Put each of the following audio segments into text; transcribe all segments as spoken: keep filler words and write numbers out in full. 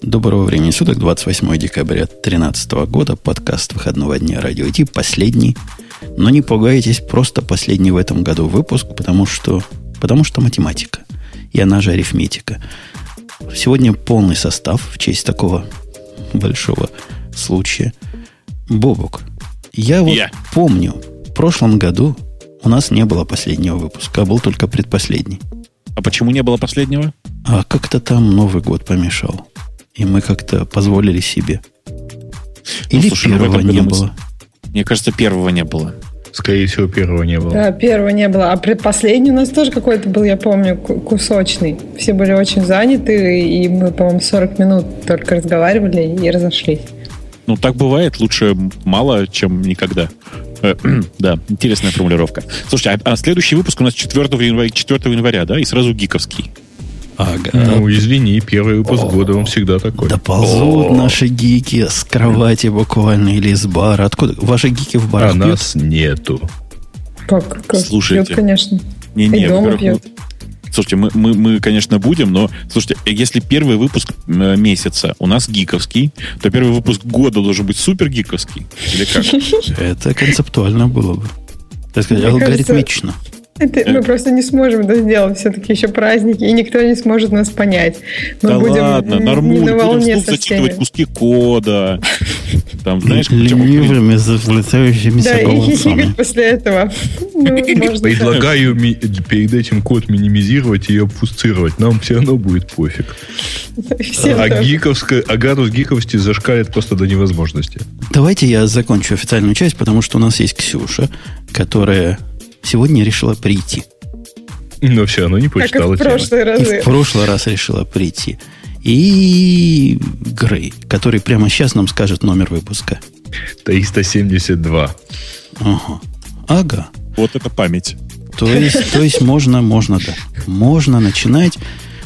Доброго времени суток, двадцать восьмое декабря две тысячи тринадцатого года, подкаст выходного дня Радио ти, последний, но не пугайтесь, просто последний в этом году выпуск, потому что, потому что математика, и она же арифметика. Сегодня полный состав в честь такого большого случая. Бобук, я вот yeah. помню, в прошлом году у нас не было последнего выпуска, а был только предпоследний. А почему не было последнего? А как-то там Новый год помешал. И мы как-то позволили себе. Или ну, слушай, первого не году, было? Мне кажется, первого не было. Скорее всего, первого не было. Да, первого не было. А предпоследний у нас тоже какой-то был, я помню, кусочный. Все были очень заняты, и мы, по-моему, сорок минут только разговаривали и разошлись. Ну, так бывает. Лучше мало, чем никогда. Да, интересная формулировка. Слушайте, а, а следующий выпуск у нас четвёртого января, четвёртого января, да? И сразу гиковский. Ага. Ну, извини, первый выпуск О, года, он всегда такой. Да ползут О. наши гики с кровати буквально или с бара. Откуда? Ваши гики в барах А пьют? Нас нету. Как? как? Слушайте. Пьют, конечно. Не, не, и дома пьют. Слушайте, мы, мы, мы, конечно, будем, но, слушайте, если первый выпуск месяца у нас гиковский, то первый выпуск года должен быть супер гиковский. Или как? Это концептуально было бы. Так сказать, алгоритмично. Это, мы просто не сможем это сделать. Все-таки еще праздники, и никто не сможет нас понять. Мы да будем ладно, нормально. Будем вслух зачитывать куски кода. Там, знаешь, ленивыми, завлетающимися да, голосами. Да, и хихикать после этого. Ну, предлагаю ми- перед этим код минимизировать и обфусцировать. Нам все равно будет пофиг. А, гиковская, а градус гиковости зашкалит просто до невозможности. Давайте я закончу официальную часть, потому что у нас есть Ксюша, которая сегодня решила прийти. Но все равно не почитала тему. И в прошлый раз решила прийти. И Грей, который прямо сейчас нам скажет номер выпуска. триста семьдесят два. Ага. Ага. Вот это память. То есть, то есть можно, можно, да. Можно начинать.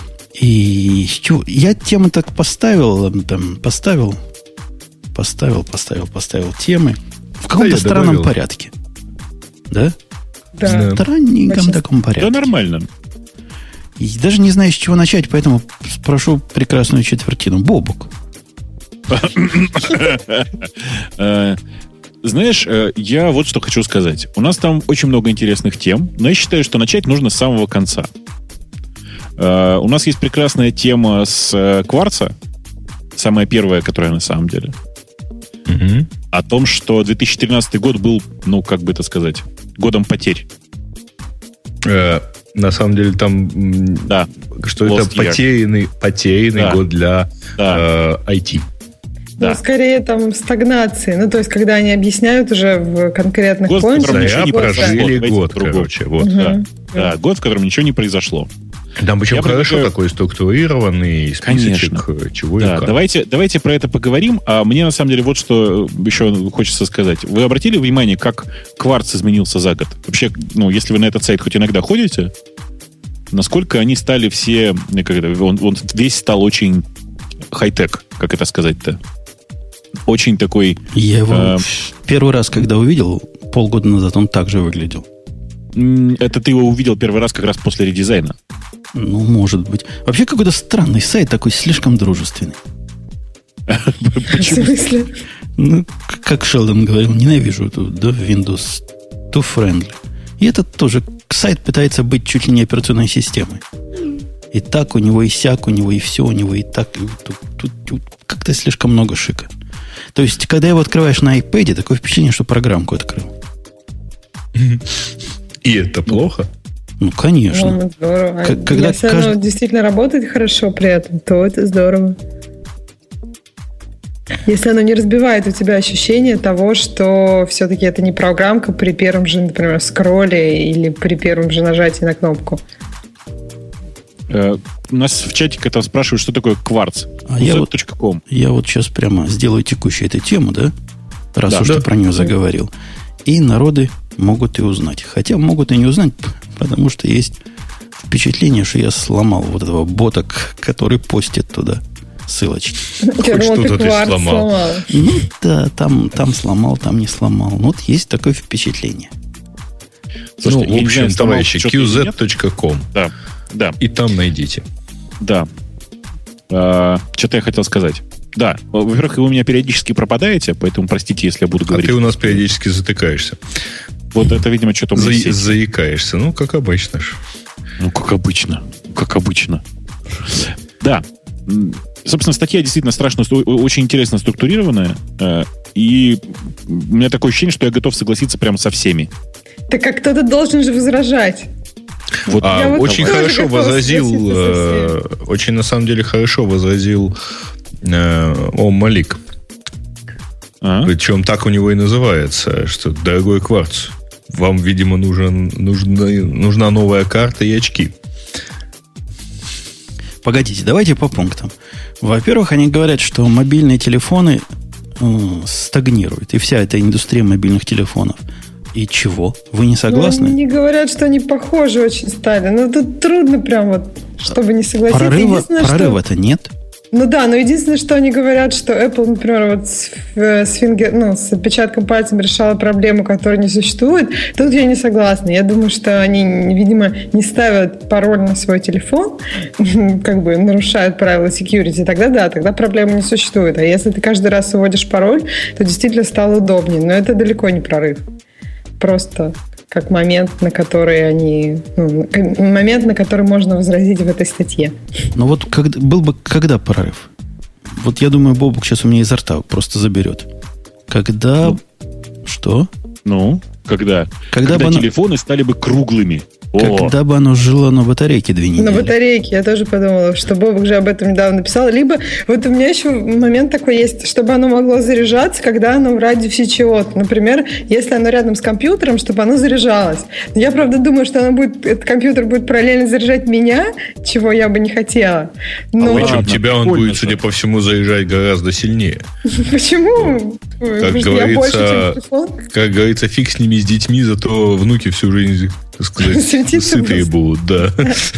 И я тему так поставил, там, поставил, поставил, поставил, поставил темы в каком-то да, странном добавил. порядке. Да? Да. В странненьком Очень... таком порядке. Да, нормально. И даже не знаю, с чего начать, поэтому спрошу прекрасную четвертину. Бобук. Знаешь, я вот что хочу сказать. У нас там очень много интересных тем, но я считаю, что начать нужно с самого конца. У нас есть прекрасная тема с кварца, самая первая, которая на самом деле, угу. о том, что две тысячи тринадцатый год был, ну, как бы это сказать, годом потерь. Э, на самом деле там, да. что Lost это потерянный, потерянный да. год для да. э, ай ти. Да. Ну, скорее там стагнации. Ну, то есть, когда они объясняют уже в конкретных год, поинтах. Да, прожили год, год короче. Вот. Угу. Да. Да, год, в котором ничего не произошло. Там причем я хорошо предлагаю... такой структурированный списочек, Конечно. чего да, и как. Давайте, давайте про это поговорим. А мне, на самом деле, вот что еще хочется сказать. Вы обратили внимание, как кварц изменился за год? Вообще, ну, если вы на этот сайт хоть иногда ходите, насколько они стали все... Он, он весь стал очень хай-тек, как это сказать-то? Очень такой... Я его э, первый раз, когда увидел, полгода назад, он так же выглядел. Это ты его увидел первый раз как раз после редизайна? Ну, может быть. Вообще какой-то странный сайт, такой слишком дружественный. Почему? В смысле? Ну, как Шелдон говорил, ненавижу эту да, Windows too friendly. И этот тоже сайт пытается быть чуть ли не операционной системой. И так у него, и сяк у него, и все у него, и так. И тут, тут, тут как-то слишком много шика. То есть, когда его открываешь на iPad, такое впечатление, что программку открыл. И это плохо? Ну, конечно. Ну, здорово. К- когда Если кажд... оно действительно работает хорошо при этом, то это здорово. Если оно не разбивает у тебя ощущение того, что все-таки это не программка при первом же, например, скролле или при первом же нажатии на кнопку. Uh, у нас в чатике там спрашивают, что такое кварц. А я, вот, я вот сейчас прямо сделаю текущую эту тему, да? Раз да, уж да. ты про нее заговорил. И народы могут и узнать. Хотя могут и не узнать, потому что есть впечатление, что я сломал вот этого бота, который постит туда ссылочки. Хоть что-то ты сломал. Ну да, там, там сломал, там не сломал. Ну, вот есть такое впечатление. Слушайте, ну, в общем, товарищи, кью зет точка ком. Да. Да. И там найдите. Да. А, что-то я хотел сказать. Да, во-первых, вы у меня периодически пропадаете, поэтому простите, если я буду говорить. А ты у нас периодически затыкаешься. Вот это, видимо, что-то... За- заикаешься, ну, как обычно. Ну, как обычно. Как обычно. Да. Собственно, статья действительно страшно, очень интересно структурированная. И у меня такое ощущение, что я готов согласиться прямо со всеми. Так как кто-то должен же возражать. Вот а, вот очень хорошо возразил, э, очень на самом деле хорошо возразил э, Ом Малик. А? Причем так у него и называется, что дорогой Кварц, вам, видимо, нужен, нужна, нужна новая карта и очки. Погодите, давайте по пунктам. Во-первых, они говорят, что мобильные телефоны э, стагнируют, и вся эта индустрия мобильных телефонов. И чего? Вы не согласны? Ну, они говорят, что они похожи очень стали. Но тут трудно прям вот, чтобы не согласиться. Прорыва, прорыва-то что... нет. Ну да, но единственное, что они говорят, что Apple, например, вот с, с, фингер, ну, с отпечатком пальцем решала проблему, которая не существует. Тут я не согласна. Я думаю, что они, видимо, не ставят пароль на свой телефон, как бы нарушают правила security. Тогда да, тогда проблемы не существует. А если ты каждый раз вводишь пароль, то действительно стало удобнее. Но это далеко не прорыв. Просто как момент, на который они... Ну, момент, на который можно возразить в этой статье. Ну вот когда, был бы когда прорыв? Вот я думаю, Бобук сейчас у меня изо рта просто заберет. Когда... Ну, что? Ну, когда? Когда, когда бы телефоны оно... стали бы круглыми. Когда О. бы оно жило на батарейке две недели. На батарейке, я тоже подумала, что Бобок же об этом недавно написал. Либо, вот у меня еще момент такой есть, чтобы оно могло заряжаться, когда оно в радиусе чего-то. Например, если оно рядом с компьютером, чтобы оно заряжалось. Я, правда, думаю, что оно будет, этот компьютер будет параллельно заряжать меня, чего я бы не хотела. Но... А причем тебя он будет, судя по всему, заряжать гораздо сильнее. Почему? Как говорится, как говорится, фиг с ними, с детьми, зато внуки всю жизнь... сказать, сытые будут, да.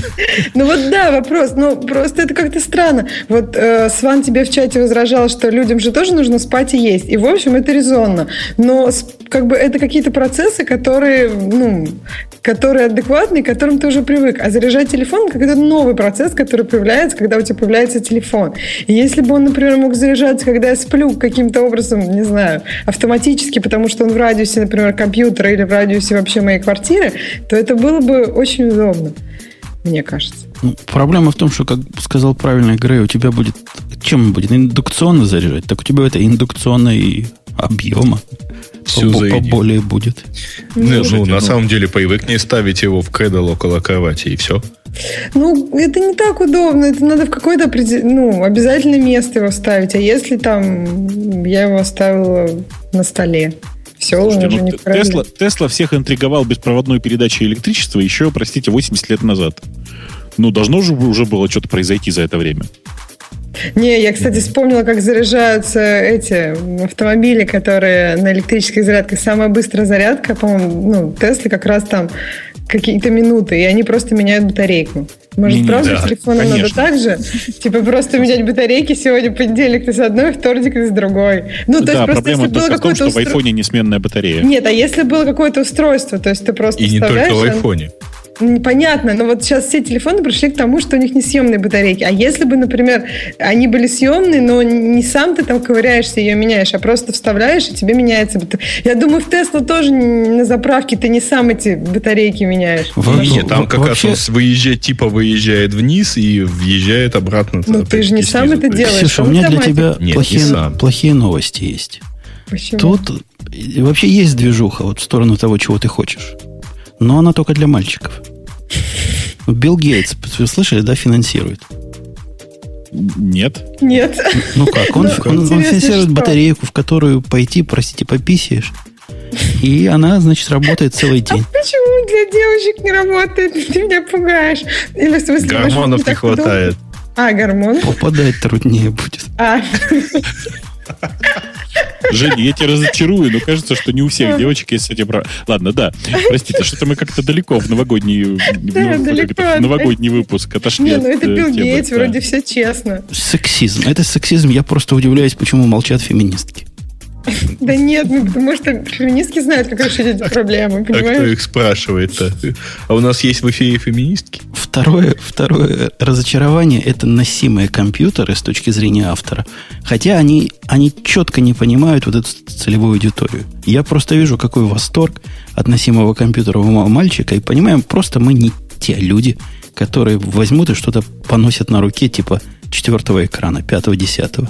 Ну вот да, вопрос. Ну просто это как-то странно. Вот э, Сван тебе в чате возражал, что людям же тоже нужно спать и есть. И в общем это резонно. Но как бы это какие-то процессы, которые, ну, которые адекватные, к которым ты уже привык. А заряжать телефон – это новый процесс, который появляется, когда у тебя появляется телефон. И если бы он, например, мог заряжаться, когда я сплю каким-то образом, не знаю, автоматически, потому что он в радиусе, например, компьютера или в радиусе вообще моей квартиры, то это было бы очень удобно, мне кажется. Ну, проблема в том, что, как сказал правильно Грей, у тебя будет... Чем он будет? Индукционно заряжать? Так у тебя это индукционно и объема все поболее будет. Ну, ну, на самом деле, привыкни ставить его в кредл около кровати, и все. Ну, это не так удобно. Это надо в какое-то ну, обязательное место его ставить. А если там я его оставила на столе? Все, слушайте, уже ну, не Тесла, Тесла всех интриговал беспроводной передачей электричества еще, простите, восемьдесят лет назад. Ну, должно же уже было что-то произойти за это время. Не, я, кстати, вспомнила, как заряжаются эти автомобили, которые на электрических зарядках. Самая быстрая зарядка, по-моему, ну, Теслы как раз там какие-то минуты, и они просто меняют батарейку. Может, правда, да, с телефоном конечно. Надо так же? Типа просто менять батарейки сегодня понедельник ты с одной, вторник ты с другой. Ну, то да, есть просто проблема если было только в том, что устро... в айфоне несменная батарея. Нет, а если было какое-то устройство, то есть ты просто и не только в айфоне. Непонятно, но вот сейчас все телефоны пришли к тому, что у них не съемные батарейки. А если бы, например, они были съемные, но не сам ты там ковыряешься и ее меняешь, а просто вставляешь, и тебе меняется батарейка. Я думаю, в Теслу тоже на заправке ты не сам эти батарейки меняешь. Нет, там как раз он выезжает, типа выезжает вниз и въезжает обратно. Ну ты же не сам это делаешь. Ксюша, у меня для тебя плохие, плохие новости есть. Почему? Тут вообще есть движуха вот в сторону того, чего ты хочешь. Но она только для мальчиков. Билл Гейтс, вы слышали, да, финансирует? Нет. Нет. Ну как, он, он, он финансирует что? батарейку, в которую пойти, простите, пописаешь. И она, значит, работает целый день. А почему для девочек не работает? Ты меня пугаешь. Или в смысле, гормонов не хватает. А, гормон? Попадать труднее будет. А. Женя, я тебя разочарую, но кажется, что не у всех девочек есть с этим права. Ладно, да. Простите, что-то мы как-то далеко в новогодний, да, ну, далеко. в новогодний выпуск отошли. Не, ну это Билл Гейтс, вроде все честно. Сексизм. Это сексизм. Я просто удивляюсь, почему молчат феминистки. Да нет, ну потому что феминистки знают, как решить эти проблемы, понимаешь? А кто их спрашивает-то? А у нас есть в эфире феминистки? Второе, второе разочарование – это носимые компьютеры с точки зрения автора. Хотя они, они четко не понимают вот эту целевую аудиторию. Я просто вижу, какой восторг от носимого компьютера у мальчика, и понимаем, просто мы не те люди, которые возьмут и что-то поносят на руке типа четвертого экрана, пятого, десятого.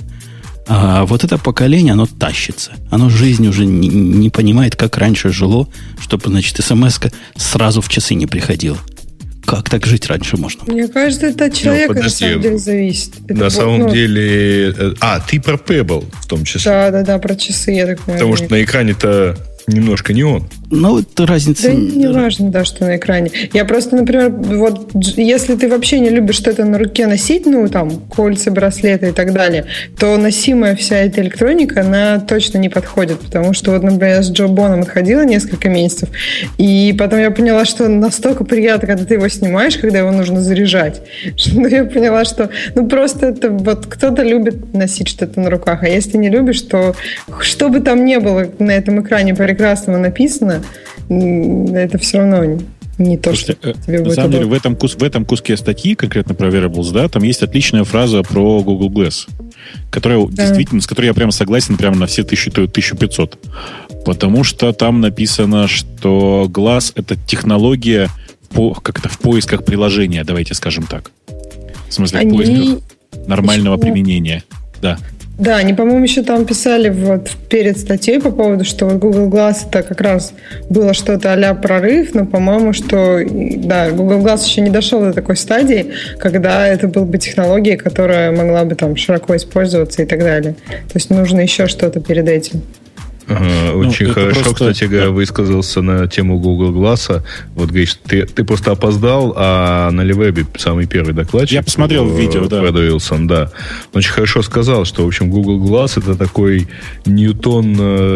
А вот это поколение, оно тащится. Оно жизнь уже не, не понимает, как раньше жило, чтобы, значит, смс-ка сразу в часы не приходила. Как так жить раньше можно? Мне кажется, это от человека ну, на самом деле зависит. Это на был, самом ну... деле... А, ты про Pebble в том числе. Да-да-да, про часы, я так понимаю. Потому что на экране-то немножко не он. Ну, это разница... Да не важно, да, что на экране. Я просто, например, вот если ты вообще не любишь что-то на руке носить, ну, там, кольца, браслеты и так далее, то носимая вся эта электроника, она точно не подходит, потому что вот, например, я с Джо Боном отходила несколько месяцев, и потом я поняла, что настолько приятно, когда ты его снимаешь, когда его нужно заряжать, что я поняла, что, ну, просто это вот кто-то любит носить что-то на руках, а если не любишь, то что бы там ни было на этом экране прекрасного написано, это все равно не то, Слушайте, что тебе на будет самом деле, удобно. в этом, кус, в этом куске статьи, конкретно про Wearables, да, там есть отличная фраза про Google Glass, которая да. действительно, с которой я прямо согласен прямо на все тысячу пятьсот. Потому что там написано, что Glass — это технология по, как-то в поисках приложения, давайте скажем так. В смысле, Они... в поисках нормального Еще... применения. Да. Да, они, по-моему, еще там писали вот перед статьей по поводу, что вот Google Glass это как раз было что-то а-ля прорыв, но, по-моему, что да, Google Glass еще не дошел до такой стадии, когда это была бы технология, которая могла бы там широко использоваться и так далее. То есть нужно еще что-то перед этим. Ага, очень ну, хорошо, просто... кстати говоря, высказался на тему Google Glass. Вот, говоришь, ты, ты просто опоздал, а на Левебе самый первый докладчик... Я посмотрел в видео, да. Фред Уилсон, да. Он очень хорошо сказал, что, в общем, Google Glass это такой Ньютон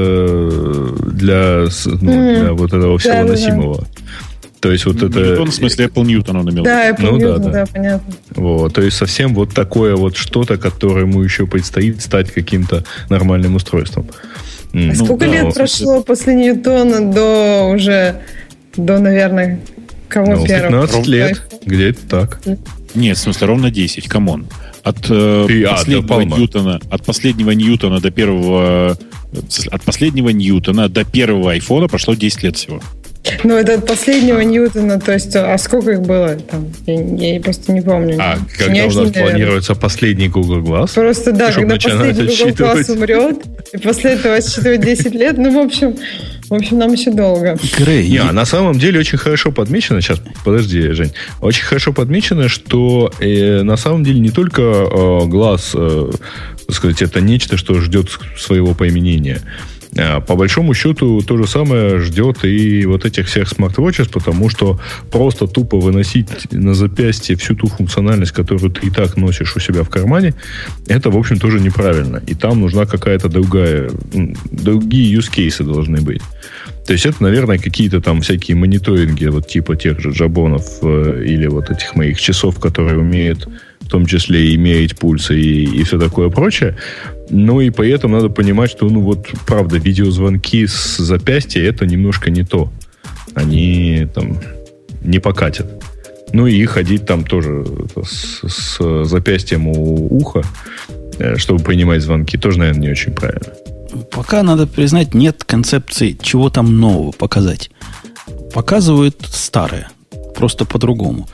для, ну, mm. для вот этого всего да, носимого. Да. То есть вот это... Ньютон, в смысле Apple Newton он имел. Да, Apple ну, Newton, да, да. да, понятно. Вот, то есть совсем вот такое вот что-то, которое ему еще предстоит стать каким-то нормальным устройством. А ну, сколько да, лет вот прошло это... после Ньютона до уже, до, наверное, кого ну, первого? пятнадцать лет, где-то так. Нет, в смысле, ровно десять, камон. От, э, И, последнего а, Ньютона, от последнего Ньютона до первого... От последнего Ньютона до первого айфона прошло десять лет всего. Ну, это от последнего Ньютона, то есть, а сколько их было там? Я, я просто не помню. А когда у нас наверное. планируется последний Google Glass? Просто, да, когда последний Google Glass умрет, и после этого отсчитывать десять лет, ну, в общем, в общем, нам еще долго. Грей. Не, на самом деле очень хорошо подмечено, сейчас, подожди, Жень, очень хорошо подмечено, что э, на самом деле не только э, Glass, э, так сказать, это нечто, что ждет своего поименения. По большому счету, то же самое ждет и вот этих всех смарт-вотчес, потому что просто тупо выносить на запястье всю ту функциональность, которую ты и так носишь у себя в кармане, это, в общем, тоже неправильно. И там нужна какая-то другая, другие use cases должны быть. То есть это, наверное, какие-то там всякие мониторинги, вот типа тех же джабонов э, или вот этих моих часов, которые умеют в том числе и мерить пульсы и, и все такое прочее. Ну и при этом надо понимать, что, ну вот, правда, видеозвонки с запястья это немножко не то. Они там не покатят. Ну и ходить там тоже с, с запястьем у уха, чтобы принимать звонки, тоже, наверное, не очень правильно. Пока, надо признать, нет концепции, чего там нового показать. Показывают старое, просто по-другому.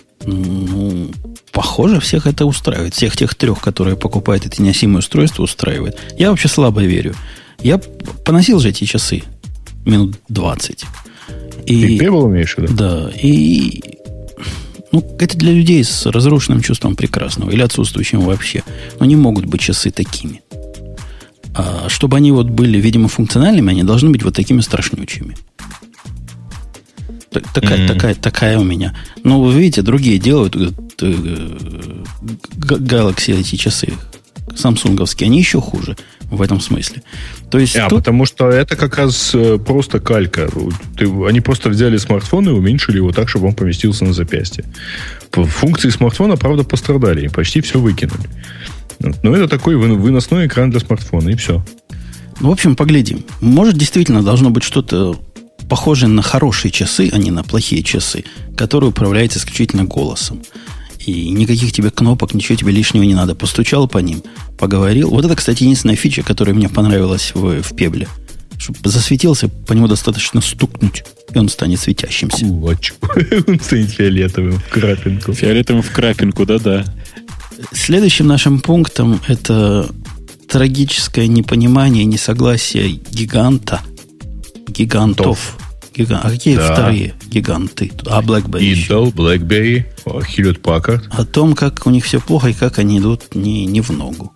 Ну, похоже, всех это устраивает. Всех тех трех, которые покупают эти носимые устройства, устраивает. Я вообще слабо верю. Я поносил же эти часы минут двадцать. И, Ты Pebble умеешь, да? Да. И ну, это для людей с разрушенным чувством прекрасного или отсутствующим вообще. Но не могут быть часы такими. А чтобы они вот были, видимо, функциональными, они должны быть вот такими страшнючими. Такая, mm-hmm. такая, такая у меня. Но вы видите, другие делают Galaxy эти часы самсунговские, они еще хуже в этом смысле. То есть а, тут... потому что это как раз просто калька. Ты, они просто взяли смартфон и уменьшили его так, чтобы он поместился на запястье. Функции смартфона, правда, пострадали и почти все выкинули. Но это такой выносной экран для смартфона, и все. Ну, в общем, поглядим. Может, действительно должно быть что-то похожее на хорошие часы, а не на плохие часы, которые управляются исключительно голосом. И никаких тебе кнопок, ничего тебе лишнего не надо. Постучал по ним, поговорил. Вот это, кстати, единственная фича, которая мне понравилась в, в Пебле. Чтобы засветился, по нему достаточно стукнуть, и он станет светящимся. Кулачку. Он станет фиолетовым в крапинку. Фиолетовым в крапинку, да-да. Следующим нашим пунктом это трагическое непонимание, несогласие гиганта, гигантов. Гига... А какие да. вторые гиганты? А BlackBerry Intel, BlackBerry, Hewlett Packard. О том, как у них все плохо и как они идут не, не в ногу.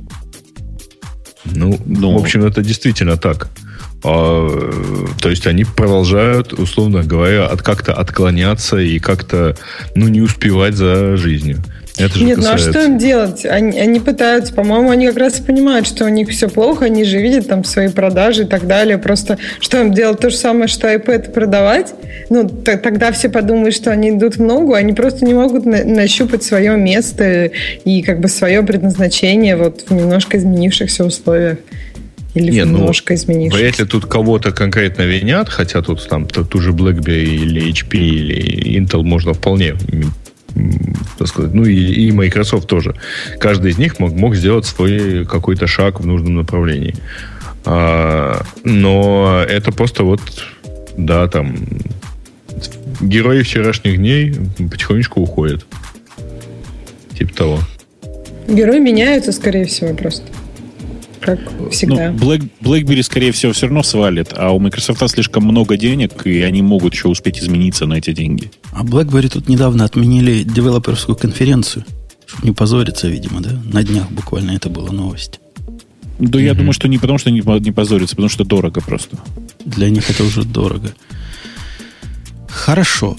Ну, ну, в общем, это действительно так. А, то есть они продолжают, условно говоря, от, как-то отклоняться и как-то ну, не успевать за жизнью. Это же Нет, касается... ну а что им делать? Они, они пытаются, по-моему, они как раз и понимают, что у них все плохо, они же видят там свои продажи и так далее. Просто что им делать? То же самое, что iPad продавать? Ну, т- тогда все подумают, что они идут в ногу, они просто не могут на- нащупать свое место и как бы свое предназначение вот в немножко изменившихся условиях. Или Не, немножко ну, изменившихся. Вряд ли тут кого-то конкретно винят, хотя тут там ту же BlackBerry или эйч пи или Intel можно вполне... так сказать, ну и, и Microsoft тоже. Каждый из них мог, мог сделать свой какой-то шаг в нужном направлении. А, но это просто вот, да, там герои вчерашних дней потихонечку уходят. Типа того. Герои меняются, скорее всего, просто. Как всегда. Ну, Black, BlackBerry, скорее всего, все равно свалит, а у Microsoft слишком много денег, и они могут еще успеть измениться на эти деньги. А BlackBerry тут недавно отменили девелоперскую конференцию, чтобы не позориться, видимо, да? На днях буквально это была новость. Да, mm-hmm. я думаю, что не потому, что не, не позориться, потому что дорого просто. Для них это уже дорого. Хорошо.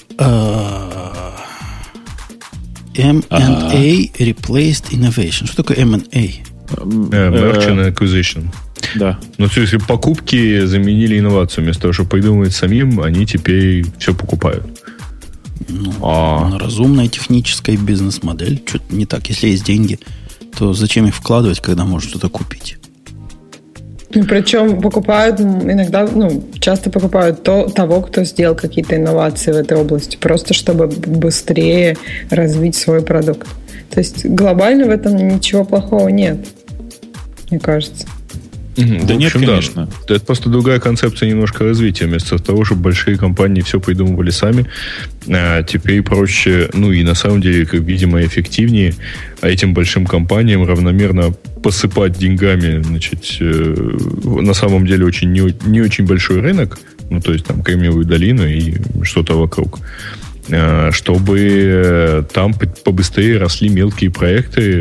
эм энд эй replaced innovation. Что такое эм энд эй? Merchant Acquisition. Да. Ну, то есть покупки заменили инновацию. Вместо того, чтобы придумывать самим, они теперь все покупают. Ну, а... разумная техническая бизнес-модель. Что-то не так. Если есть деньги, то зачем их вкладывать, когда можно что-то купить? Ну, причем покупают иногда, ну, часто покупают то, того, кто сделал какие-то инновации в этой области, просто чтобы быстрее развить свой продукт. То есть глобально в этом ничего плохого нет, мне кажется. Mm-hmm. Да нет, конечно. Да. Это просто другая концепция немножко развития. Вместо того, чтобы большие компании все придумывали сами, а теперь проще, ну и на самом деле, как видимо, эффективнее этим большим компаниям равномерно посыпать деньгами, значит, э, на самом деле очень не, не очень большой рынок, ну то есть там Кремниевую долину и что-то вокруг, э, чтобы там побыстрее росли мелкие проекты.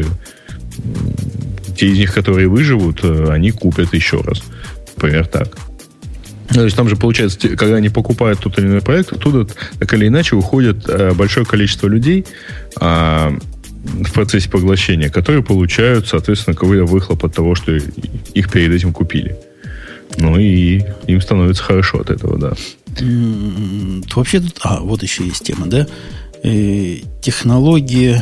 Те из них, которые выживут, они купят еще раз. Например, так. То есть там же получается, когда они покупают тот или иной проект, оттуда так или иначе уходит большое количество людей а, в процессе поглощения, которые получают, соответственно, какой-то выхлоп от того, что их перед этим купили. Ну и им становится хорошо от этого, да. Mm, вообще тут... А, вот еще есть тема, да? Э, технология...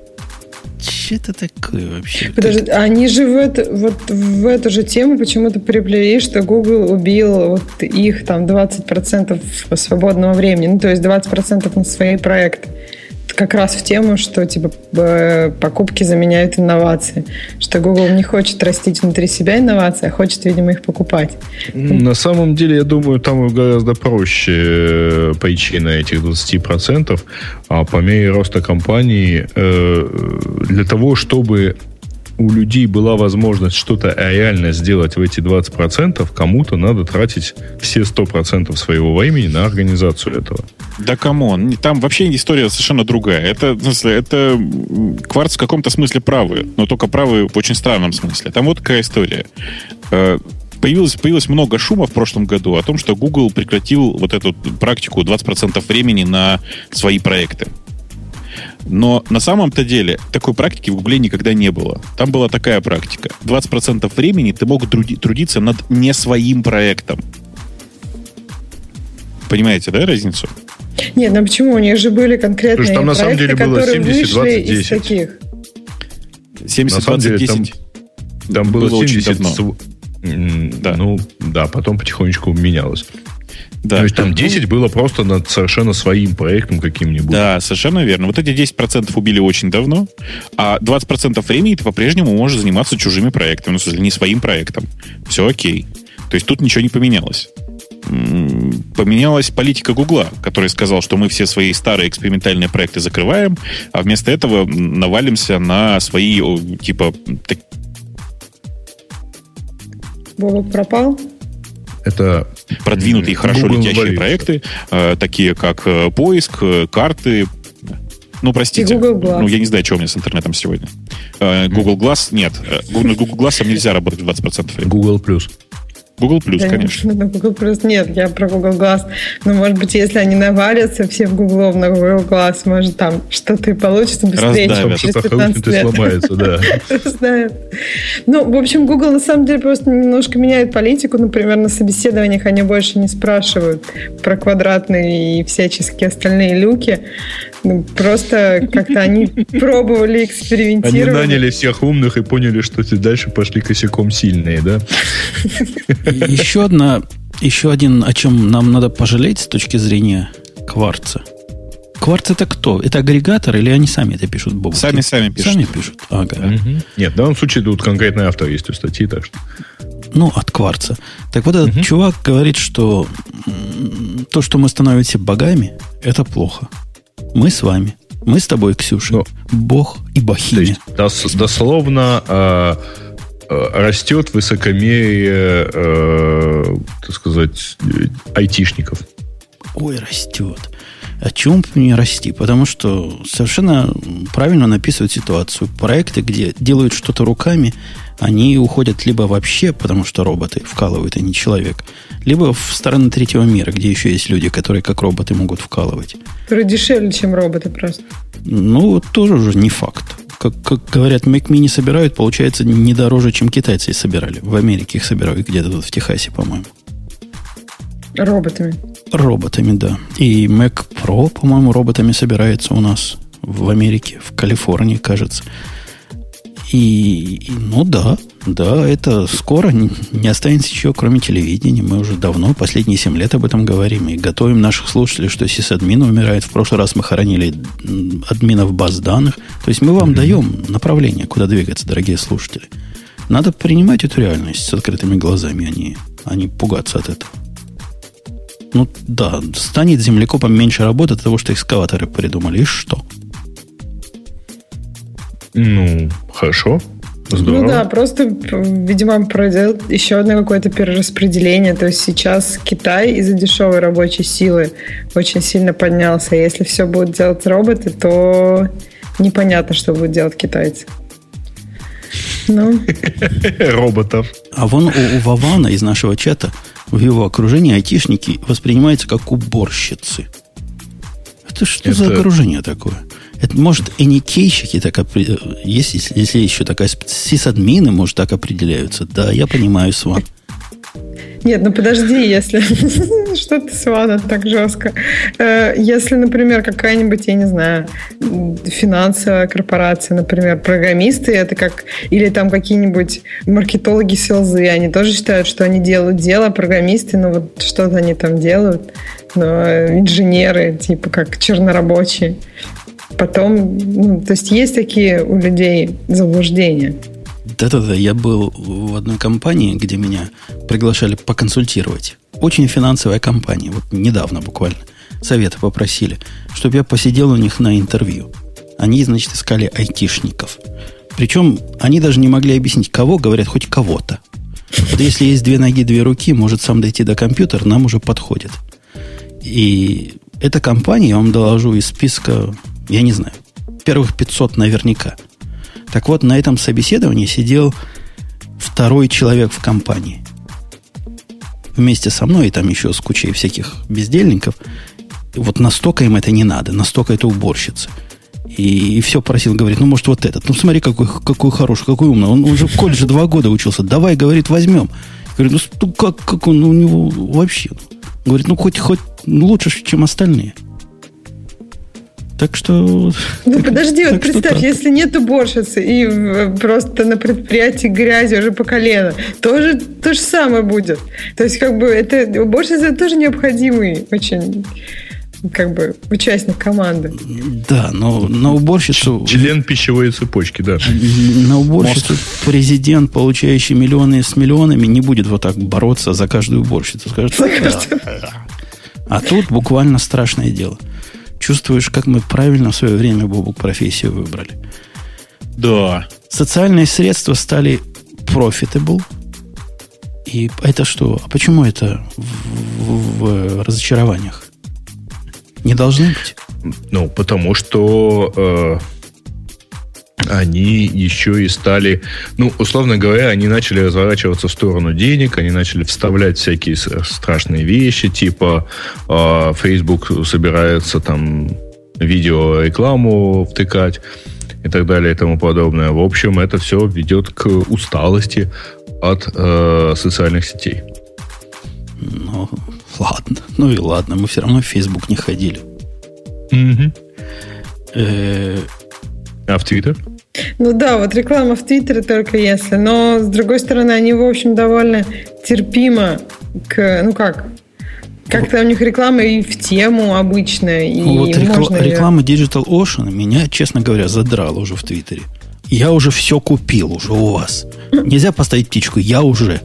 Что это такое вообще? Подожди, они же в, это, вот в эту же тему почему-то приплели, что Google убил вот их там двадцать процентов свободного времени, ну то есть двадцать процентов на свои проекты. Как раз в тему, что типа покупки заменяют инновации. Что Google не хочет растить внутри себя инновации, а хочет, видимо, их покупать. На самом деле, я думаю, там гораздо проще причина этих двадцать процентов. А по мере роста компании, для того, чтобы у людей была возможность что-то реально сделать в эти двадцать процентов, кому-то надо тратить все сто процентов своего времени на организацию этого. Да камон, там вообще история совершенно другая. Это, в смысле, это Кварц в каком-то смысле правы, но только правы в очень странном смысле. Там вот какая история. Появилось, появилось много шума в прошлом году о том, что Google прекратил вот эту практику двадцать процентов времени на свои проекты. Но на самом-то деле такой практики в Гугле никогда не было. Там была такая практика. двадцать процентов времени ты мог труди- трудиться над не своим проектом. Понимаете, да, разницу? Нет, ну почему? У них же были конкретные там, на проекты, самом деле, было которые семьдесят, двадцать, вышли из десять. таких. семьдесят, двадцать, десять Там, там было, было очень семьдесят... давно. Да, Да. Ну, да, потом потихонечку менялось. Да. То есть там десять было просто над совершенно своим проектом каким-нибудь. Да, совершенно верно. Вот эти десять процентов убили очень давно, а двадцать процентов времени ты по-прежнему можешь заниматься чужими проектами, ну, в смысле, не своим проектом. Все окей. То есть тут ничего не поменялось. Поменялась политика Гугла, который сказал, что мы все свои старые экспериментальные проекты закрываем, а вместо этого навалимся на свои, типа... Бобок пропал? Это продвинутые, хорошо Google летящие говорит. проекты, э, такие как э, поиск, э, карты. Ну, простите, ну, я не знаю, что у меня с интернетом сегодня. Э, Google Glass, нет. Google, Google Glass нельзя работать двадцать процентов времени. Google Plus. Google Plus, да, конечно. На Google Plus нет, я про Google Glass. Но, может быть, если они навалятся все в Гуглов на Google Glass, может, там что-то и получится быстрее, чем через пятнадцать лет. Сломается, да. Знаю. Ну, в общем, Google на самом деле просто немножко меняет политику. Например, на собеседованиях они больше не спрашивают про квадратные и всяческие остальные люки. Ну, просто как-то они пробовали, экспериментировали. Они наняли всех умных и поняли, что дальше пошли косяком сильные, да? Еще одна, еще один, о чем нам надо пожалеть с точки зрения кварца. Кварц это кто? Это агрегатор или они сами это пишут, Боб? Сами, сами пишут. Сами пишут. Ага. Угу. Нет, в данном случае тут конкретный автор есть у статьи, так что... Ну, от кварца. Так вот, этот угу. чувак говорит, что то, что мы становимся богами, это плохо. Мы с вами. Мы с тобой, Ксюша. Но, Бог и богиня. То есть, дословно... Э, растет высокомерие, э, так сказать, айтишников. Ой, растет. О чем не расти? Потому что совершенно правильно написывают ситуацию. Проекты, где делают что-то руками, они уходят либо вообще, потому что роботы вкалывают, а не человек, либо в стороны третьего мира, где еще есть люди, которые как роботы могут вкалывать. Которые дешевле, чем роботы просто. Ну, тоже уже не факт. Как, как говорят, Mac Mini собирают, получается, не дороже, чем китайцы собирали. В Америке их собирают где-то тут в Техасе, по-моему. Роботами. Роботами, да. И Mac Pro, по-моему, роботами собирается у нас в Америке, в Калифорнии, кажется. И, и ну да, да, это скоро не, не останется ничего, кроме телевидения. Мы уже давно, последние семь лет об этом говорим. И готовим наших слушателей, что сисадмин умирает. В прошлый раз мы хоронили админов баз данных. То есть мы вам mm-hmm. даем направление, куда двигаться, дорогие слушатели. Надо принимать эту реальность с открытыми глазами, а не, а не пугаться от этого. Ну да, станет землекопом меньше работы от того, что экскаваторы придумали. И что? Ну, хорошо. Здорово. Ну да, просто, видимо, произойдет еще одно какое-то перераспределение. То есть сейчас Китай из-за дешевой рабочей силы очень сильно поднялся. Если все будут делать роботы, то непонятно, что будут делать китайцы. Ну. Роботов. А вон у, у Вована из нашего чата в его окружении айтишники воспринимаются как уборщицы. Это что Это... за окружение такое? Это, может, и не кейщики так определяются. Если, если еще такая... Сисадмины, может, так определяются. Да, я понимаю, Сван. Нет, ну подожди, если... Что ты, Сван, так жестко. Если, например, какая-нибудь, я не знаю, финансовая корпорация, например, программисты, это как... Или там какие-нибудь маркетологи, селзы, они тоже считают, что они делают дело, программисты, ну вот что-то они там делают. Но инженеры, типа как чернорабочие. Потом, ну, то есть есть такие у людей заблуждения. Да-да-да, я был в одной компании, где меня приглашали поконсультировать. Очень финансовая компания, вот недавно буквально. Совета попросили, чтобы я посидел у них на интервью. Они, значит, искали айтишников. Причем они даже не могли объяснить, кого, говорят, хоть кого-то. Вот если есть две ноги, две руки, может сам дойти до компьютера, нам уже подходит. И эта компания, я вам доложу из списка... Я не знаю. Первых пятьсот наверняка. Так вот, на этом собеседовании сидел второй человек в компании. Вместе со мной и там еще с кучей всяких бездельников. Вот настолько им это не надо. Настолько это уборщица. И, и все просил, говорит, ну, может, вот этот. Ну, смотри, какой, какой хороший, какой умный. Он уже в колледже два года учился. Давай, говорит, возьмем. Говорит, ну, как, как он у него вообще? Говорит, ну, хоть, хоть лучше, чем остальные. Так что... Ну, так, подожди, так вот представь, если нет уборщицы и просто на предприятии грязи уже по колено, тоже то же самое будет. То есть, как бы, это уборщица тоже необходимый очень... как бы участник команды. Да, но на уборщицу... Член пищевой цепочки, да. На уборщицу президент, получающий миллионы с миллионами, не будет вот так бороться за каждую уборщицу. Скажет, да. А тут буквально страшное дело. Чувствуешь, как мы правильно в свое время, Бобук, профессию выбрали. Да. Социальные средства стали profitable. И это что? А почему это в, в, в разочарованиях? Не должны быть? Ну, потому что э, они еще и стали, ну, условно говоря, они начали разворачиваться в сторону денег, они начали вставлять всякие страшные вещи, типа э, Facebook собирается там видеорекламу втыкать и так далее и тому подобное. В общем, это все ведет к усталости от э, социальных сетей. Ну, ладно. Ну и ладно, мы все равно в Facebook не ходили. Mm-hmm. А в Твиттер? Ну да, вот реклама в Твиттере только если. Но, с другой стороны, они, в общем, довольно терпимо к... Ну как? Как-то у них реклама и в тему обычная. И вот рекла- реклама Digital Ocean меня, честно говоря, задрала уже в Твиттере. Я уже все купил уже у вас. Нельзя поставить птичку, я уже...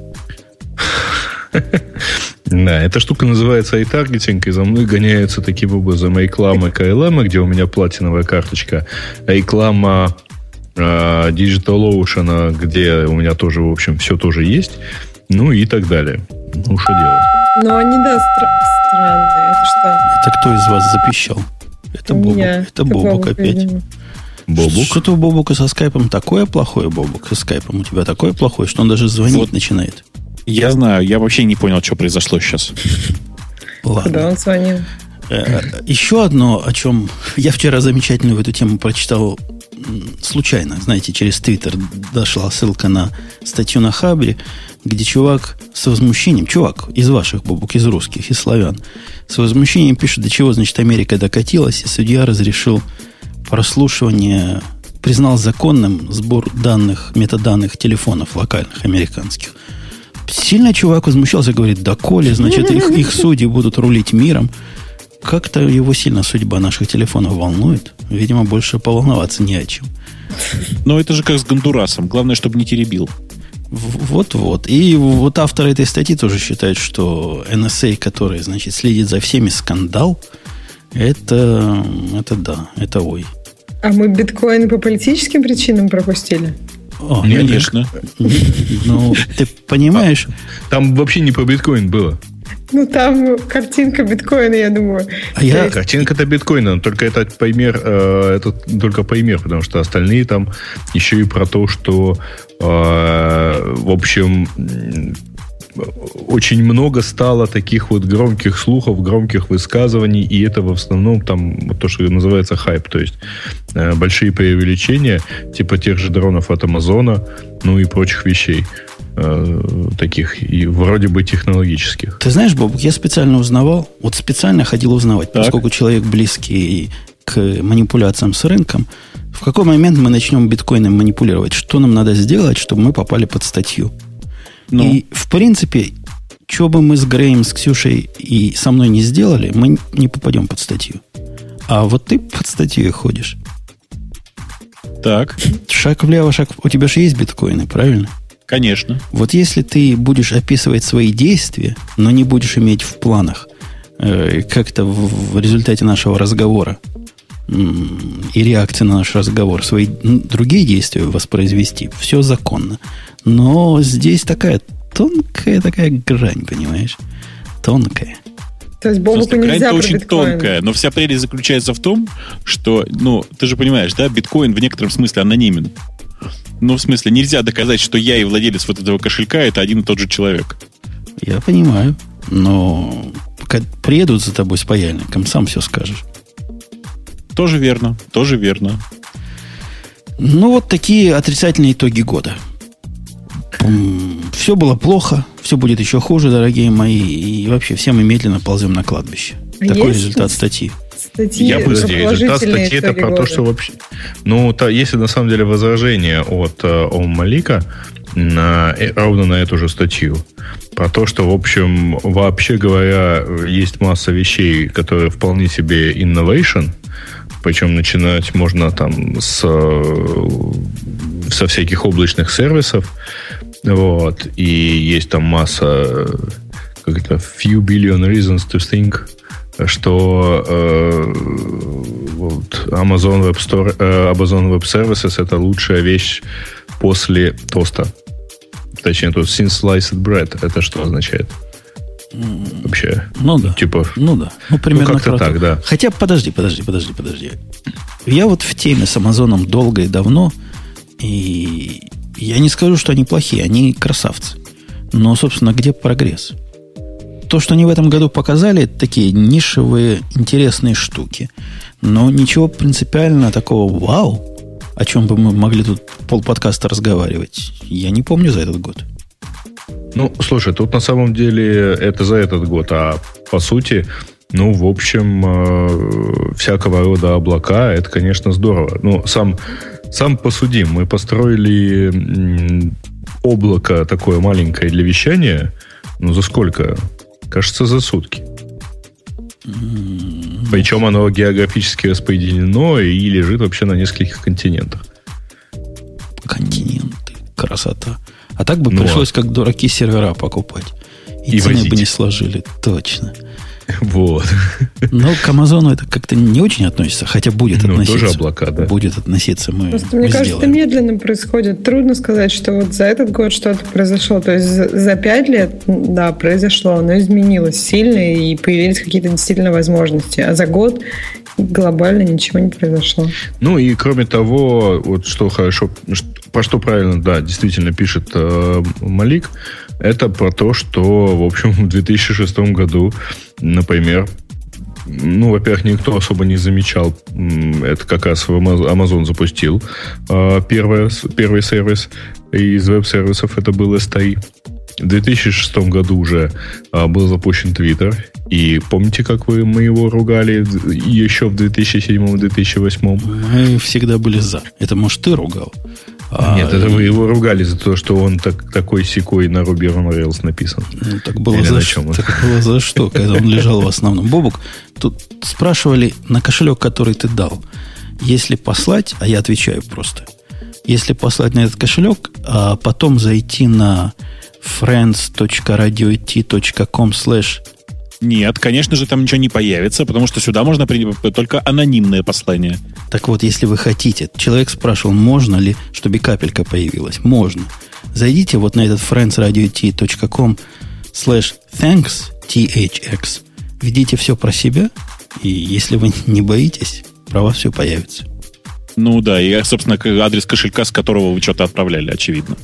Да, эта штука называется iTargeting, и за мной гоняются таким образом реклама ка эл эм, где у меня платиновая карточка, реклама э, Digital Ocean, где у меня тоже, в общем, все тоже есть, ну и так далее. Ну, что делать? Ну, они, да, стра- странные. Это что? Это кто из вас запищал? Это Бобук. Это, это Бобук, Бобук опять. Видимо. Бобук? Что-то у Бобука со скайпом такое плохое, Бобук, со скайпом у тебя такое плохое, что он даже звонить вот. начинает. Я знаю, я вообще не понял, что произошло сейчас. Ладно. Куда он звонил? Еще одно, о чем я вчера замечательную в эту тему прочитал случайно. Знаете, через Твиттер дошла ссылка на статью на Хабре, где чувак с возмущением, чувак из ваших, Бобук, из русских, из славян, с возмущением пишет, до чего, значит, Америка докатилась, и судья разрешил прослушивание, признал законным сбор данных, метаданных телефонов локальных, американских. Сильно чувак возмущался, говорит, да коли, значит, их, их судьи будут рулить миром. Как-то его сильно судьба наших телефонов волнует. Видимо, больше поволноваться не о чем. Но это же как с Гондурасом. Главное, чтобы не теребил. Вот-вот. И вот автор этой статьи тоже считает, что эн эс эй, который, значит, следит за всеми, скандал, это, это да, это ой. А мы биткоин по политическим причинам пропустили? О, конечно. Ну, ты понимаешь? Там вообще не по биткоин было. Ну, там картинка биткоина, я думаю. А я... Картинка-то биткоина, только это пример, э, это только пример, потому что остальные там еще и про то, что, э, в общем, очень много стало таких вот громких слухов, громких высказываний, и это в основном там вот то, что называется хайп, то есть э, большие преувеличения, типа тех же дронов от Амазона, ну и прочих вещей. Таких и вроде бы технологических. Ты знаешь, Боб, я специально узнавал, вот специально ходил узнавать, так. Поскольку человек близкий к манипуляциям с рынком, в какой момент мы начнем биткоином манипулировать, что нам надо сделать, чтобы мы попали под статью. Ну. И, в принципе, что бы мы с Греем, с Ксюшей и со мной не сделали, мы не попадем под статью. А вот ты под статьей ходишь. Так. Шаг влево, шаг... У тебя же есть биткоины, правильно? Конечно. Вот если ты будешь описывать свои действия, но не будешь иметь в планах э, как-то в, в результате нашего разговора э, и реакции на наш разговор свои другие действия воспроизвести, все законно. Но здесь такая тонкая такая грань, понимаешь? Тонкая. То есть Бобуку нельзя про очень биткоин. Тонкая, но вся прелесть заключается в том, что, ну, ты же понимаешь, да, биткоин в некотором смысле анонимен. Ну, в смысле, нельзя доказать, что я и владелец вот этого кошелька это один и тот же человек. Я понимаю, но пока приедут за тобой с паяльником, сам все скажешь. Тоже верно, тоже верно. Ну, вот такие отрицательные итоги года. Все было плохо, все будет еще хуже, дорогие мои, и вообще все мы медленно ползем на кладбище. А Такой результат статьи. статьи, я подожди, та статья это про года. То, что вообще... Ну, та, если на самом деле возражение от Ом Малика на, ровно на эту же статью, про то, что, в общем, вообще говоря, есть масса вещей, которые вполне себе innovation, причем начинать можно там с, со всяких облачных сервисов, вот, и есть там масса, как это, few billion reasons to think, что э, вот, Amazon Web Store, э, Amazon Web Services это лучшая вещь после тоста. Точнее, тут since sliced bread. Это что означает? Вообще. Ну да. Типа, ну да. Ну, примерно ну, как-то так, да. Хотя, подожди, подожди, подожди, подожди. Я вот в теме с Амазоном долго и давно, и я не скажу, что они плохие, они красавцы. Но, собственно, где прогресс? То, что они в этом году показали, это такие нишевые, интересные штуки. Но ничего принципиально такого вау, о чем бы мы могли тут полподкаста разговаривать, я не помню за этот год. Ну, слушай, тут на самом деле это за этот год, а по сути, ну, в общем, э, всякого рода облака, это, конечно, здорово. Ну, сам, сам посудим, мы построили м, облако такое маленькое для вещания, ну, за сколько? Кажется, за сутки. Mm-hmm. Причем оно географически распределено и лежит вообще на нескольких континентах. Континенты. Красота. А так бы ну, пришлось, как дураки, сервера покупать. И, и цены возить. бы не сложили. Точно. Вот. Но к Амазону это как-то не очень относится, хотя будет ну, относиться. Тоже облака, да. Будет относиться, мы Просто, мне мы кажется, это медленно происходит. Трудно сказать, что вот за этот год что-то произошло. То есть за пять лет, да, произошло, оно изменилось сильно, и появились какие-то действительно возможности. А за год глобально ничего не произошло. Ну и кроме того, вот что хорошо, про что правильно, да, действительно пишет э, Малик, это про то, что, в общем, в две тысячи шестом году, например, ну, во-первых, никто особо не замечал, это как раз Amazon запустил э, первый, первый сервис из веб-сервисов, это был эс ти ай. В две тысячи шестом году уже э, был запущен Twitter. И помните, как вы, мы его ругали еще в две тысячи седьмом - две тысячи восьмом? Мы всегда были за. Это, может, ты ругал? А, Нет, это вы его ругали за то, что он так, такой сикой на Ruby on Rails написан. Ну, так было, за, ш... так было за что, когда он лежал в основном. Бобук, тут спрашивали на кошелек, который ты дал. Если послать, а я отвечаю просто, если послать на этот кошелек, а потом зайти на friends точка радио ти точка ком слэш Нет, конечно же, там ничего не появится, потому что сюда можно принять только анонимное послание. Так вот, если вы хотите, человек спрашивал, можно ли, чтобы капелька появилась. Можно. Зайдите вот на этот friends радио ти точка ком слэш thanks, ти эйч экс, введите все про себя, и если вы не боитесь, про вас все появится. Ну да, и, собственно, адрес кошелька, с которого вы что-то отправляли, очевидно.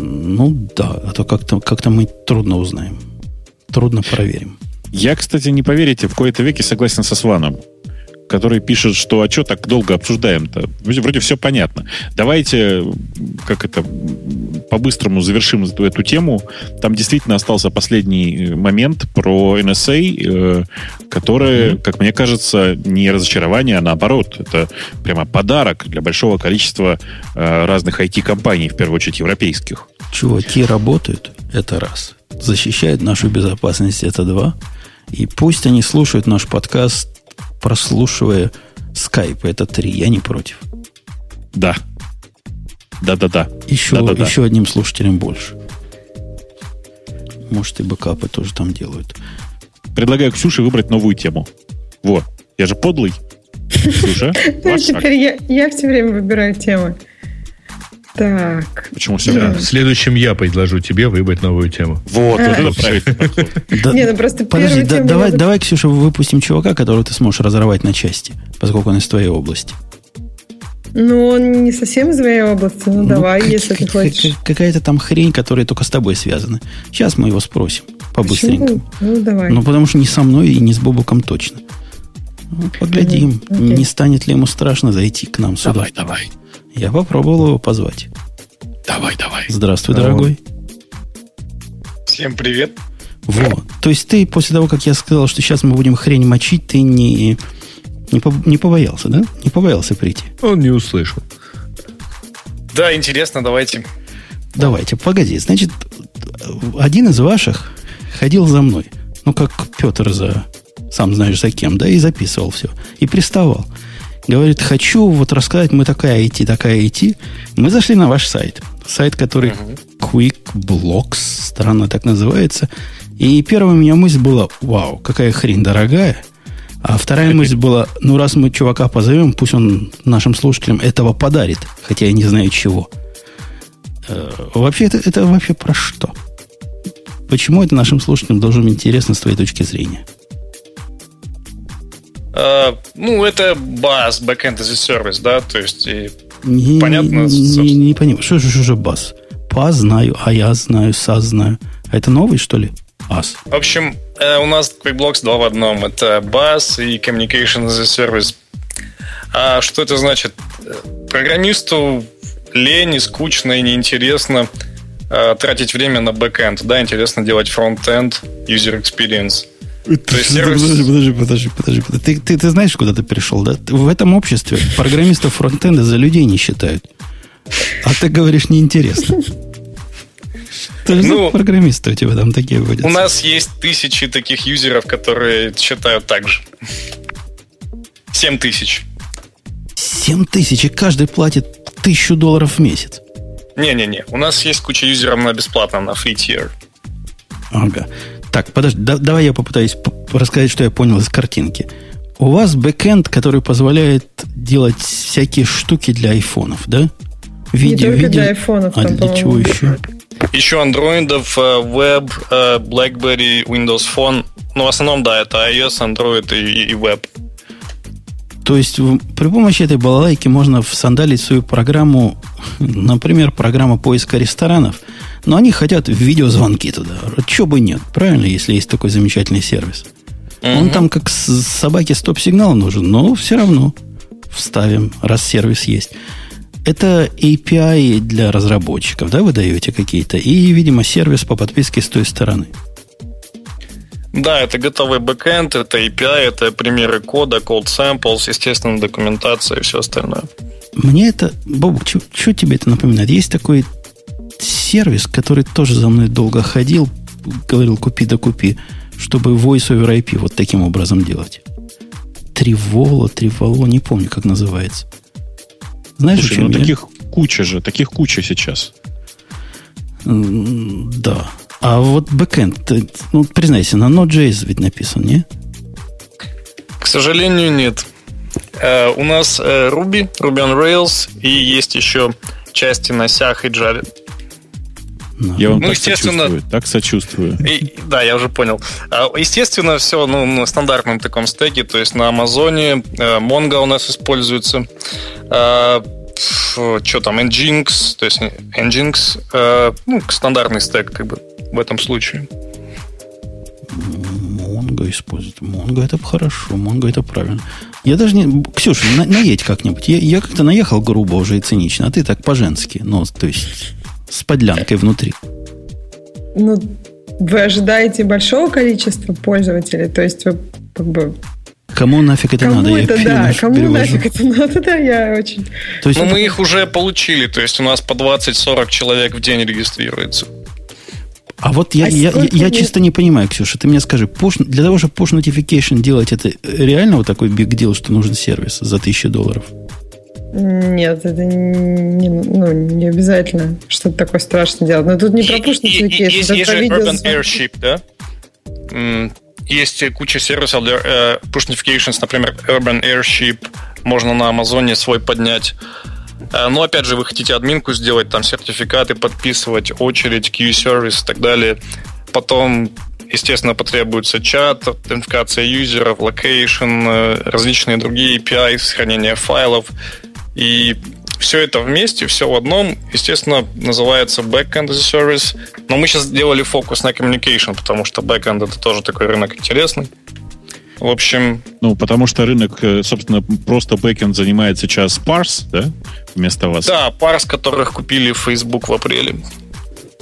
Ну да, а то как-то, как-то мы трудно узнаем. Трудно проверим. Я, кстати, не поверите, в кои-то веки согласен со Сваном, который пишет, что а что так долго обсуждаем-то? Вроде все понятно. Давайте, как это, по-быстрому завершим эту, эту тему. Там действительно остался последний момент про эн эс эй, которое, mm-hmm. как мне кажется, не разочарование, а наоборот. Это прямо подарок для большого количества разных ай ти-компаний, в первую очередь европейских. Чуваки работают, это раз. Защищают нашу безопасность, это два. И пусть они слушают наш подкаст, прослушивая скайп, это три. Я не против. Да. Да-да-да. Еще, Да-да-да. еще одним слушателем больше. Может, и бэкапы тоже там делают. Предлагаю Ксюше выбрать новую тему. Вот. Я же подлый. Ксюша, ваш шаг. Теперь я, я все время выбираю темы. Так. Почему все да. время? В следующем я предложу тебе выбрать новую тему. Вот, вот это правильный подход. Не, ну просто Подожди, первую тему давай, я- давай, Ксюша, выпустим чувака, которого ты сможешь разорвать на части, поскольку он из твоей области. Ну, он не совсем из твоей области. Ну, давай, как- если ты как- хочешь. как- Какая-то там хрень, которая только с тобой связана. Сейчас мы его спросим по-быстренькому. Почему? Ну, давай. Ну, потому что не со мной и не с Бобуком точно. Ну, поглядим, Мгм, окей. не станет ли ему страшно зайти к нам сюда. Давай, давай. Я попробовал его позвать. Давай, давай. Здравствуй, Алло. дорогой. Всем привет. Вот. То есть ты после того, как я сказал, что сейчас мы будем хрень мочить, ты не, Не, по, не побоялся, да? Не побоялся прийти. Он не услышал. Да, интересно, давайте. Давайте, погоди. Значит, один из ваших ходил за мной. Ну, как Петр за... Сам знаешь, за кем, да? И записывал все. И приставал. Говорит, хочу вот рассказать, мы такая ай ти, такая ай ти. Мы зашли на ваш сайт. Сайт, который uh-huh. QuickBlocks, странно так называется. И первая у меня мысль была, вау, какая хрень дорогая. А вторая мысль была, ну раз мы чувака позовем, пусть он нашим слушателям этого подарит. Хотя я не знаю чего. Э, вообще, это, это вообще про что? Почему это нашим слушателям должно быть интересно с твоей точки зрения? Uh, ну, это бас, backend as a service, да, то есть и не, понятно. Не, не, не понимаю. Что же, что же бас? Пас знаю, а я знаю, сас знаю. А это новый, что ли? Ас. В общем, у нас QuickBlocks два в одном. Это бас и Communication as a Service. А что это значит? Программисту лень и скучно и неинтересно тратить время на бэкэнд. Да, интересно делать фронт-энд, user experience. То есть сервис... Подожди, подожди, подожди, подожди. Ты, ты, ты знаешь, куда ты перешел, да? В этом обществе программистов фронтенда за людей не считают. А ты говоришь, неинтересно. Ты же ну, программисты у тебя там такие водятся. У нас есть тысячи таких юзеров, которые считают так же. Семь тысяч. Семь тысяч, и каждый платит тысячу долларов в месяц. Не-не-не, у нас есть куча юзеров на бесплатном, на free tier. Ага. Так, подожди, да, давай я попытаюсь рассказать, что я понял из картинки. У вас бэкэнд, который позволяет делать всякие штуки для айфонов, да? Видео, не только видео... для айфонов. А там, для чего еще? Еще андроидов, веб, BlackBerry, Windows Phone. Ну, в основном, да, это iOS, Android и, и веб. То есть при помощи этой балалайки можно всандалить свою программу, например, программа поиска ресторанов, но они хотят видеозвонки туда. Чего бы нет, правильно, если есть такой замечательный сервис. Mm-hmm. Он там как собаке стоп-сигнал нужен, но все равно вставим, раз сервис есть. Это эй пи ай для разработчиков, да, вы даете какие-то? И, видимо, сервис по подписке с той стороны. Да, это готовый бэкэнд, это эй пи ай, это примеры кода, code samples, естественно, документация и все остальное. Мне это, Бобук, что тебе это напоминает? Есть такой сервис, который тоже за мной долго ходил, говорил, купи да купи, чтобы voice over ай пи вот таким образом делать. Тривола, Триволо, не помню, как называется. Знаешь, слушай, ну я? таких куча же, таких куча сейчас. Да. А вот бэкэнд, ну, признайся, на Node.js ведь написан, не? К сожалению, нет. Uh, у нас uh, Ruby, Ruby on Rails, и есть еще части на Сях и Java. Я вам ну, так сочувствую, так сочувствую. И, да, я уже понял. Естественно, все ну, на стандартном таком стеке, то есть на Амазоне, Mongo у нас используется, что там, Nginx, то есть Nginx, ну, стандартный стек как бы в этом случае. Mongo использует. Mongo это хорошо, Mongo это правильно. Я даже не... Ксюша, на, наедь как-нибудь. Я, я как-то наехал грубо уже и цинично, а ты так по-женски. Ну, то есть... С подлянкой внутри. Ну, вы ожидаете большого количества пользователей? То есть вы как бы... Кому нафиг это кому надо? Это, я да, кому перевожу. Нафиг это надо? Да, я очень... То есть ну, это... мы их уже получили. То есть у нас по двадцать-сорок человек в день регистрируется. А вот я, а я, я, я чисто не понимаю, Ксюша, ты мне скажи, push, для того, чтобы push notification делать, это реально вот такой big deal, что нужен сервис за тысячу долларов? Нет, это не, ну, не обязательно что-то такое страшное делать. Но тут не про push notification. Есть, есть же Urban Airship, да? Есть куча сервисов для uh, push notifications, например, Urban Airship. Можно на Амазоне свой поднять. Uh, но, опять же, вы хотите админку сделать, там сертификаты подписывать, очередь, Q-сервис и так далее. Потом, естественно, потребуется чат, аутентификация юзеров, локейшн, различные другие эй пи ай, сохранение файлов. И все это вместе, все в одном, естественно, называется Backend as a Service. Но мы сейчас сделали фокус на communication, потому что Backend — это тоже такой рынок интересный. В общем... Ну, потому что рынок, собственно, просто Backend занимает сейчас Parse, да, вместо вас? Да, Parse, которых купили в Facebook в апреле.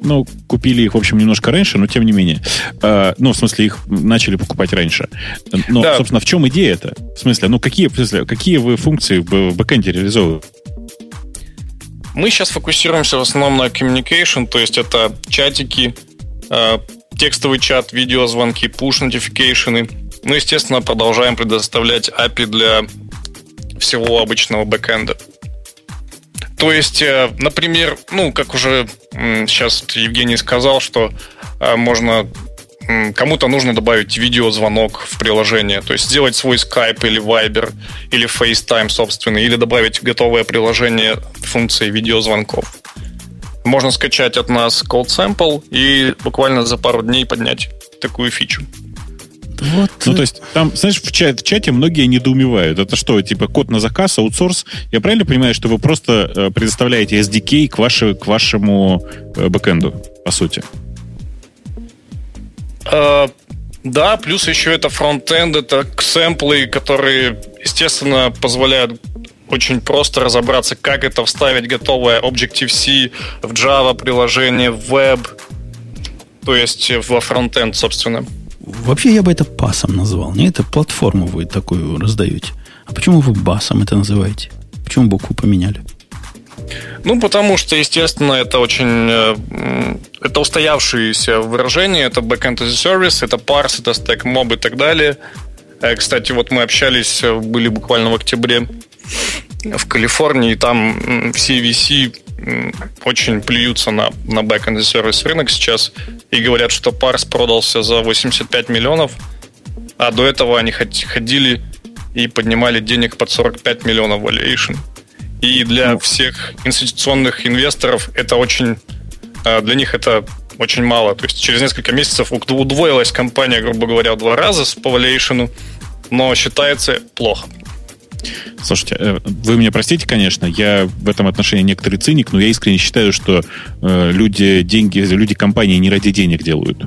ну, купили их, в общем, немножко раньше, но тем не менее. Э, ну, в смысле, их начали покупать раньше. Но, да. собственно, в чем идея-то? В смысле, ну, какие, в смысле, какие вы функции в бэкэнде реализовываете? Мы сейчас фокусируемся в основном на communication, то есть это чатики, э, текстовый чат, видеозвонки, push-нотификейшены. Ну, естественно, продолжаем предоставлять эй пи ай для всего обычного бэкэнда. То есть, э, например, ну, как уже э, сейчас Евгений сказал, что э, можно... Кому-то нужно добавить видеозвонок в приложение, то есть сделать свой Skype или Viber или FaceTime собственный, или добавить готовое приложение функции видеозвонков. Можно скачать от нас Code Sample и буквально за пару дней поднять такую фичу. Вот. Ну, то есть, там, знаешь, в, чат, в чате многие недоумевают. Это что, типа код на заказ, аутсорс? Я правильно понимаю, что вы просто э, предоставляете эс ди кей к, ваши, к вашему э, бэкэнду, по сути? Uh, да, плюс еще это фронтенд, это сэмплы, которые, естественно, позволяют очень просто разобраться, как это вставить готовое Objective-C в Java приложение, в веб, то есть во фронтенд, собственно. Вообще я бы это пасом назвал. Не, это платформу вы такую раздаете. А почему вы басом это называете? Почему букву поменяли? Ну, потому что, естественно, это очень... Это устоявшееся выражение. Это backend as a service, это parse, это stack mob и так далее. Кстати, вот мы общались, были буквально в октябре в Калифорнии, и там в си ви си очень плюются на, на backend as a service рынок сейчас и говорят, что parse продался за восемьдесят пять миллионов, а до этого они ходили и поднимали денег под сорок пять миллионов valuation. И для всех инвестиционных инвесторов это очень, для них это очень мало. То есть через несколько месяцев удвоилась компания, грубо говоря, в два раза по valuation, но считается плохо. Слушайте, вы меня простите, конечно, я в этом отношении некоторый циник, но я искренне считаю, что люди деньги, люди компании не ради денег делают.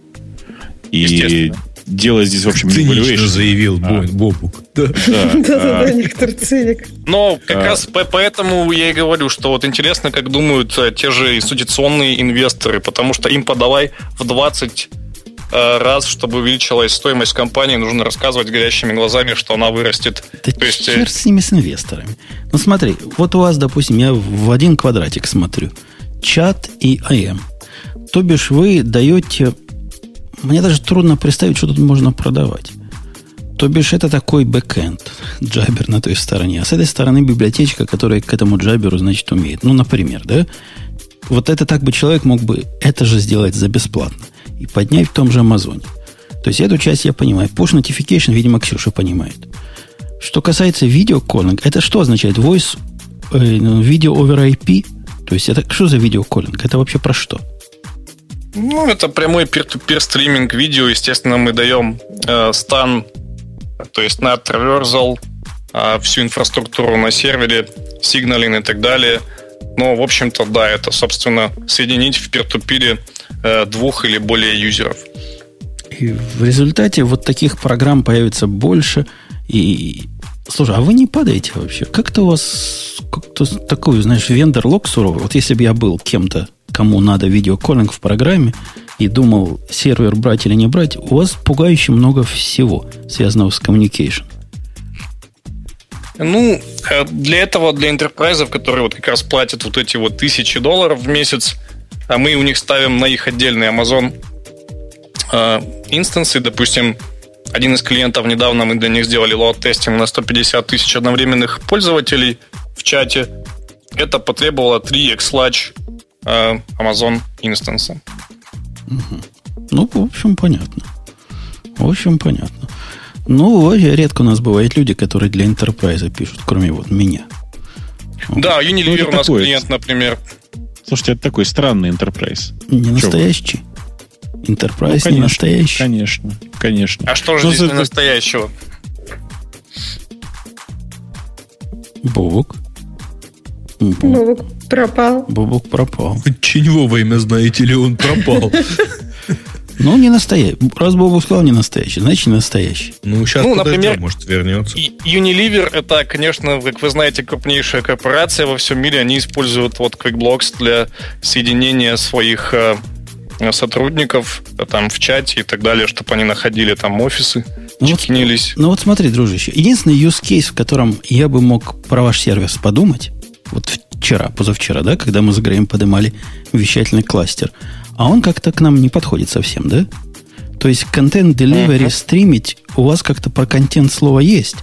И дело здесь, в общем, не valuation. Заявил а. Бобук. Да-да-да, некоторый циник. Но как раз поэтому я и говорю, что вот интересно, как думают те же институционные инвесторы, потому что им подавай в двадцать раз, чтобы увеличилась стоимость компании, нужно рассказывать горящими глазами, что она вырастет. Да То есть... черт с ними, с инвесторами. Ну смотри, вот у вас, допустим, я в один квадратик смотрю. Чат и эй эм. То бишь вы даете... Мне даже трудно представить, что тут можно продавать. То бишь это такой бэкэнд, джабер на той стороне. А с этой стороны библиотечка, которая к этому джаберу, значит, умеет. Ну, например, да? Вот это так бы человек мог бы это же сделать за бесплатно и поднять в том же Амазоне. То есть эту часть я понимаю. Push notification, видимо, Ксюша понимает. Что касается видеоколлинг, это что означает? Voice, э, video over ай пи? То есть это что за видеоколлинг? Это вообще про что? Ну, это прямой peer-to-peer стриминг видео. Естественно, мы даем э, стан, то есть на traversal, э, всю инфраструктуру на сервере, сигналинг и так далее. Но, в общем-то, да, это, собственно, соединить в peer-to-peer э, двух или более юзеров. И в результате вот таких программ появится больше. И, слушай, а вы не падаете вообще? Как-то у вас как-то такой, знаешь, вендор-лог суровый. Вот если бы я был кем-то, кому надо видеоколлинг в программе, и думал, сервер брать или не брать, у вас пугающе много всего, связанного с communication. Ну, для этого, для энтерпрайзов, которые вот как раз платят вот эти вот тысячи долларов в месяц, а мы у них ставим на их отдельный Amazon э, инстансы. Допустим, один из клиентов, недавно мы для них сделали лоад-тестинг на сто пятьдесят тысяч одновременных пользователей в чате. Это потребовало три X-Large э, Amazon инстанса. Угу. Ну, в общем, понятно. В общем, понятно. Ну, редко у нас бывают люди, которые для Enterprise пишут, кроме вот меня. Да, Unilever ну, у нас такой клиент, например. Слушайте, это такой странный Enterprise. Не настоящий. Enterprise ну, конечно, не настоящий. Конечно, конечно. А что же здесь за... не настоящего? Бобок. Бобок пропал. Бобок пропал. Чьего во имя знаете ли, он пропал? Ну, не настоящий. Раз Бобу сказал не настоящий, значит, не настоящий. Ну, сейчас, ну, подождем, например, может, вернется. Unilever, это, конечно, как вы знаете, крупнейшая корпорация во всем мире. Они используют вот QuickBlocks для соединения своих э, сотрудников там в чате и так далее, чтобы они находили там офисы, ну чекинились. Вот, ну вот смотри, дружище, единственный use case, в котором я бы мог про ваш сервис подумать, вот вчера, позавчера, да, когда мы с Греем поднимали вещательный кластер, а он как-то к нам не подходит совсем, да? То есть контент delivery, uh-huh. стримить, у вас как-то про контент слово есть,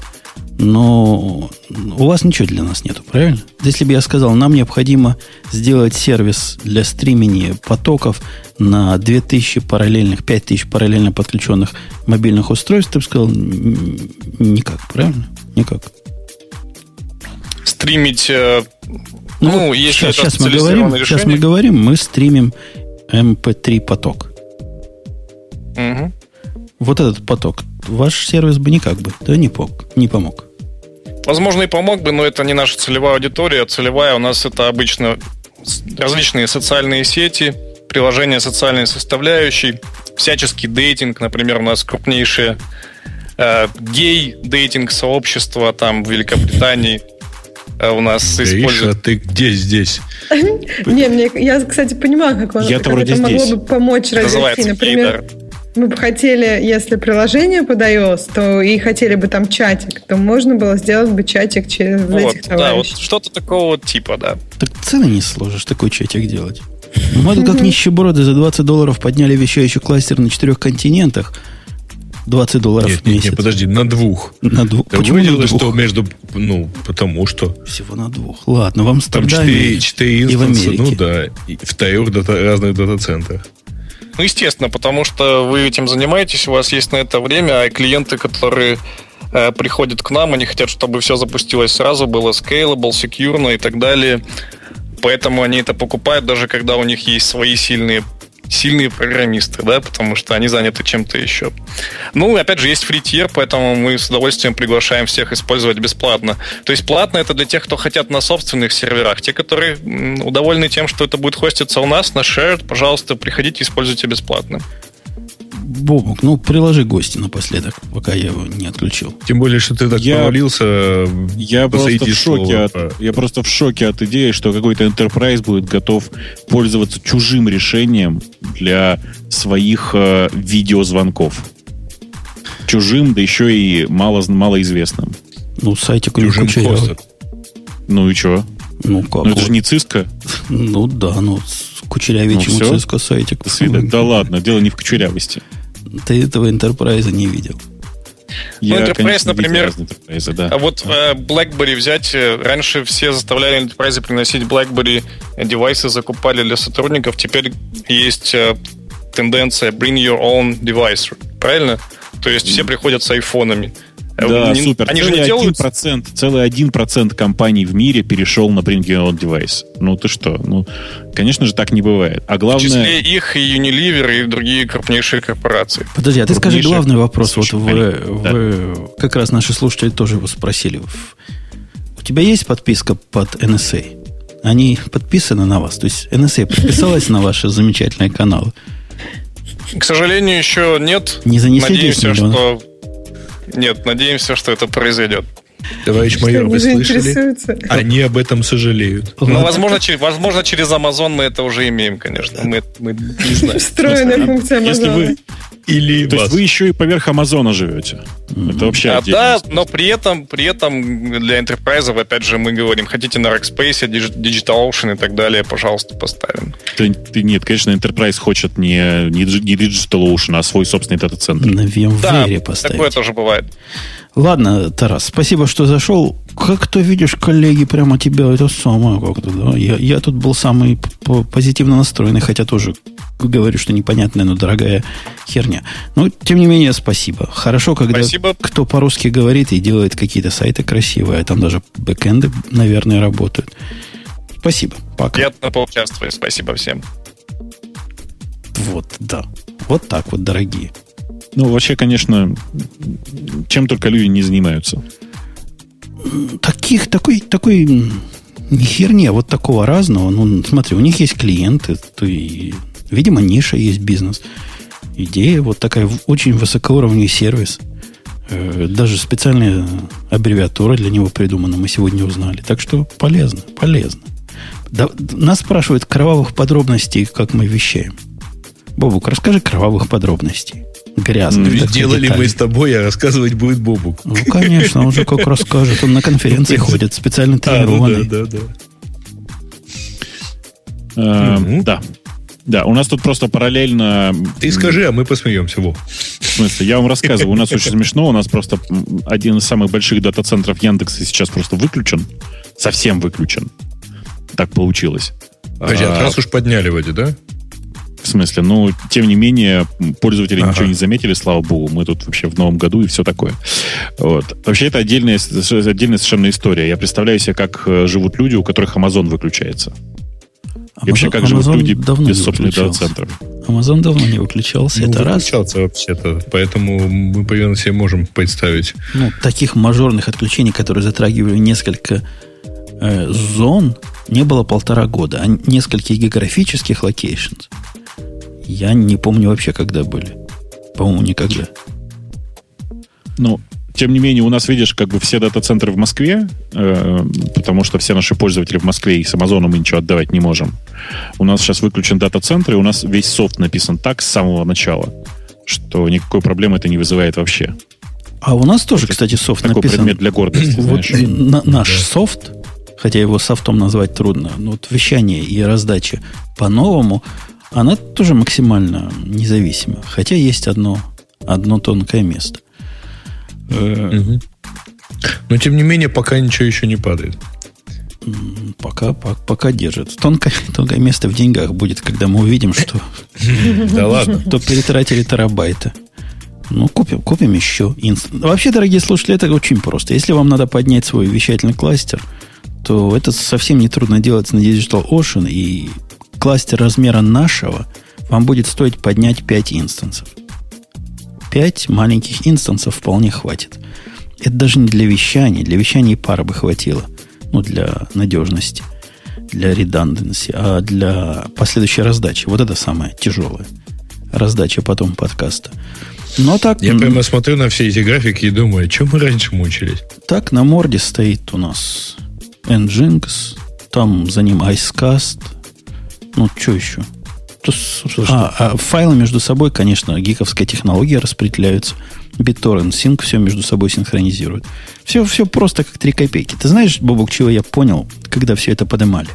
но у вас ничего для нас нету, правильно? Если бы я сказал, нам необходимо сделать сервис для стримения потоков на две тысячи параллельных, пять тысяч параллельно подключенных мобильных устройств, ты бы сказал, никак, правильно? Никак. Стримить, ну, ну если сейчас, сейчас, мы говорим, сейчас мы говорим, мы стримим эм пи три поток. Угу. Вот этот поток. Ваш сервис бы никак бы, да, не помог. Не помог. Возможно, и помог бы, но это не наша целевая аудитория. Целевая у нас это обычно различные социальные сети, приложения социальной составляющей, всяческий дейтинг. Например, у нас крупнейшее э, гей-дейтинг-сообщество там в Великобритании. У нас Гриша, используют... ты где здесь? Не, мне, я, кстати, понимаю, как, он, как это могло бы помочь развести. Например, мы бы хотели, если приложение под iOS, то и хотели бы там чатик, то можно было сделать бы чатик через вот, этих товарищей. Да, вот что-то такого вот типа, да. Так цены не сложишь такой чатик делать. Мы тут как нищеброды за двадцать долларов подняли вещающий кластер на четырех континентах. двадцать долларов нет, в месяц. Нет, нет, подожди, на двух. На двух. Ты Почему видел, на двух? что между... Ну, потому что... Всего на двух. Ладно, в Амстердаме там четыре, четыре и в Америке. Ну да, и в трех дата, разных дата-центрах. Ну, естественно, потому что вы этим занимаетесь, у вас есть на это время, а клиенты, которые э, приходят к нам, они хотят, чтобы все запустилось сразу, было scalable, secure и так далее. Поэтому они это покупают, даже когда у них есть свои сильные сильные программисты, да, потому что они заняты чем-то еще. Ну, опять же, есть фри-тир, поэтому мы с удовольствием приглашаем всех использовать бесплатно. То есть платно это для тех, кто хотят на собственных серверах. Те, которые удовольны тем, что это будет хоститься у нас на shared, пожалуйста, приходите, используйте бесплатно. Бобок, ну, приложи гости напоследок, пока я его не отключил. Тем более, что ты так я, повалился. Я просто, в шоке от, я просто в шоке от идеи, что какой-то enterprise будет готов пользоваться чужим решением для своих э, видеозвонков. Чужим, да еще и мало, малоизвестным. Ну, сайтик у него кучерявый. Ну и что? Ну, как? Ну, это же не Cisco. Ну, да, ну, кучерявее, чем у Cisco сайтик. Да ладно, дело не в кучерявости. Ты этого enterprise не видел. Я, ну, Enterprise, конечно, например, да. А вот э, BlackBerry взять, раньше все заставляли Enterprise приносить BlackBerry девайсы, закупали для сотрудников, теперь есть э, тенденция bring your own device, правильно? То есть все приходят с айфонами. Да, не, супер. Они целый же не делают... один процент, целый один процент компаний в мире перешел на bring your own device. Ну ты что? Ну, конечно же, так не бывает. А главное... В числе их и Unilever, и другие крупнейшие корпорации. Подожди, а ты скажи главный вопрос. Вот вы, да. вы, как раз наши слушатели тоже его спросили. У тебя есть подписка под эн эс эй? Они подписаны на вас? То есть эн эс эй подписалась на ваши замечательные каналы? К сожалению, еще нет. Не занесли Надеемся, что... Нет, надеемся, что это произойдет. Товарищ майор, вы слышали? Они об этом сожалеют. Ну, возможно, через, возможно, через Amazon мы это уже имеем, конечно. Мы, мы не знаем. Встроенная функция Amazon. Если вы, Или то вас. есть вы еще и поверх Амазона живете. Mm-hmm. Это вообще а, отдельно. Да, но при этом, при этом для enterprise, опять же, мы говорим, хотите на Rackspace, DigitalOcean и так далее, пожалуйста, поставим. Ты, ты, нет, конечно, Enterprise хочет не, не, не DigitalOcean, а свой собственный дата-центр. На VMware да, поставить. Такое тоже бывает. Ладно, Тарас, спасибо, что зашел. Как ты видишь, коллеги, прямо тебя это самое как-то, да? Я, я тут был самый позитивно настроенный, хотя тоже говорю, что непонятная, но дорогая херня. Но, тем не менее, спасибо. Хорошо, когда спасибо. Кто по-русски говорит и делает какие-то сайты красивые, там даже бэкэнды, наверное, работают. Спасибо. Пока. Приятно поучаствовать. Спасибо всем. Вот, да. Вот так вот, дорогие. Ну, вообще, конечно, чем только люди не занимаются. Таких, такой, такой не херня, вот такого разного. Ну, смотри, у них есть клиенты, то и, видимо, ниша есть бизнес. идея, вот такая очень высокоуровневый сервис. Даже специальная аббревиатура для него придумана, мы сегодня узнали. Так что полезно, полезно. Да, нас спрашивают кровавых подробностей, как мы вещаем. Бобук, расскажи кровавых подробностей. Грязных. Ну, делали деталей. Мы с тобой, а рассказывать будет Бобук. Ну, конечно, он же как расскажет. Он на конференции ходит, специально тренированный. А, ну да, да, да. Да. Да, у нас тут просто параллельно... Ты скажи, а мы посмеемся. Во. В смысле, я вам рассказываю, у нас очень смешно, у нас просто один из самых больших дата-центров Яндекса сейчас просто выключен, совсем выключен. Так получилось. Подожди, а раз уж подняли вроде, да? В смысле, ну, тем не менее, пользователи ага. ничего не заметили, слава богу, мы тут вообще в новом году и все такое. Вот. Вообще, это отдельная, отдельная совершенно история. Я представляю себе, как живут люди, у которых Amazon выключается. И вообще, как живут люди без собственных дата-центров. Amazon давно не выключался, ну, это раз. Выключался вообще-то, поэтому мы, примерно, себе можем представить. Ну, таких мажорных отключений, которые затрагивали несколько э, зон, не было полтора года, а нескольких географических локейшнс я не помню вообще, когда были. По-моему, никогда. Ну, тем не менее, у нас, видишь, как бы все дата-центры в Москве, э, потому что все наши пользователи в Москве, и с Амазоном мы ничего отдавать не можем. У нас сейчас выключен дата-центр, и у нас весь софт написан так с самого начала, что никакой проблемы это не вызывает вообще. А у нас тоже, кстати, софт такой написан. Такой предмет для гордости, вот на, наш да. софт, хотя его софтом назвать трудно, но вот вещание и раздача по-новому, она тоже максимально независима. Хотя есть одно, одно тонкое место. Угу. Но, тем не менее, пока ничего еще не падает. Пока, пока, пока держит. Тонкое, тонкое место в деньгах будет, когда мы увидим, что... Да ладно. То перетратили терабайты. Ну, купим, купим еще. Вообще, дорогие слушатели, это очень просто. Если вам надо поднять свой вещательный кластер, то это совсем не трудно делать на DigitalOcean, и кластер размера нашего вам будет стоить поднять пять инстансов. пять маленьких инстансов вполне хватит. Это даже не для вещания. Для вещания и пары бы хватило. Ну, для надежности, для redundancy, а для последующей раздачи. Вот это самое тяжелое. Раздача потом подкаста. Но так... Я прямо смотрю на все эти графики и думаю, чем мы раньше мучились? Так, на морде стоит у нас Nginx, там за ним Icecast. Ну, что еще? А, а файлы между собой, конечно, гиковская технология распределяются. BitTorrent Sync все между собой синхронизирует. Все, все просто как три копейки. Ты знаешь, Бобок, чего я понял, когда все это поднимали?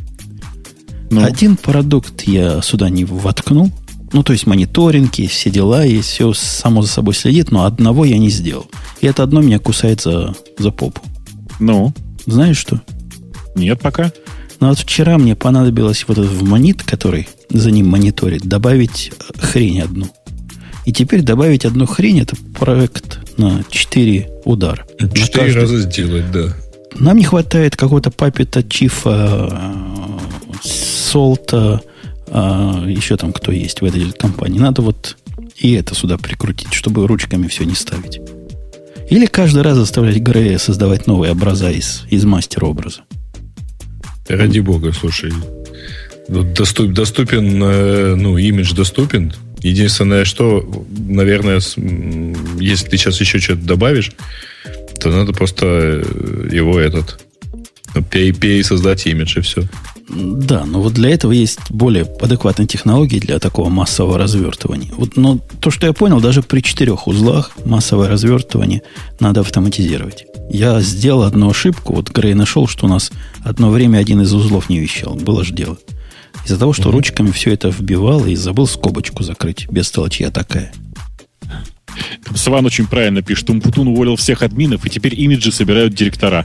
Ну? Один продукт я сюда не воткнул. Ну, то есть мониторинг есть, все дела есть, все само за собой следит, но одного я не сделал. И это одно меня кусает за, за попу. Ну? Знаешь что? Нет пока. Ну, вот вчера мне понадобилось вот этот в монит, который за ним мониторит, добавить хрень одну. И теперь добавить одну хрень, это проект на четыре удара. Четыре раза сделать, да. Нам не хватает какого-то папета, чифа, солта, еще там кто есть в этой компании. Надо вот и это сюда прикрутить, чтобы ручками все не ставить. Или каждый раз заставлять Грея создавать новые образа из, из мастер-образа. Ради бога, слушай. Доступ, доступен, ну, имидж доступен. Единственное, что, наверное, если ты сейчас еще что-то добавишь, то надо просто его этот пей, пей, создать имидж, и все. Да, но вот для этого есть более адекватные технологии для такого массового развертывания. Вот, но то, что я понял, даже при четырех узлах массовое развертывание надо автоматизировать. Я сделал одну ошибку. Вот Грей нашел, что у нас одно время один из узлов не вещал. Было же дело. Из-за того, что mm-hmm. ручками все это вбивал и забыл скобочку закрыть. Без толчья такая. Сван очень правильно пишет. Умпутун уволил всех админов, и теперь имиджи собирают директора.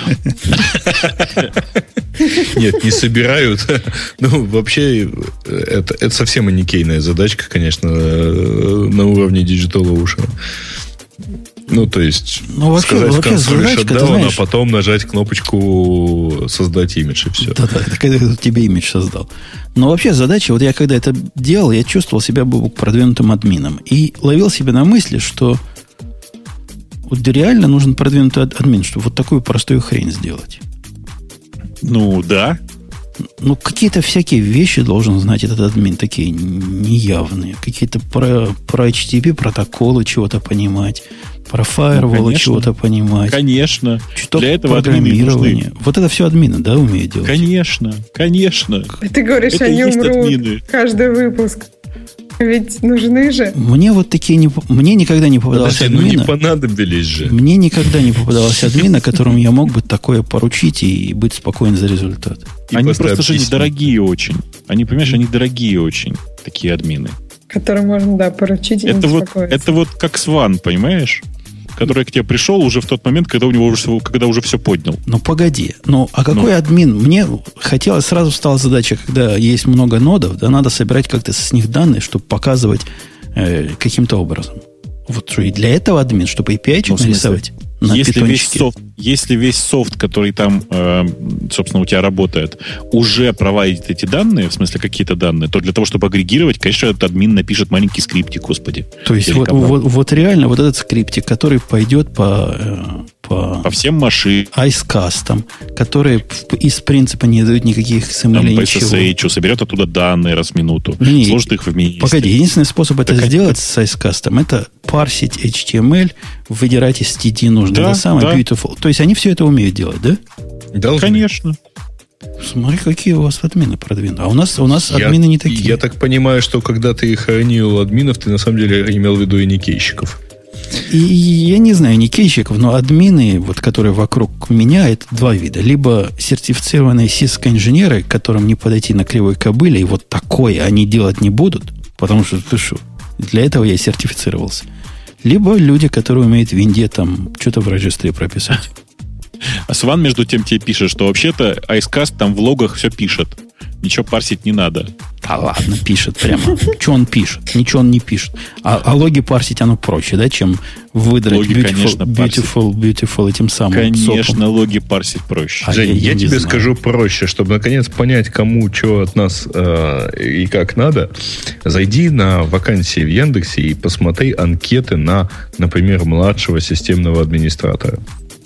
Нет, не собирают. Ну, вообще, это, это совсем аникейная задачка, конечно, на уровне DigitalOcean. Ну, то есть, ну, вообще, сказать вообще консоль шатдаун, а потом нажать кнопочку создать имидж, и все. Да-да, это когда тебе имидж создал. Но вообще задача, вот я когда это делал, я чувствовал себя продвинутым админом. И ловил себя на мысли, что вот реально нужен продвинутый админ, чтобы вот такую простую хрень сделать. Ну, да. Ну, какие-то всякие вещи должен знать этот админ, такие неявные. Какие-то про, про эйч ти ти пи протоколы чего-то понимать, про фаерволы ну, чего-то понимать. Конечно. Что Для этого программирование. Вот это все админы, да, умеют делать? Конечно, конечно. Ты говоришь, это они умрут админы. Каждый выпуск. Ведь нужны же. Мне вот такие не... Мне никогда не попадалось Подожди, админа. Ну не понадобились же. Мне никогда не попадалось админа, которому я мог бы такое поручить и быть спокоен за результат. И они просто же недорогие очень. Они, понимаешь, они дорогие очень, такие админы. Которым можно, да, поручить и это не вот, беспокоиться. Это вот как Сван, понимаешь? Который к тебе пришел уже в тот момент, когда у него уже, когда уже все поднял. Ну, погоди. Ну, а какой ну. админ? Мне хотелось, сразу стала задача, когда есть много нодов, да, надо собирать как-то с них данные, чтобы показывать э, каким-то образом. Вот что, и для этого админ, чтобы эй пи ай-чик ну, нарисовать на если весь, питончике. софт, если весь софт, который там, э, собственно, у тебя работает, уже проводит эти данные, в смысле какие-то данные, то для того, чтобы агрегировать, конечно, этот админ напишет маленький скриптик, господи. То есть вот, вот, вот реально вот этот скриптик, который пойдет по... По, по всем машинам. Icecast, которые из принципа не дают никаких эс эм эль, там, ничего. по эс эс эйч, соберет оттуда данные раз в минуту, не, сложит их вместе. Погоди, единственный способ это так сделать это... с Icecast, это парсить эйч ти эм эль, выдирать из ти ди нужно. Да, это самое да. beautiful. То есть они все это умеют делать, да? Должны. Конечно. Смотри, какие у вас админы продвинуты. А у нас, у нас я, админы не такие. Я так понимаю, что когда ты хоронил админов, ты на самом деле имел в виду и никейщиков. И я не знаю никейщиков, но админы, вот, которые вокруг меня, это два вида. Либо сертифицированные сиско-инженеры, которым не подойти на кривой кобыле, и вот такое они делать не будут, потому что, ты что, для этого я сертифицировался. Либо люди, которые умеют в винде там что-то в регистре прописать. А Сван, между тем, тебе пишет, что вообще-то Icecast там в логах все пишет. Ничего парсить не надо. Да ладно, пишет прямо. Что он пишет? Ничего он не пишет. А, а логи парсить оно проще, да, чем выдрать логи, beautiful, конечно, beautiful, beautiful этим самым Конечно, соком. логи парсить проще. А Жень, я, я тебе знаю. скажу проще, чтобы наконец понять, кому что от нас э, и как надо. Зайди на вакансии в Яндексе и посмотри анкеты на, например, младшего системного администратора.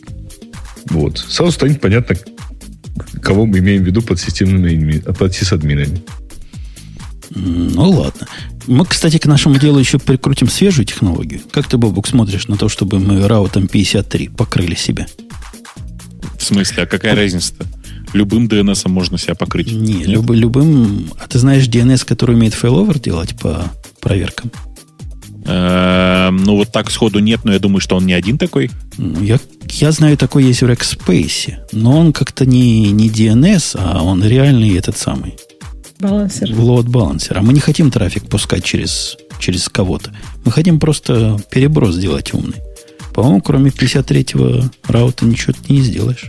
Вот. Сразу станет понятно, кого мы имеем в виду под системными, под сисадминами. Ну, ладно. Мы, кстати, к нашему делу еще прикрутим свежую технологию. Как ты, Бобук, смотришь на то, чтобы мы раутом пятьдесят три покрыли себя? В смысле? А какая разница-то? Любым ди эн эс можно себя покрыть. Не, люб, любым... А ты знаешь ди эн эс, который умеет фейловер делать по проверкам? Ну, вот так сходу нет, но я думаю, что он не один такой. Я, я знаю, такой есть в Rackspace, но он как-то не, не ди эн эс, а он реальный этот самый. Балансер. Load балансер. А мы не хотим трафик пускать через, через кого-то. Мы хотим просто переброс сделать умный. По-моему, кроме пятьдесят третьего раута ничего ты не сделаешь.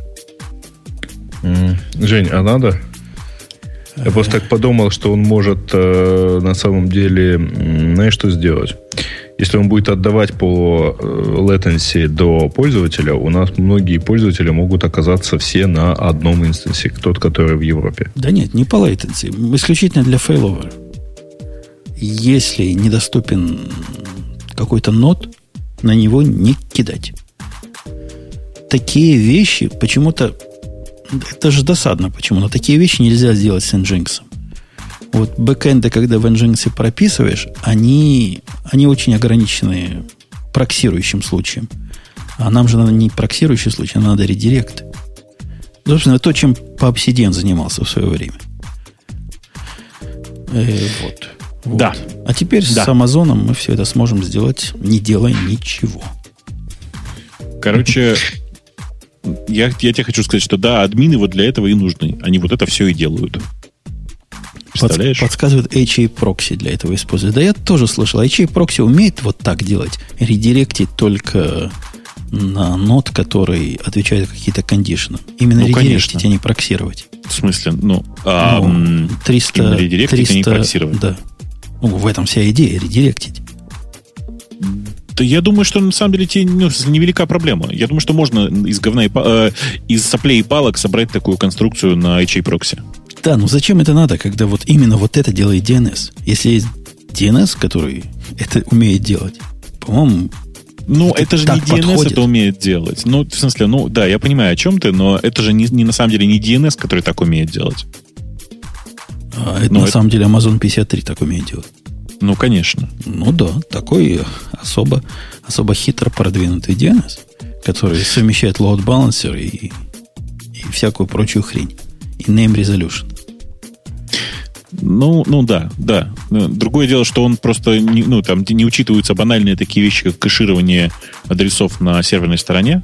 Mm. Жень, а надо? Я а просто так подумал, что он может э, на самом деле, знаешь, что сделать? Если он будет отдавать по latency до пользователя, у нас многие пользователи могут оказаться все на одном инстансе, тот, который в Европе. Да нет, не по latency, исключительно для фейловера. Если недоступен какой-то нод, на него не кидать. Такие вещи почему-то... Это же досадно почему, но такие вещи нельзя сделать с Nginx. Вот бэкэнды, когда в Nginx прописываешь, они, они очень ограничены проксирующим случаем. А нам же надо не проксирующий случай, а надо редирект. Собственно, то, чем по Obsidian занимался в свое время. Э, вот, вот. Да. А теперь да. с Амазоном мы все это сможем сделать, не делая ничего. Короче... Я, я тебе хочу сказать, что да, админы вот для этого и нужны. Они вот это все и делают. Представляешь? Под, подсказывает эйч эй Proxy для этого использует. Да я тоже слышал. эйч эй Proxy умеет вот так делать. Редиректить только на нод, который отвечает какие-то кондишны. Именно ну, редиректить, конечно. А не проксировать. В смысле? Ну, а, ну триста, редиректить, триста, а не проксировать. Да. Ну, в этом вся идея, редиректить. Да я думаю, что на самом деле тебе ну, невелика проблема. Я думаю, что можно из говна и э, из соплей и палок собрать такую конструкцию на эйч эй Proxy. Да, ну зачем это надо, когда вот именно вот это делает ди эн эс? Если есть ди эн эс, который это умеет делать, по-моему... Ну, это, это же не ди эн эс подходит. Это умеет делать. Ну, в смысле, ну, да, я понимаю, о чем ты, но это же не, не на самом деле не ди эн эс, который так умеет делать. А это Но на это... самом деле Amazon пятьдесят три так умеет делать. Ну, конечно. Ну да, такой особо, особо хитро продвинутый ди эн эс, который совмещает load balancer и, и всякую прочую хрень. И name resolution. Ну, ну да, да. Другое дело, что он просто не, ну, там, не учитываются банальные такие вещи, как кэширование адресов на серверной стороне.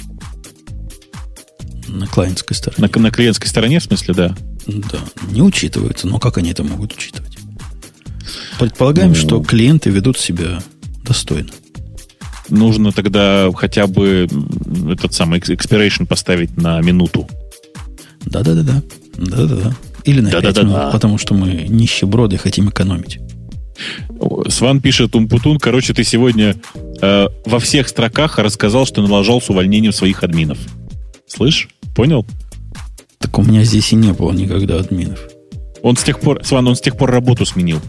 На клиентской стороне. На, на клиентской стороне, в смысле, да. Да, не учитываются. Но как они это могут учитывать? Предполагаем, ну, что клиенты ведут себя достойно. Нужно тогда хотя бы этот самый expiration поставить на минуту. Да-да-да-да. Да-да-да. Или на пять минут, потому что мы нищеброды, хотим экономить. Сван пишет, Умпутун, короче, ты сегодня э, во всех строках рассказал, что налажал с увольнением своих админов. Слышь? Понял? Так у меня здесь и не было никогда админов. Он с тех пор, Сван, он с тех пор работу сменил.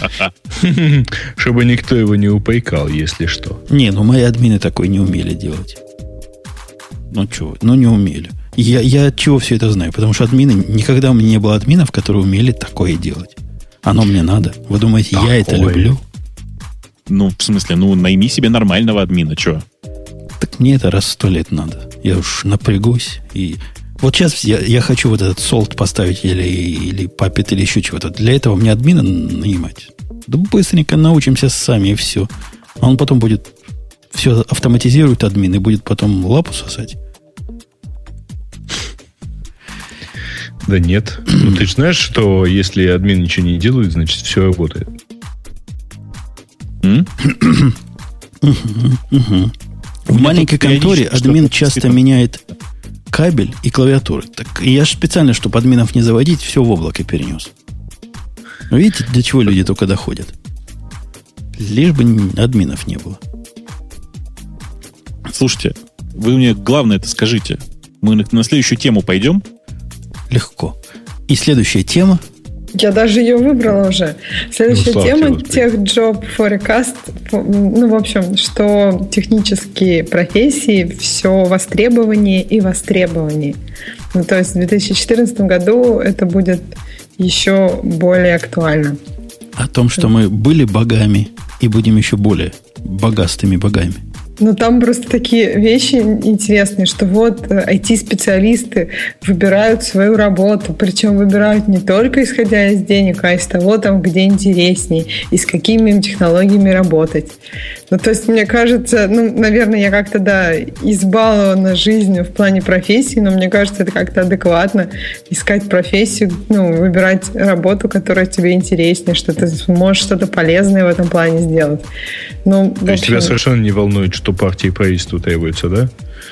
Чтобы никто его не упрекал, если что. Не, ну мои админы такое не умели делать. Ну что, ну не умели. Я, я от чего все это знаю? Потому что админы, никогда у меня не было админов, которые умели такое делать. Оно мне надо. Вы думаете, такое. Я это люблю? Ну, в смысле, ну, найми себе нормального админа, что? Так мне это раз в сто лет надо. Я уж напрягусь. И вот сейчас я, я хочу вот этот солт поставить или, или папет, или еще чего-то. Для этого мне админа нанимать. Да быстренько научимся сами, и все. А он потом будет все автоматизирует админ и будет потом лапу сосать. Да нет. Ну, ты же знаешь, что если админ ничего не делает, значит, все работает. В маленькой конторе админ часто меняет кабель и клавиатуры. Так я же специально, чтобы админов не заводить, все в облако перенес. Видите, до чего люди только доходят? Лишь бы админов не было. Слушайте, вы мне главное это скажите. Мы на, на следующую тему пойдем? Легко. И следующая тема. Я даже ее выбрала уже. Следующая ну, тема TechJob Forecast. Ну, в общем, что технические профессии все востребованнее и востребованнее. Ну, то есть в две тысячи четырнадцатом году это будет еще более актуально. О том, что мы были богами и будем еще более богастыми богами. Ну, там просто такие вещи интересные, что вот ай ти-специалисты выбирают свою работу, причем выбирают не только исходя из денег, а из того, там, где интереснее, и с какими им технологиями работать. Ну, то есть, мне кажется, ну, наверное, я как-то, да, избалована жизнью в плане профессии, но мне кажется, это как-то адекватно искать профессию, ну, выбирать работу, которая тебе интереснее, что ты можешь что-то полезное в этом плане сделать. Ну, то есть, тебя совершенно не волнует, что партии и правительству требуется, да?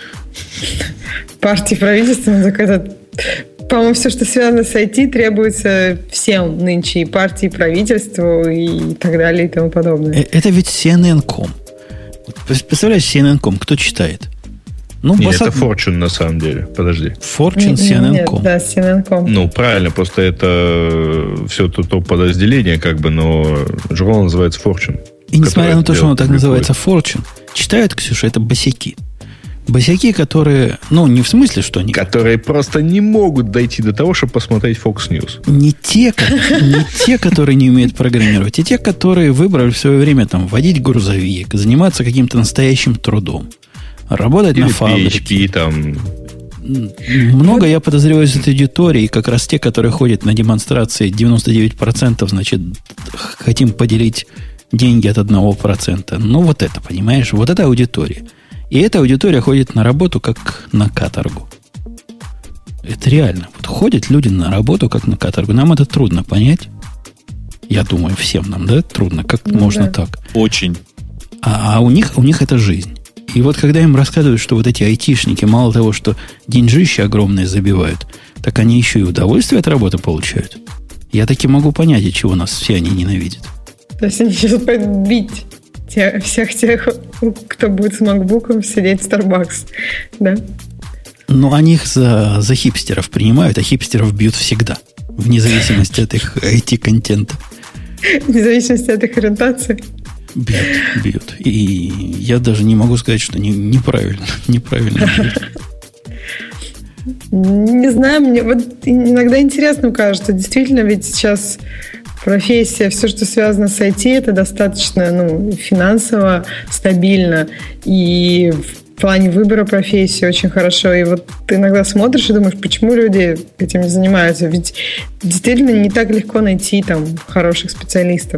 Партии и правительству, ну, так это... По-моему, все, что связано с ай ти, требуется всем нынче, и партии, и правительству, и так далее, и тому подобное. Это ведь си эн эн точка ком. Представляешь, си эн эн точка ком кто читает? Ну, нет, басак... это Fortune, на самом деле. Подожди. Fortune, си эн эн точка ком. Да, си эн эн точка ком. Ну, правильно, просто это все то, то подразделение, как бы, но журнал называется Fortune. И несмотря на то, что оно так называется Fortune, читают, Ксюша, это босяки. Босяки, которые, ну, не в смысле, что они... Которые просто не могут дойти до того, чтобы посмотреть Fox News. Не те, не те, которые не умеют программировать, а те, которые выбрали в свое время там водить грузовик, заниматься каким-то настоящим трудом, работать или на фабрике. пи эйч пи там... Много, я подозреваю, из этой аудитории, как раз те, которые ходят на демонстрации девяносто девять процентов, значит, хотим поделить деньги от одного процента. Ну, вот это, понимаешь, вот это аудитория. И эта аудитория ходит на работу, как на каторгу. Это реально. Вот ходят люди на работу, как на каторгу. Нам это трудно понять. Я думаю, всем нам, да, трудно. Как ну, можно да. так? Очень. А, а у них, у них это жизнь. И вот когда им рассказывают, что вот эти айтишники, мало того, что деньжища огромные забивают, так они еще и удовольствие от работы получают. Я таки могу понять, от чего нас все они ненавидят. То есть они сейчас будут бить те, всех тех, кто будет с макбуком сидеть в Starbucks, да? Ну, они их за, за хипстеров принимают, а хипстеров бьют всегда, вне зависимости от их ай ти-контента. Вне зависимости от их ориентации. Бьют, бьют. И я даже не могу сказать, что не, неправильно. Неправильно бьют. Не знаю, мне вот иногда интересно кажется. Действительно, ведь сейчас профессия, все, что связано с ай ти, это достаточно ну, финансово стабильно. И в плане выбора профессии очень хорошо. И вот ты иногда смотришь и думаешь, почему люди этим не занимаются? Ведь действительно не так легко найти там хороших специалистов.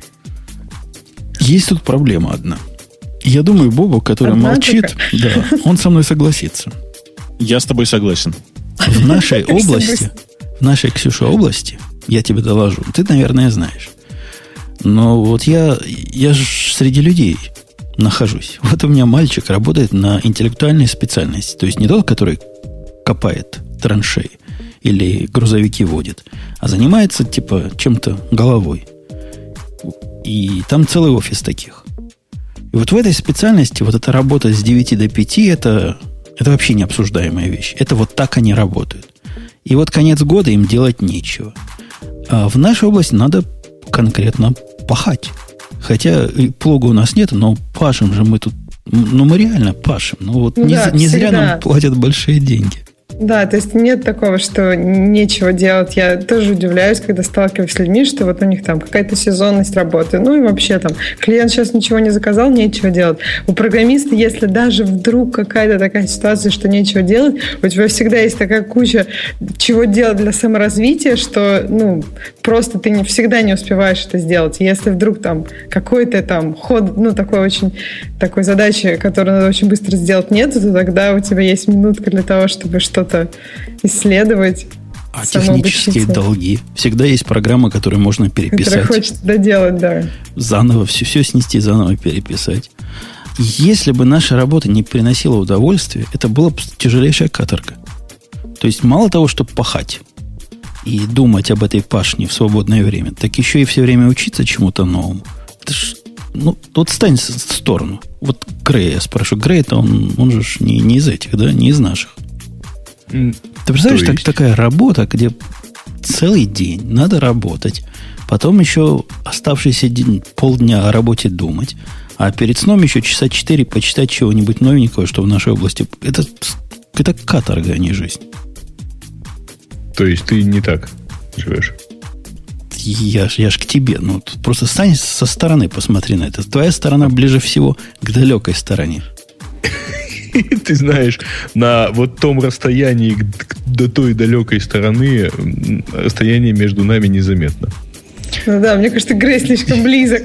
Есть тут проблема одна. Я думаю, Бобу, который одна молчит, да, он со мной согласится. Я с тобой согласен. В нашей области, в нашей, Ксюша, области, я тебе доложу, ты, наверное, знаешь. Но вот я, я же среди людей нахожусь. Вот у меня мальчик работает на интеллектуальной специальности. То есть не тот, который копает траншеи или грузовики водит, а занимается типа чем-то головой. И там целый офис таких. И вот в этой специальности вот эта работа с девяти до пяти это, это вообще необсуждаемая вещь. Это вот так они работают. И вот конец года им делать нечего. А в нашей области надо конкретно пахать. Хотя и плуга у нас нет, но пашем же мы тут. Ну, мы реально пашем. Ну, вот ну, не, да, не зря нам платят большие деньги. Да, то есть нет такого, что нечего делать. Я тоже удивляюсь, когда сталкиваюсь с людьми, что вот у них там какая-то сезонность работы. Ну и вообще там клиент сейчас ничего не заказал, нечего делать. У программиста, если даже вдруг какая-то такая ситуация, что нечего делать, у тебя всегда есть такая куча чего делать для саморазвития, что ну просто ты не, всегда не успеваешь это сделать. Если вдруг там какой-то там ход, ну такой очень такой задачи, которую надо очень быстро сделать, нет, то тогда у тебя есть минутка для того, чтобы что-то исследовать. А технические долги. Всегда есть программа, которую можно переписать. Которая хочет доделать, да. Заново все, все снести, заново переписать. Если бы наша работа не приносила удовольствия, это была бы тяжелейшая каторга. То есть мало того, чтобы пахать и думать об этой пашне в свободное время, так еще и все время учиться чему-то новому. Это ж, ну, вот стань в сторону. Вот Грей, я спрошу. Грей-то он, он же не, не из этих, да, не из наших. Ты представляешь, так, такая работа, где целый день надо работать, потом еще оставшийся день, полдня о работе думать, а перед сном еще часа четыре почитать чего-нибудь новенького, что в нашей области. Это, это каторга, а не жизнь. То есть ты не так живешь? Я, я ж к тебе. Ну, просто стань со стороны, посмотри на это. Твоя сторона ближе всего к далекой стороне. Ты знаешь, на вот том расстоянии до той далекой стороны расстояние между нами незаметно. Ну да, мне кажется, Грей слишком близок.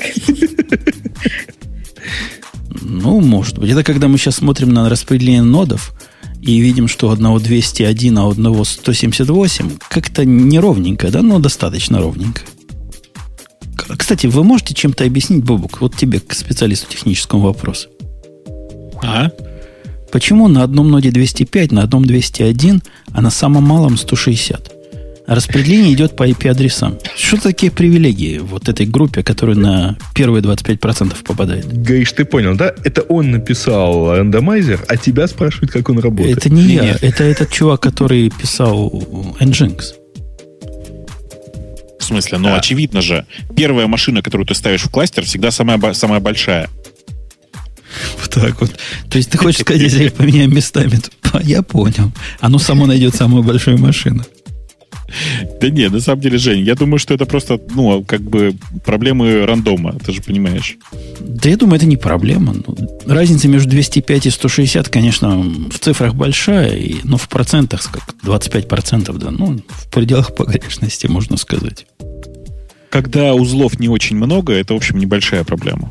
Ну, может быть. Это когда мы сейчас смотрим на распределение нодов и видим, что у одного двести один, а у одного сто семьдесят восемь, как-то неровненько, да? Но достаточно ровненько. Кстати, вы можете чем-то объяснить, Бобук, вот тебе, к специалисту техническому вопросу. А? Почему на одном ноде двести пять, на одном двести один, а на самом малом сто шестьдесят? А распределение идет по ай пи-адресам. Что такие привилегии вот этой группе, которая на первые двадцать пять процентов попадает? Гаиш, ты понял, да? Это он написал рандомайзер, а тебя спрашивают, как он работает. Это не я, это этот чувак, который писал Nginx. В смысле? Ну, а. очевидно же. Первая машина, которую ты ставишь в кластер, всегда самая, самая большая. Вот так вот. То есть ты хочешь сказать, если их поменяем местами? Я понял. Оно само найдет самую большую машину. Да нет, на самом деле, Жень, я думаю, что это просто, ну, как бы проблемы рандома, ты же понимаешь. Да я думаю, это не проблема. Разница между двести пять и сто шестьдесят, конечно, в цифрах большая, но в процентах, как двадцать пять процентов, да, ну, в пределах погрешности, можно сказать. Когда узлов не очень много, это, в общем, небольшая проблема.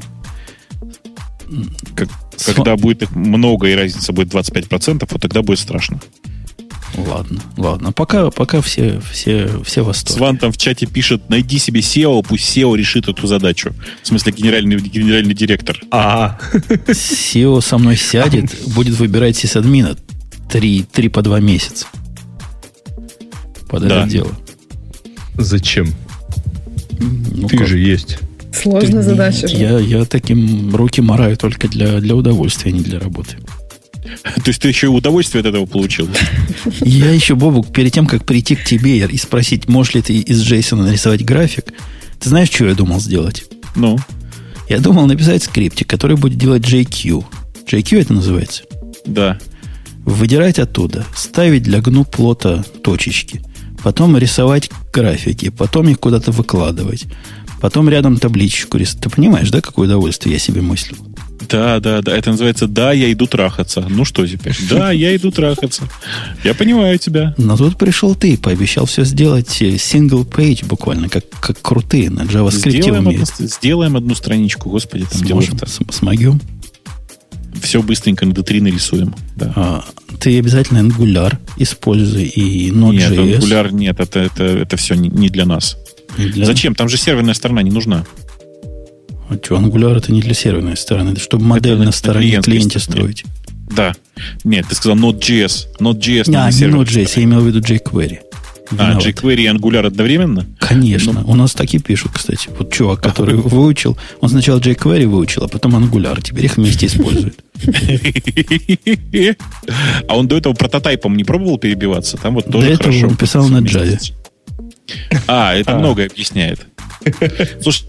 Как, Св... Когда будет их много и разница будет двадцать пять процентов, вот тогда будет страшно. Ладно, ладно. Пока, пока все, все, все в восторге. Сван там в чате пишет: найди себе сео, пусть сео решит эту задачу. В смысле, генеральный, генеральный директор. А, сео со мной сядет, будет выбирать сисадмина три, три по два месяца. Под это дело. Зачем? Ну, Ты как? же есть. Сложная Ты, задача. Я, я таким руки мораю только для, для удовольствия, а не для работы. То есть ты еще и удовольствие от этого получил? Я еще, Бобук, перед тем, как прийти к тебе и спросить, можешь ли ты из JSON нарисовать график, ты знаешь, что я думал сделать? Ну? Я думал написать скриптик, который будет делать джей кью. джей кью это называется? Да. выдирать оттуда, ставить для гну плота точечки, потом рисовать графики, потом их куда-то выкладывать, потом рядом табличку рисовать. Ты понимаешь, да, какое удовольствие я себе мыслил? Да, да, да. Это называется «Да, я иду трахаться». Ну что теперь? Да, я иду трахаться. Я понимаю тебя. Но тут пришел ты и пообещал все сделать single page буквально, как, как крутые на JavaScript сделаем умеют. Одну, сделаем одну страничку, господи, там дело-то. Смогем. Все быстренько на ди три нарисуем. Да. А, ты обязательно Angular используй и Node.js. Нет, Angular нет, это, это, это все не, не для нас. Не для... Зачем? Там же серверная сторона не нужна. А что, Angular это не для серверной стороны, это чтобы модель это на стороне клиенте строить. Да. Нет, ты сказал Node.js. Node.js а, не Node.js, я имел в виду jQuery. А, jQuery и Angular одновременно? Конечно. Ну, у нас так и пишут, кстати. Вот чувак, который выучил, он сначала jQuery выучил, а потом Angular. Теперь их вместе использует. А он до этого прототайпом не пробовал перебиваться? Там вот тоже до этого хорошо. Он писал на Java. А, это многое объясняет. Слушай,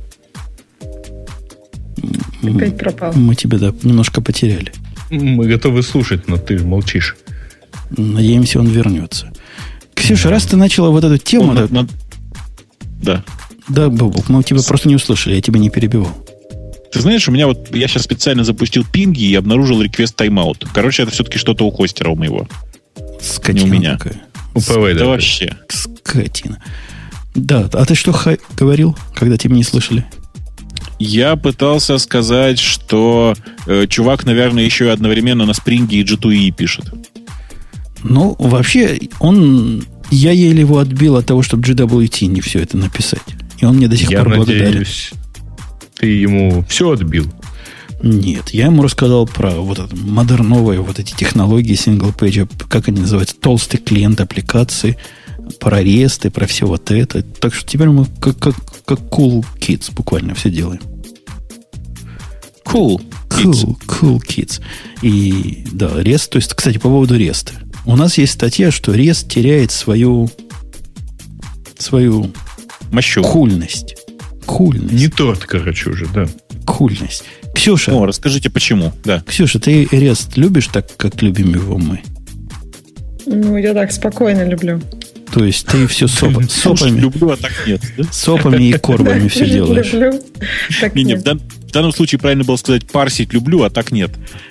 опять пропал. Мы тебя, да, немножко потеряли. Мы готовы слушать, но ты молчишь. Надеемся, он вернется. Ксюша, раз ты начала вот эту тему... Он, да, на... да. Да, Бобук, мы тебя просто не услышали, я тебя не перебивал. Ты знаешь, у меня вот... Я сейчас специально запустил пинги и обнаружил request timeout. Короче, это все-таки что-то у хостера у моего. Скотина не у меня. Какая. У ПВ, да вообще. Скотина. Да, а ты что ха- говорил, когда тебя не слышали? Я пытался сказать, что э, чувак, наверное, еще и одновременно на Спринге и джи ту и пишет. Ну, вообще, он... Я еле его отбил от того, чтобы джи дабл ю ти не все это написать. И он мне до сих я пор надеюсь, благодарен. Ты ему все отбил? Нет, я ему рассказал про вот это модерновые вот эти технологии сингл-пейджа, как они называются, толстый клиент аппликации, про ресты, про все вот это. Так что теперь мы как, как, как cool kids буквально все делаем. Cool. Cool, cool kids. И да, REST, то есть, кстати, по поводу REST. У нас есть статья, что REST теряет свою свою мощу. Кульность. Кульность. Не торт, короче, уже, да. Кульность. Ксюша. О, расскажите, почему. Да. Ксюша, ты REST любишь так, как любим его мы? Ну, я так спокойно люблю. То есть ты все соп, сопами. Люблю, а так нет. Да? Сопами и корбами все делаешь. Люблю, так не, нет. Не, в, дан, в данном случае правильно было сказать парсить люблю, а так нет.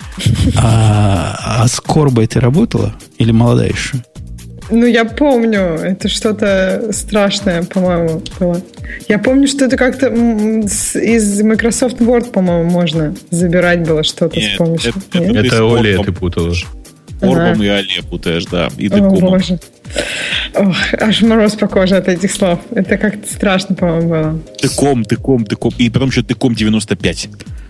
А, а с корбой ты работала? Или молодая еще? Ну, я помню, это что-то страшное, по-моему, было. Я помню, что это как-то из Microsoft Word, по-моему, можно забирать было что-то нет, с помощью. Это, нет? это, это Оле ты путала. Орбом ага. и Але путаешь, да. И О, декумом. боже. Ох, аж мороз по коже от этих слов. Это как-то страшно, по-моему, было. Деком, деком, деком. И потом еще деком девяносто пять.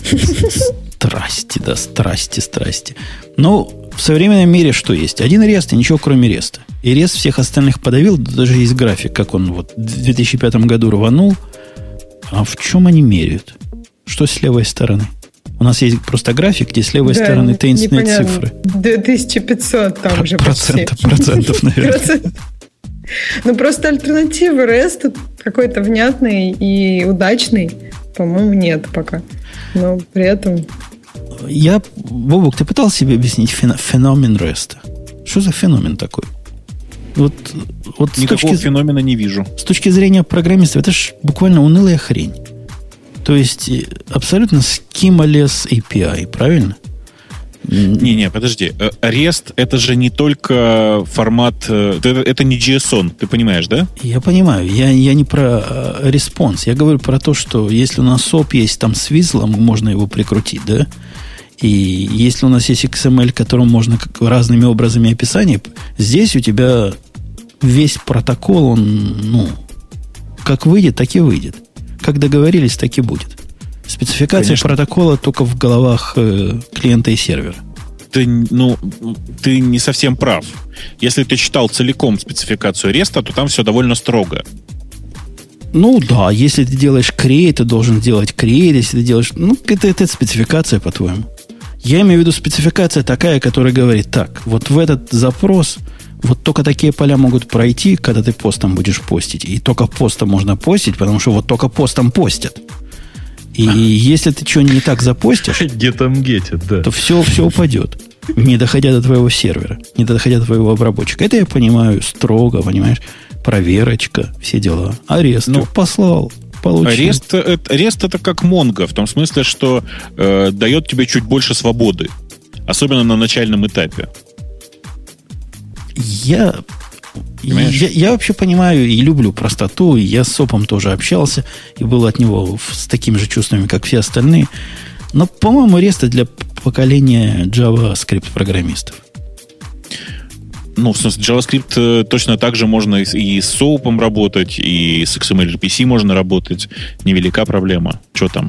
Страсти, да, страсти, страсти. Ну, в современном мире что есть? Один рест и ничего кроме реста. И рест всех остальных подавил. Даже есть график, как он вот в две тысячи пятом году рванул. А в чем они меряют? Что с левой стороны? У нас есть просто график, где с левой да, стороны таинственные цифры. две тысячи пятьсот там Про- уже процентов, почти. Процентов, наверное. Ну, просто альтернативы REST какой-то внятный и удачный, по-моему, нет пока. Но при этом... Я, Бобок, ты пытался себе объяснить феномен REST? Что за феномен такой? Вот, вот Никакого точки, феномена не вижу. С точки зрения программиста, это же буквально унылая хрень. То есть, абсолютно schema-less эй пи ай, правильно? Не-не, подожди. REST — это же не только формат... Это, это не JSON, ты понимаешь, да? Я понимаю. Я, я не про респонс. Я говорю про то, что если у нас соп есть там с визлом, можно его прикрутить, да? И если у нас есть икс эм эль, которым можно как, разными образами описания, здесь у тебя весь протокол, он, ну, как выйдет, так и выйдет. Как договорились, так и будет. Спецификация Конечно. Протокола только в головах э, клиента и сервера. Ты, ну, ты не совсем прав. Если ты читал целиком спецификацию REST, то там все довольно строго. Ну да, если ты делаешь create, ты должен делать create, если ты делаешь... Ну, это, это спецификация, по-твоему. Я имею в виду спецификация такая, которая говорит, так, вот в этот запрос вот только такие поля могут пройти, когда ты постом будешь постить. И только постом можно постить, потому что вот только постом постят. И а. если ты что не так запостишь, где там гетит, да. то все, все упадет. не доходя до твоего сервера, не доходя до твоего обработчика. Это я понимаю строго, понимаешь, проверочка, все дела. Арест ну, послал, получил. Арест, арест это как Mongo, в том смысле, что э, дает тебе чуть больше свободы, особенно на начальном этапе. Я, я, я вообще понимаю и люблю простоту, и я с ОПом тоже общался, и был от него с такими же чувствами, как все остальные. Но, по-моему, REST для поколения JavaScript-программистов. Ну, в смысле, JavaScript точно так же можно и с соупом работать, и с икс эм эль эр пи си можно работать. Невелика проблема. Что там?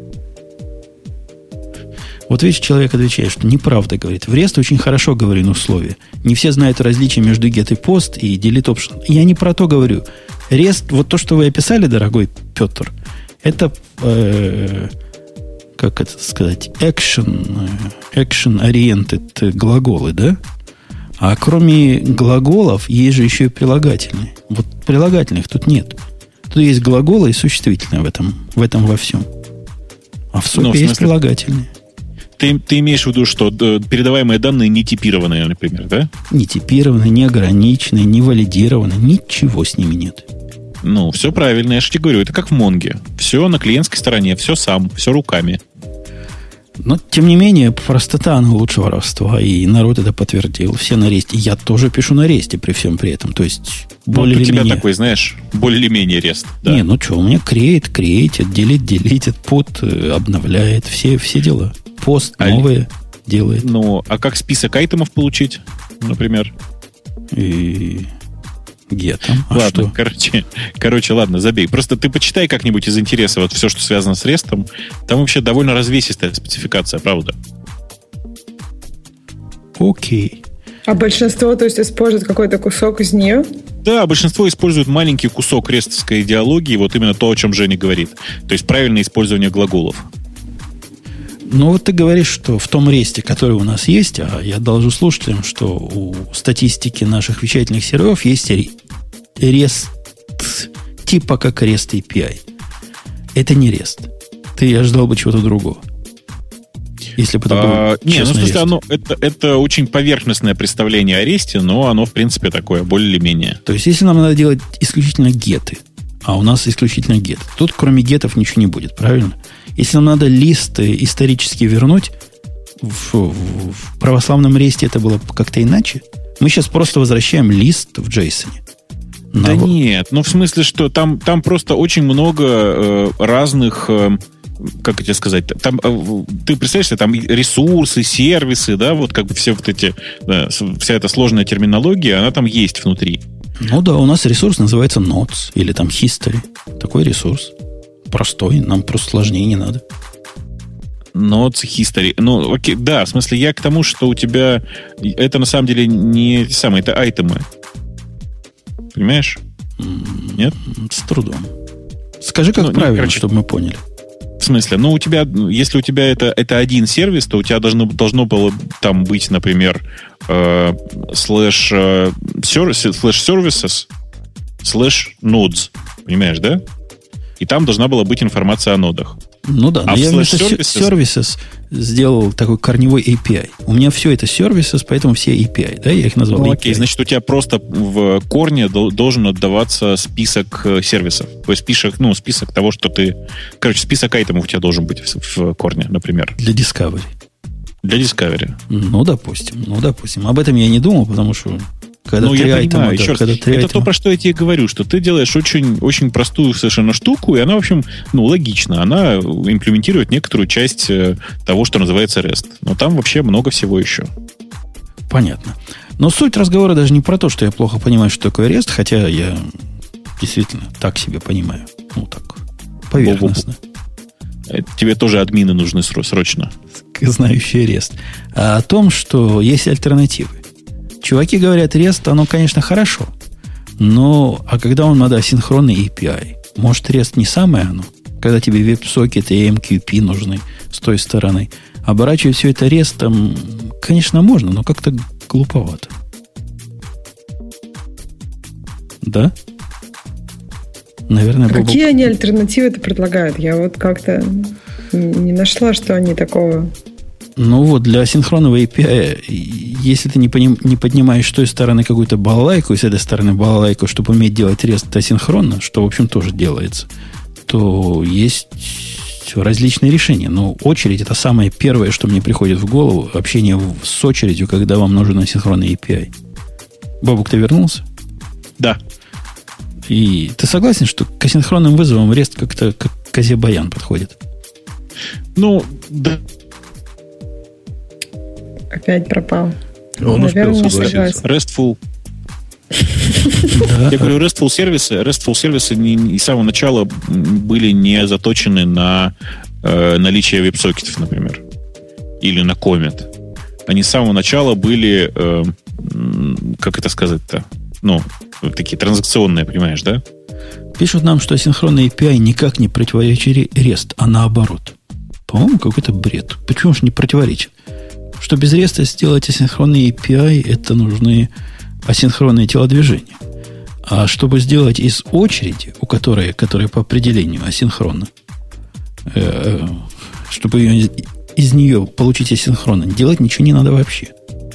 Вот видишь, человек отвечает, что неправда, говорит. В REST очень хорошо говорены условия. Не все знают различия между get и post и delete option. Я не про то говорю. REST, вот то, что вы описали, дорогой Петр, это, э, как это сказать, action, action-oriented глаголы, да? А кроме глаголов есть же еще и прилагательные. Вот прилагательных тут нет. Тут есть глаголы и существительные в этом, в этом во всем. А в сопе ну, в есть прилагательные. Ты, ты имеешь в виду, что передаваемые данные не типированные, например, да? Не типированные, не ограниченные, не валидированные. Ничего с ними нет. Ну, все правильно. Я же тебе говорю, это как в Монге. Все на клиентской стороне, все сам, все руками. Но, тем не менее, простота, она лучше воровства. И народ это подтвердил. Все на ресте. Я тоже пишу на ресте при всем при этом. То есть, более ну, или менее... у тебя такой, знаешь, более или менее рест. Да? Не, ну что, у меня create, create, delete, delete, put, обновляет. Все, все дела. Пост а новые а, делает. Ну, а как список айтемов получить, например? И... Гетом. А ладно, что? Короче, короче, ладно, забей. Просто ты почитай как-нибудь из интереса вот все, что связано с рестом. Там вообще довольно развесистая спецификация, правда? Окей. А большинство, то есть, использует какой-то кусок из нее? Да, большинство использует маленький кусок рестовской идеологии, вот именно то, о чем Женя говорит. То есть правильное использование глаголов. Ну, вот ты говоришь, что в том ресте, который у нас есть, а я доложу слушателям, что у статистики наших вещательных серверов есть рест типа как REST эй пи ай. Это не REST. Ты, я ждал бы чего-то другого. Если бы это было а, не, ну, в смысле, оно, это, это очень поверхностное представление о ресте, но оно, в принципе, такое, более или менее. То есть, если нам надо делать исключительно геты, а у нас исключительно гет, тут кроме гетов ничего не будет, правильно? Если нам надо листы исторически вернуть, в, в, в православном ресте это было как-то иначе. Мы сейчас просто возвращаем лист в JSON. Да На... нет, ну в смысле, что там, там просто очень много э, разных, э, как тебе сказать, там, э, ты представляешь, там ресурсы, сервисы, да, вот как бы все вот эти, да, вся эта сложная терминология, она там есть внутри. Ну да, у нас ресурс называется notes или там history. Такой ресурс. Простой, нам просто сложнее не надо. Notes, history. Ну, окей, да, в смысле, я к тому, что у тебя это на самом деле не самое, это айтемы. Понимаешь? Mm, Нет? С трудом. Скажи, как ну, правильно, не, короче, чтобы мы поняли. В смысле? Ну, у тебя, если у тебя это, это один сервис, то у тебя должно, должно было там быть, например, э, слэш, э, сервис, слэш services, слэш nodes. Понимаешь, да? И там должна была быть информация о нодах. Ну да, а но я вместо services сделал такой корневой эй пи ай. У меня все это services, поэтому все эй пи ай, да, я их назвал ну, эй пи ай. Окей, значит, у тебя просто в корне должен отдаваться список сервисов. То есть список, ну, список того, что ты... Короче, список айтемов у тебя должен быть в, в корне, например. Для Discovery. Для Discovery. Ну, допустим, ну, допустим. Об этом я не думал, потому что... Когда ну, я айтема, понимаю, да, еще когда раз, это айтема. то, про что я тебе говорю, что ты делаешь очень, очень простую совершенно штуку, и она, в общем, ну, логична. Она имплементирует некоторую часть того, что называется REST. Но там вообще много всего еще. Понятно. Но суть разговора даже не про то, что я плохо понимаю, что такое REST, хотя я действительно так себе понимаю. Ну, так, поверхностно. Тебе тоже админы нужны срочно. Знающие REST. А о том, что есть альтернативы. Чуваки говорят, REST, оно, конечно, хорошо. Но, а когда он надо асинхронный эй пи ай? Может, REST не самое оно? Когда тебе веб-сокет и эм кью пи нужны с той стороны. Оборачивать все это рестом, конечно, можно, но как-то глуповато. Да? Наверное, а Бобок... Какие они альтернативы-то предлагают? Я вот как-то не нашла, что они такого... Ну вот, для асинхронного эй пи ай, если ты не, поним, не поднимаешь с той стороны какую-то балалайку, и с этой стороны балалайку, чтобы уметь делать рест асинхронно, что, в общем, тоже делается, то есть различные решения. Но очередь – это самое первое, что мне приходит в голову. Общение с очередью, когда вам нужен асинхронный эй пи ай. Бобук, ты вернулся? Да. И ты согласен, что к асинхронным вызовам рест как-то как козе баян подходит? Ну, да. Опять пропал. Он успел согласиться. RESTful. Я говорю, RESTful сервисы, RESTful сервисы с самого начала были не заточены на э, наличие веб-сокетов, например, или на Comet. Они с самого начала были, э, как это сказать-то, ну, такие транзакционные, понимаешь, да? Пишут нам, что асинхронный эй пи ай никак не противоречит REST, а наоборот. По-моему, какой-то бред. Почему же не противоречит? Что без REST сделать асинхронный эй пи ай, это нужны асинхронные телодвижения. А чтобы сделать из очереди, у которой, которая по определению асинхронна, э, чтобы ее, из нее получить асинхронно, делать ничего не надо вообще.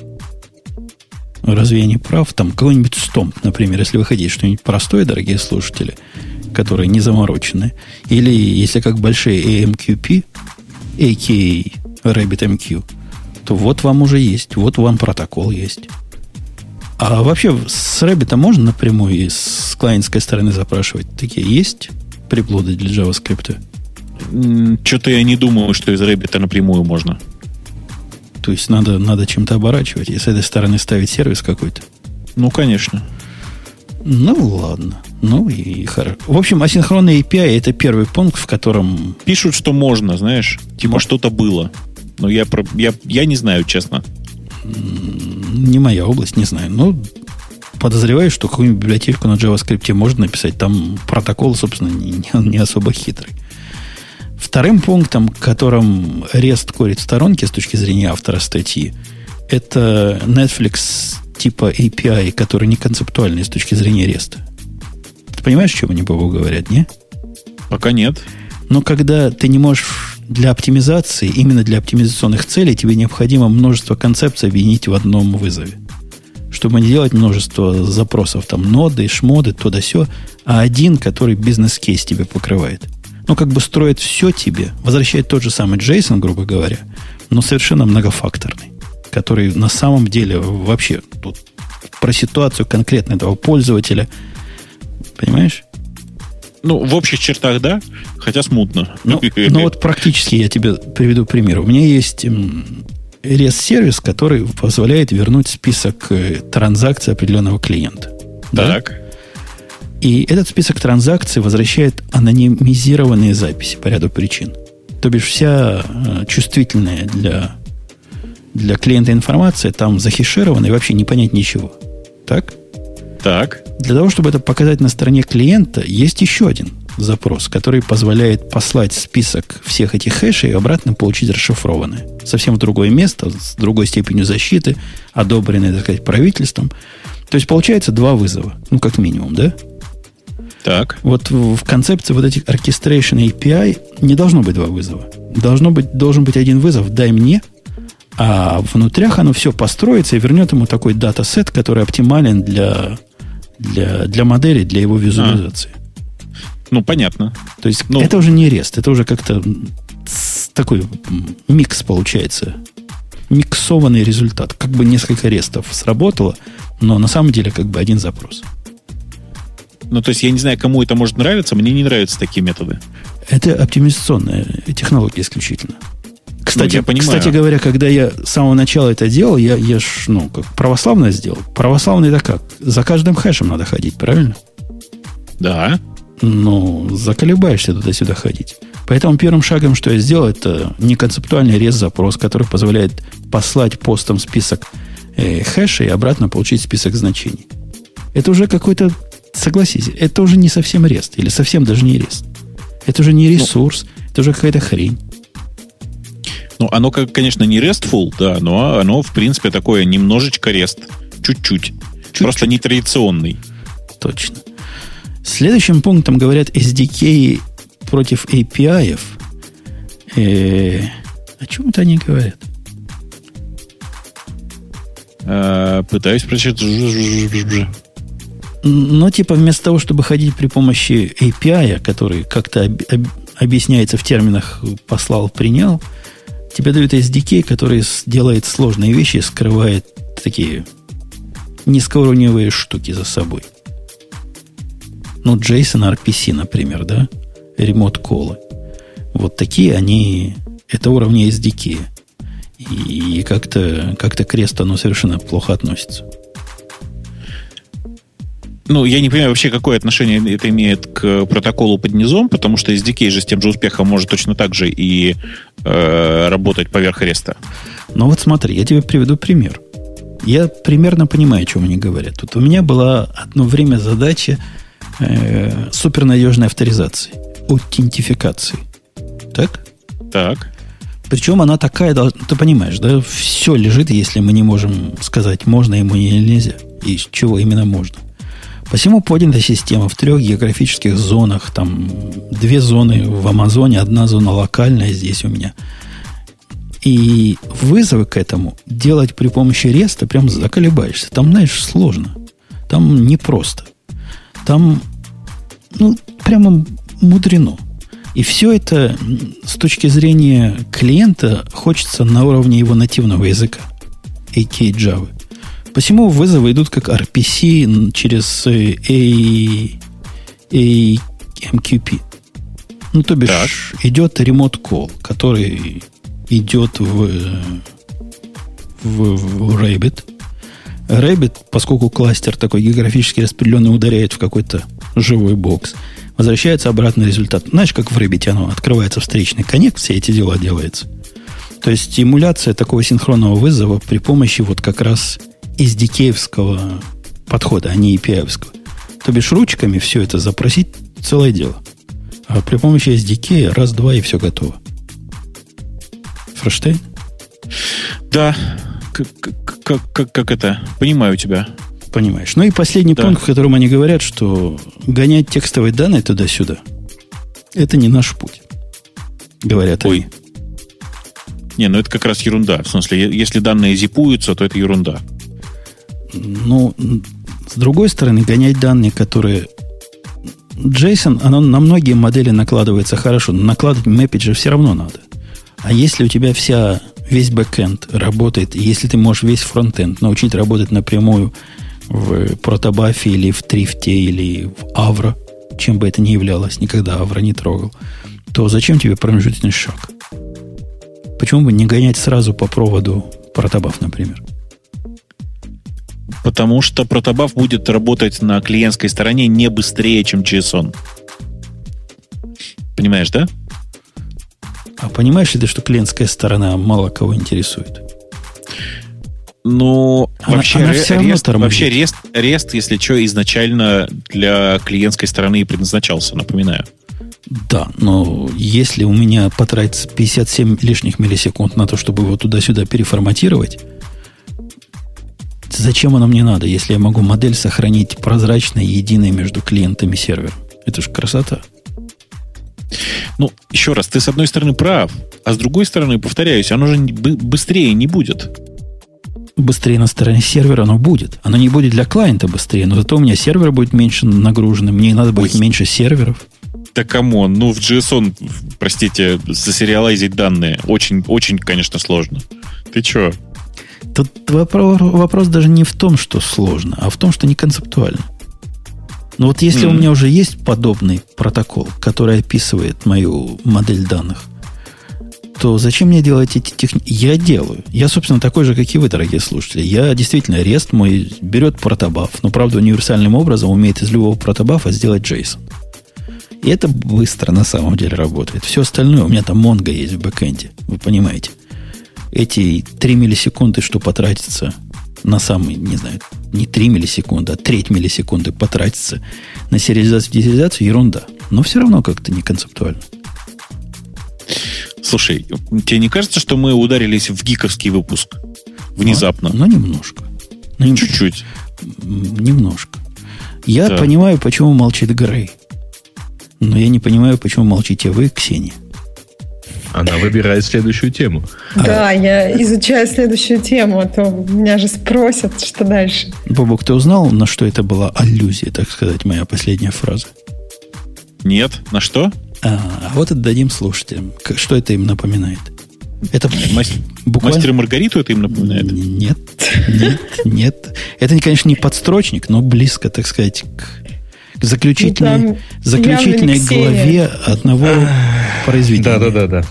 Разве я не прав? Там какой-нибудь стомп, например, если вы хотите что-нибудь простое, дорогие слушатели, которые не заморочены, или если как большие эй эм кью пи, а ка а RabbitMQ, то вот вам уже есть, вот вам протокол есть. А вообще с Rabbit можно напрямую с клиентской стороны запрашивать? Такие есть приблуды для JavaScript? Что-то я не думаю, что из Rabbit напрямую можно. То есть надо, надо чем-то оборачивать, и с этой стороны ставить сервис какой-то? Ну, конечно. Ну, ладно. Ну, и хорошо. В общем, асинхронный эй пи ай – это первый пункт, в котором... Пишут, что можно, знаешь. Типа что-то было. Но я, я, я не знаю, честно. Не моя область, не знаю. Но подозреваю, что какую-нибудь библиотечку на JavaScript можно написать. Там протокол, собственно, не, не особо хитрый. Вторым пунктом, которым REST корит в сторонке с точки зрения автора статьи, это Netflix типа эй пи ай, который не концептуальный с точки зрения REST. Ты понимаешь, о чем они, Бобу, говорят, не? Пока нет. Но когда ты не можешь для оптимизации, именно для оптимизационных целей, тебе необходимо множество концепций объединить в одном вызове. Чтобы не делать множество запросов, там, ноды, шмоды, то да сё, а один, который бизнес-кейс тебе покрывает. Ну, как бы строит все тебе, возвращает тот же самый JSON, грубо говоря, но совершенно многофакторный, который на самом деле вообще тут про ситуацию конкретно этого пользователя, понимаешь? Ну, в общих чертах, да, хотя смутно. Ну, ну вот практически я тебе приведу пример. У меня есть REST-сервис, который позволяет вернуть список транзакций определенного клиента. Так. Да? И этот список транзакций возвращает анонимизированные записи по ряду причин. То бишь вся э, чувствительная для, для клиента информация там захеширована и вообще не понять ничего. Так? Так. Для того, чтобы это показать на стороне клиента, есть еще один запрос, который позволяет послать список всех этих хэшей и обратно получить расшифрованное. Совсем в другое место, с другой степенью защиты, одобренное, так сказать, правительством. То есть получается два вызова. Ну, как минимум, да? Так. Вот в, в концепции вот этих orchestration эй пи ай не должно быть два вызова. Должно быть, должен быть один вызов «дай мне», а внутрях оно все построится и вернет ему такой датасет, который оптимален для, для, для модели, для его визуализации. А. Ну, понятно. То есть ну, это уже не REST, это уже как-то такой микс получается. Миксованный результат. Как бы несколько рестов сработало, но на самом деле как бы один запрос. Ну, то есть, я не знаю, кому это может нравиться, мне не нравятся такие методы. Это оптимизационная технология исключительно. Кстати, ну, кстати говоря, когда я с самого начала это делал, я, я ж, ну, как православное сделал. Православный это как? За каждым хэшем надо ходить, правильно? Да. Ну, заколебаешься туда-сюда ходить. Поэтому первым шагом, что я сделал, это неконцептуальный REST-запрос, который позволяет послать постом список э, хэшей и обратно получить список значений. Это уже какой-то, согласись, это уже не совсем REST, или совсем даже не REST. Это уже не ресурс, ну, это уже какая-то хрень. Ну, оно, конечно, не RESTful, да, но оно, в принципе, такое немножечко REST. Чуть-чуть. Чуть-чуть. Просто нетрадиционный. Точно. Следующим пунктом говорят эс ди кей против эй пи ай. Э, о чем это они говорят? Пытаюсь прочитать. Ну, типа, вместо того, чтобы ходить при помощи эй пи ай, который как-то об, об, объясняется в терминах «послал, принял», тебе дают эс ди кей, который делает сложные вещи и скрывает такие низкоуровневые штуки за собой. Ну, JSON ар пи си, например, да? Remote call. Вот такие они... Это уровни эс ди кей. И как-то, как-то к ресту оно совершенно плохо относится. Ну, я не понимаю вообще, какое отношение это имеет к протоколу под низом, потому что эс ди кей же с тем же успехом может точно так же и э, работать поверх реста. Ну вот смотри, я тебе приведу пример. Я примерно понимаю, о чем они говорят. Тут у меня была одно время задача э, супернадежной авторизации, аутентификации. Так? Так. Причем она такая, ты понимаешь, да, все лежит, если мы не можем сказать, можно ему или нельзя, и чего именно можно. Посему поднята система в трех географических зонах, там две зоны в Амазоне, одна зона локальная здесь у меня. И вызовы к этому делать при помощи реста прям заколебаешься. Там, знаешь, сложно. Там непросто. Там, ну, прямо мудрено. И все это с точки зрения клиента хочется на уровне его нативного языка, а ка Java. Посему вызовы идут как ар пи си через эй эм кью пи. Ну, то бишь, так. Идет remote call, который идет в, в, в Rabbit. Rabbit, поскольку кластер такой географически распределенный, ударяет в какой-то живой бокс, возвращается обратный результат. Знаешь, как в Rabbit оно открывается встречный коннект, все эти дела делаются. То есть эмуляция такого синхронного вызова при помощи вот как раз эс ди кей-евского подхода, а не эй пи ай-евского. То бишь ручками все это запросить целое дело. А при помощи эс ди кей раз-два и все готово. Фраштейн? Да. Как, как, как, как это? Понимаю тебя. Понимаешь. Ну и последний да. пункт, в котором они говорят, что гонять текстовые данные туда-сюда это не наш путь. Говорят Ой. они. Не, ну это как раз ерунда. В смысле, если данные зипуются, то это ерунда. Ну, с другой стороны, гонять данные, которые... JSON, оно на многие модели накладывается хорошо, но накладывать мэппить же все равно надо. А если у тебя вся, весь бэкэнд работает, и если ты можешь весь фронтенд научить работать напрямую в протобафе или в трифте или в Avro, чем бы это ни являлось, никогда Avro не трогал, то зачем тебе промежуточный шаг? Почему бы не гонять сразу по проводу протобаф, например? Потому что протобаф будет работать на клиентской стороне не быстрее, чем JSON. Понимаешь, да? А понимаешь ли ты, что клиентская сторона мало кого интересует? Ну, она, вообще, она ре- рест, вообще рест, рест, если что, изначально для клиентской стороны и предназначался, напоминаю. Да, но если у меня потратится пятьдесят семь лишних миллисекунд на то, чтобы его туда-сюда переформатировать, зачем оно мне надо, если я могу модель сохранить прозрачной, единой между клиентом и сервером? Это же красота. Ну, еще раз, ты с одной стороны прав, а с другой стороны, повторяюсь, оно же быстрее не будет. Быстрее на стороне сервера оно будет. Оно не будет для клиента быстрее, но зато у меня сервер будет меньше нагруженным, мне надо будет Ой. меньше серверов. Да камон, ну в JSON, простите, засериалайзить данные очень, очень, конечно, сложно. Ты че? Тут вопрос, вопрос даже не в том, что сложно, а в том, что не концептуально. Но вот если mm. у меня уже есть подобный протокол, который описывает мою модель данных, то зачем мне делать эти техники? Я делаю. Я, собственно, такой же, как и вы, дорогие слушатели. Я действительно, рест мой берет протобаф, но, правда, универсальным образом умеет из любого протобафа сделать JSON. И это быстро на самом деле работает. Все остальное, у меня там Mongo есть в бэкэнде, вы понимаете. Эти три миллисекунды, что потратится на самый, не знаю, не три миллисекунды, а треть миллисекунды потратится на сериализацию, детализацию, ерунда. Но все равно как-то не концептуально. Слушай, тебе не кажется, что мы ударились в гиковский выпуск? Внезапно. Ну, ну немножко. Ну, Чуть-чуть. Немножко. Я да. понимаю, почему молчит Грей. Но я не понимаю, почему молчите вы, Ксения. Она выбирает следующую тему. Да, я изучаю следующую тему, а то меня же спросят, что дальше. Бобок, ты узнал, на что это была аллюзия, так сказать, моя последняя фраза? Нет. На что? А, вот отдадим слушателям. Что это им напоминает? Это Мастер, буквально... Мастер и Маргариту это им напоминает? Нет, нет, нет. Это, конечно, не подстрочник, но близко, так сказать, к, к заключительной, ну, заключительной главе одного произведения. Да-да-да.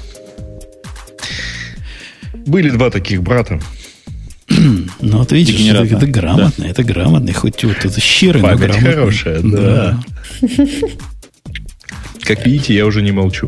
Были два таких брата. Ну, вот видишь, это, это грамотно, да. это грамотно. Хоть вот это щирый, но грамотно. Хорошая, да. да. Как видите, я уже не молчу.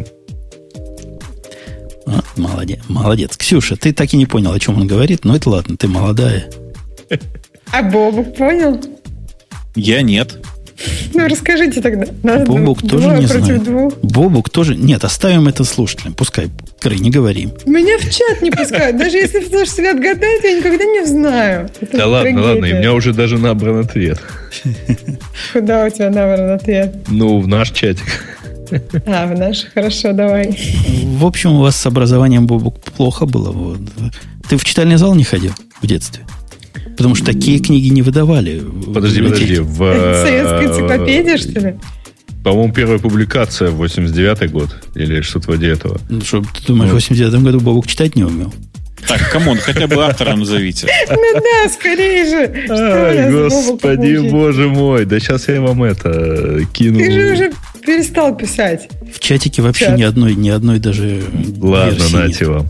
А, молодец, молодец. Ксюша, ты так и не понял, о чем он говорит, но это ладно, ты молодая. А Бобук понял? Я нет. Ну, расскажите тогда. Надо Бобук тоже не знает. Двух. Бобук тоже... Нет, оставим это слушателям. Пускай, Кры, не говорим. Меня в чат не пускают. Даже если слушатели отгадают, я никогда не узнаю. Это да ладно, трагедия. ладно. И у меня уже даже набран ответ. Куда у тебя набран ответ? Ну, в наш чатик. А, в наш? Хорошо, давай. В общем, у вас с образованием, Бобук, плохо было. Вот. Ты в читальный зал не ходил в детстве? Потому что такие книги не выдавали. Подожди, подожди. В, Советская энциклопедия, что ли? По-моему, первая публикация в восемьдесят девятый год. Или что-то вроде этого. Ну, что, ты думаешь, в восемьдесят девятом году Бобук читать не умел? Так, камон, хотя бы автора назовите. Ну да, скорее же. Ай, господи, боже мой. Да сейчас я вам это кину. Ты же уже перестал писать. В чатике вообще ни одной, ни одной даже Ладно, нате вам.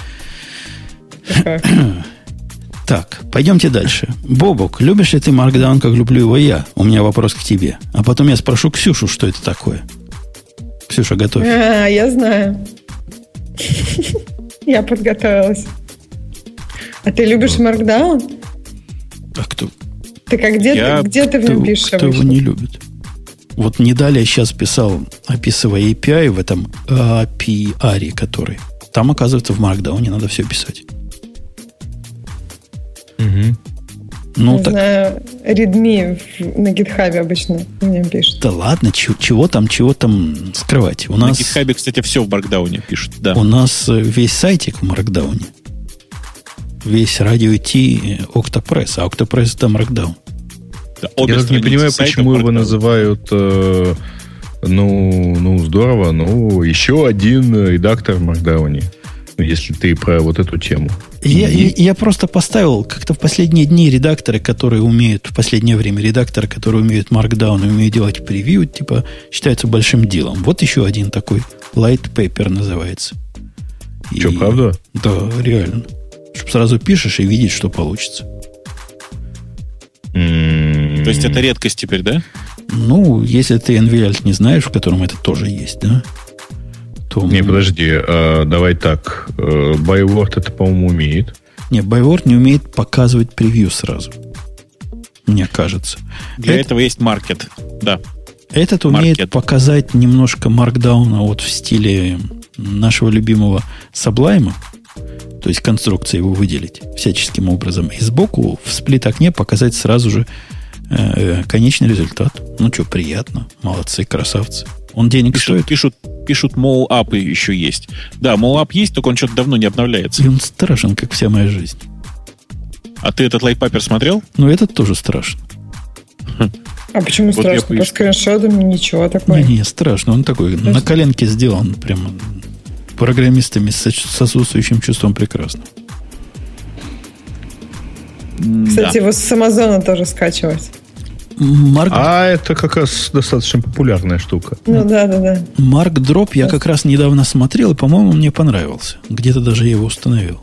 Так, пойдемте дальше. Бобок, любишь ли ты Markdown, как люблю его я? У меня вопрос к тебе. А потом я спрошу Ксюшу, что это такое. Ксюша, готовь. А, я знаю. Я подготовилась. А ты любишь Markdown? А кто? Так а где, я... ты, где ты в нем пишешь? Кто его не любит? Вот не далее сейчас писал, описывая эй пи ай в этом эй пи ай, который. Там, оказывается, в Markdown надо все писать. Угу. Ну, не так... знаю, readme на GitHub обычно в нем пишут. Да ладно, чего, чего там, чего там скрывать? У на нас... GitHub, кстати, все в Markdown пишут. Да. У нас весь сайтик в Markdown. Весь радио Ти Octopress, а Octopress это Markdown. Да, я даже не понимаю, почему его называют э, ну, ну, здорово, ну, еще один редактор в Markdown. Если ты про вот эту тему. Я, я, я просто поставил как-то в последние дни редакторы, которые умеют, в последнее время редакторы, которые умеют Markdown и умеют делать превью, типа, считаются большим делом. Вот еще один такой. Light Paper называется. Что, и, правда? Да, реально. Чтобы сразу пишешь и видеть, что получится. Mm-hmm. То есть это редкость теперь, да? Ну, если ты NVAlt не знаешь, в котором это тоже есть, да? Не, подожди, э, давай так. Э, Byword это, по-моему, умеет. Не, Byword не умеет показывать превью сразу. Мне кажется. Для это, этого есть маркет, да. Этот Market. умеет показать немножко маркдауна вот в стиле нашего любимого Sublime. То есть конструкцию его выделить всяческим образом. И сбоку в сплит-окне показать сразу же э, конечный результат. Ну что, приятно. Молодцы, красавцы. Он денег пишут, стоит? Пишут, пишут mall-up еще есть. Да, mall-up есть, только он что-то давно не обновляется. И он страшен, как вся моя жизнь. А ты этот лайтпапер смотрел? Ну, этот тоже страшно. А почему вот страшно? По скриншотам ничего такого. Не, не, страшно. Он такой Страшно? на коленке сделан прямо программистами с сосущим чувством прекрасно. Кстати, да. Его с Амазона тоже скачивать. Марк... А это как раз достаточно популярная штука. Ну да, да, да. Марк Дроп я как раз недавно смотрел, и, по-моему, мне понравился. Где-то даже я его установил.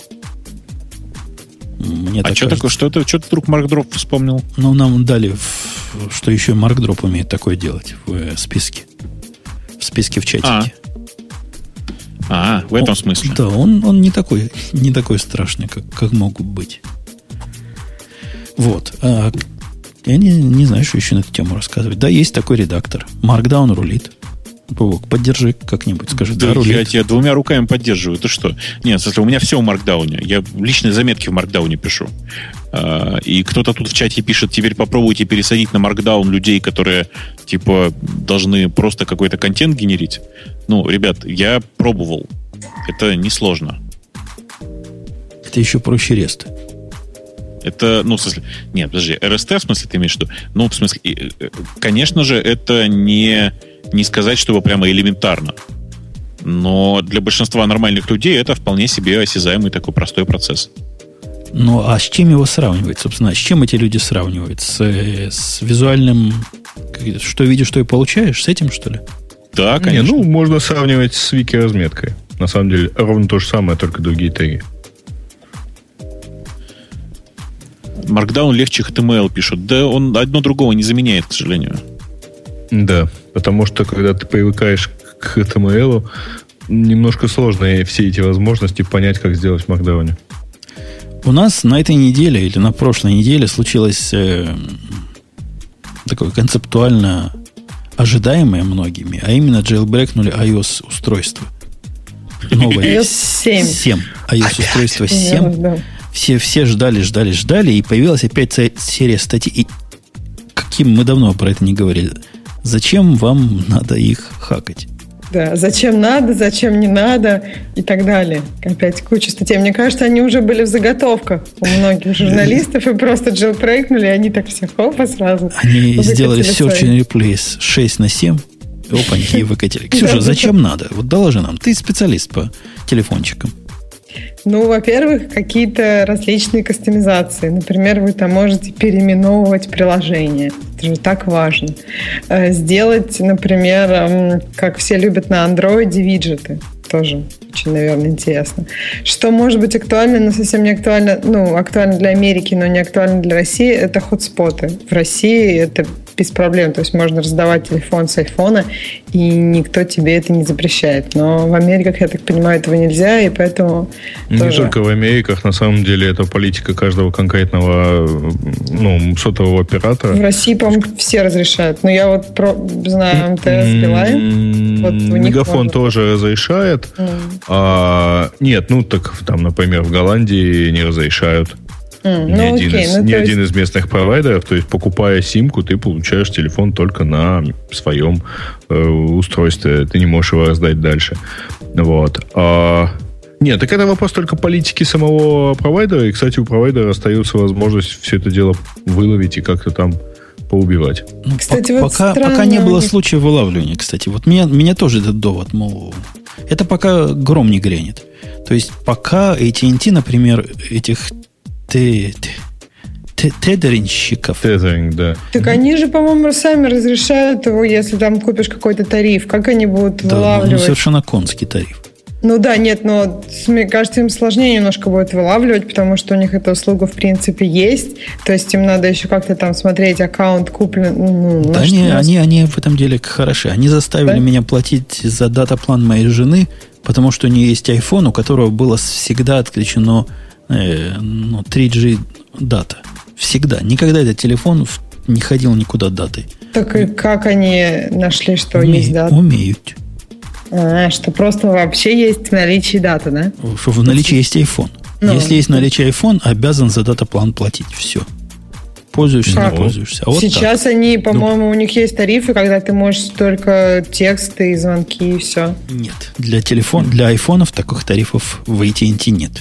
Мне а что такое? Что, это, что ты вдруг Марк Дроп вспомнил? Ну, нам дали, в, что еще Марк Дроп умеет такое делать в э, списке. В списке в чатике. А, а в этом он, смысле. Да, он, он не такой, не такой страшный, как, как могут быть. Вот. А, я не, не знаю, что еще на эту тему рассказывать. Да, есть такой редактор. Markdown рулит. Бог, поддержи как-нибудь, скажи. Да, да рулит. Я тебя двумя руками поддерживаю. Ты что? Нет, в смысле, у меня все в Markdown. Я личные заметки в Markdown пишу. И кто-то тут в чате пишет, теперь попробуйте пересадить на Markdown людей, которые, типа, должны просто какой-то контент генерить. Ну, ребят, я пробовал. Это несложно. Это еще проще реста. Это, ну, в смысле... Нет, подожди, эр эс ти, в смысле, ты имеешь в виду? Ну, в смысле, конечно же, это не, не сказать, что прямо элементарно. Но для большинства нормальных людей это вполне себе осязаемый такой простой процесс. Ну, а с чем его сравнивать, собственно? С чем эти люди сравнивают? С, с визуальным... Что видишь, что и получаешь? С этим, что ли? Да, конечно. Не, ну, можно сравнивать с вики-разметкой. На самом деле, ровно то же самое, только другие теги. Markdown легче эйч ти эм эл пишут. Да он одно другого не заменяет, к сожалению. Да, потому что, когда ты привыкаешь к эйч ти эм эл, немножко сложно все эти возможности понять, как сделать в Markdown. У нас на этой неделе или на прошлой неделе случилось э, такое концептуально ожидаемое многими, а именно jailbreakнули iOS-устройство. Новое. iOS семь. семь. iOS-устройство семь. Все, все ждали, ждали, ждали, и появилась опять серия статей. И каким мы давно про это не говорили. Зачем вам надо их хакать? Да, зачем надо, зачем не надо и так далее. Опять куча статей. Мне кажется, они уже были в заготовках у многих журналистов и просто jailbreakнули, и они так все хопа сразу. Они сделали search and replace шесть на семь, опаньки, и выкатили. Ксюша, зачем надо? Вот доложи нам. Ты специалист по телефончикам. Ну, во-первых, какие-то различные кастомизации. Например, вы там можете переименовывать приложение. Это же так важно. Сделать, например, как все любят на андроиде, виджеты. Тоже очень, наверное, интересно. Что может быть актуально, но совсем не актуально, ну, актуально для Америки, но не актуально для России, это хотспоты. В России это без проблем. То есть можно раздавать телефон с айфона, и никто тебе это не запрещает. Но в Америках, я так понимаю, этого нельзя, и поэтому не тоже... только в Америках, на самом деле, это политика каждого конкретного, ну, сотового оператора. В России, по-моему, все разрешают. Но я вот про, знаю, эм тэ эс, Билайн. Вот Мегафон тоже разрешает. Mm. А, нет, ну, так там, например, в Голландии не разрешают. Mm, ни ну, один, окей, из, ну, ни один есть... из местных провайдеров. То есть, покупая симку, ты получаешь телефон только на своем э, устройстве. Ты не можешь его раздать дальше. Вот. А, нет, так это вопрос только политики самого провайдера. И, кстати, у провайдера остается возможность все это дело выловить и как-то там поубивать. Ну, кстати, по- вот пока, пока не было случая вылавливания, кстати. Вот меня, меня тоже этот довод, мол, это пока гром не грянет. То есть, пока эй ти энд ти, например, этих тедеринщиков. Тедеринг, да. Так они же, по-моему, сами разрешают его, если там купишь какой-то тариф. Как они будут да, вылавливать? Ну, совершенно конский тариф. Ну да, нет, но мне кажется, им сложнее немножко будет вылавливать, потому что у них эта услуга, в принципе, есть. То есть им надо еще как-то там смотреть аккаунт куплен. Ну, да они, они, они в этом деле хороши. Они заставили да? меня платить за дата-план моей жены, потому что у нее есть iPhone, у которого было всегда отключено э, ну, три джи дата. Всегда. Никогда этот телефон не ходил никуда датой. Так и как они нашли, что Уме, есть дата? Умеют. А, что просто вообще есть в наличии дата, да? Что в наличии есть iPhone. Ну, Если есть в наличии iPhone, обязан за дата-план платить. Все. Пользуешься, а, не пользуешься. А вот сейчас так. они, по-моему, ну, у них есть тарифы, когда ты можешь только тексты и звонки, и все. Нет. Для телефона, для айфонов таких тарифов в эй ти энд ти нет.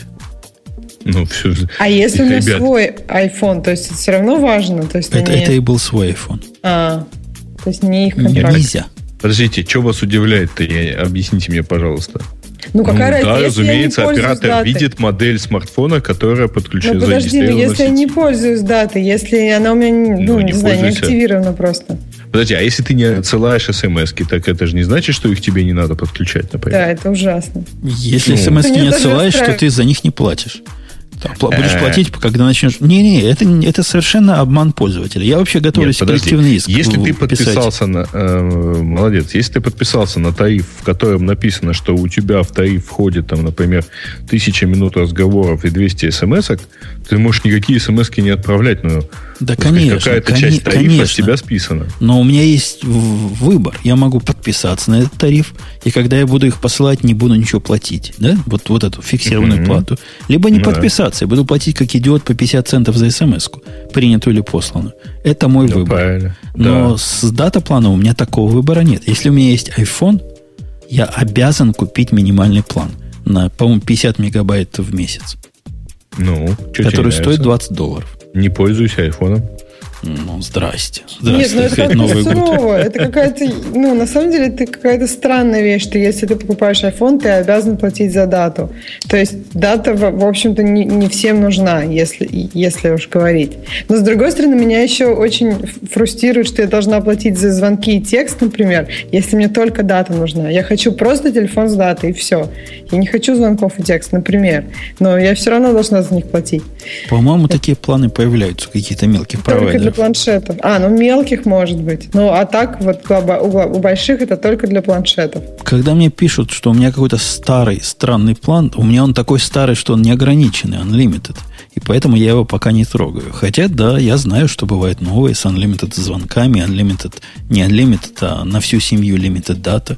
Ну, все. А если у меня ребят... свой iPhone, то есть это все равно важно? То есть это, они... это и был свой iPhone. А, то есть не их контракт. Нельзя. Подождите, что вас удивляет-то? Объясните мне, пожалуйста. Ну, какая ну, разница? Да, разумеется, оператор датой. видит модель смартфона, которая подключена. Ну, подожди, ну, если я не пользуюсь датой, если она у меня, ну, ну не, не знаю, не активирована просто. Подожди, а если ты не отсылаешь смс-ки, так это же не значит, что их тебе не надо подключать, например? Да, это ужасно. Если ну, смс-ки не отсылаешь, то ты за них не платишь. Будешь платить, когда начнешь... Не-не, это, это совершенно обман пользователя. Я вообще готовлюсь к коллективный иск. Если ты подписался на... Э, молодец. Если ты подписался на тариф, в котором написано, что у тебя в тариф входит, там, например, тысяча минут разговоров и двести смс-ок, ты можешь никакие смс-ки не отправлять. Но, да, конечно. Сказать, какая-то кон- часть тарифа конечно. с тебя списана. Но у меня есть выбор. Я могу подписаться на этот тариф, и когда я буду их посылать, не буду ничего платить. Да? Вот, вот эту фиксированную mm-hmm. плату. Либо не ну, подписаться. Я буду платить как идиот по пятьдесят центов за смс-ку, принятую или посланную. Это мой да, выбор. Правильно. Но да. с дата-планом у меня такого выбора нет. Если у меня есть iPhone, я обязан купить минимальный план. на, по-моему, пятьдесят мегабайт в месяц. Ну, который стоит двадцать долларов. Не пользуюсь айфоном. Ну, здрасте. здрасте. Нет, ну это как-то сурово. Это какая-то, ну, на самом деле, это какая-то странная вещь, что если ты покупаешь iPhone, ты обязан платить за дату. То есть дата, в общем-то, не, не всем нужна, если, если уж говорить. Но, с другой стороны, меня еще очень фрустрирует, что я должна платить за звонки и текст, например, если мне только дата нужна. Я хочу просто телефон с датой, и все. Я не хочу звонков и текст, например. Но я все равно должна за них платить. По-моему, такие планы появляются, какие-то мелкие провайдеры. Планшетов. А, ну мелких может быть. Ну, а так вот у, у больших это только для планшетов. Когда мне пишут, что у меня какой-то старый, странный план, у меня он такой старый, что он неограниченный, unlimited. И поэтому я его пока не трогаю. Хотя, да, я знаю, что бывают новые с unlimited звонками, unlimited, не unlimited, а на всю семью limited data.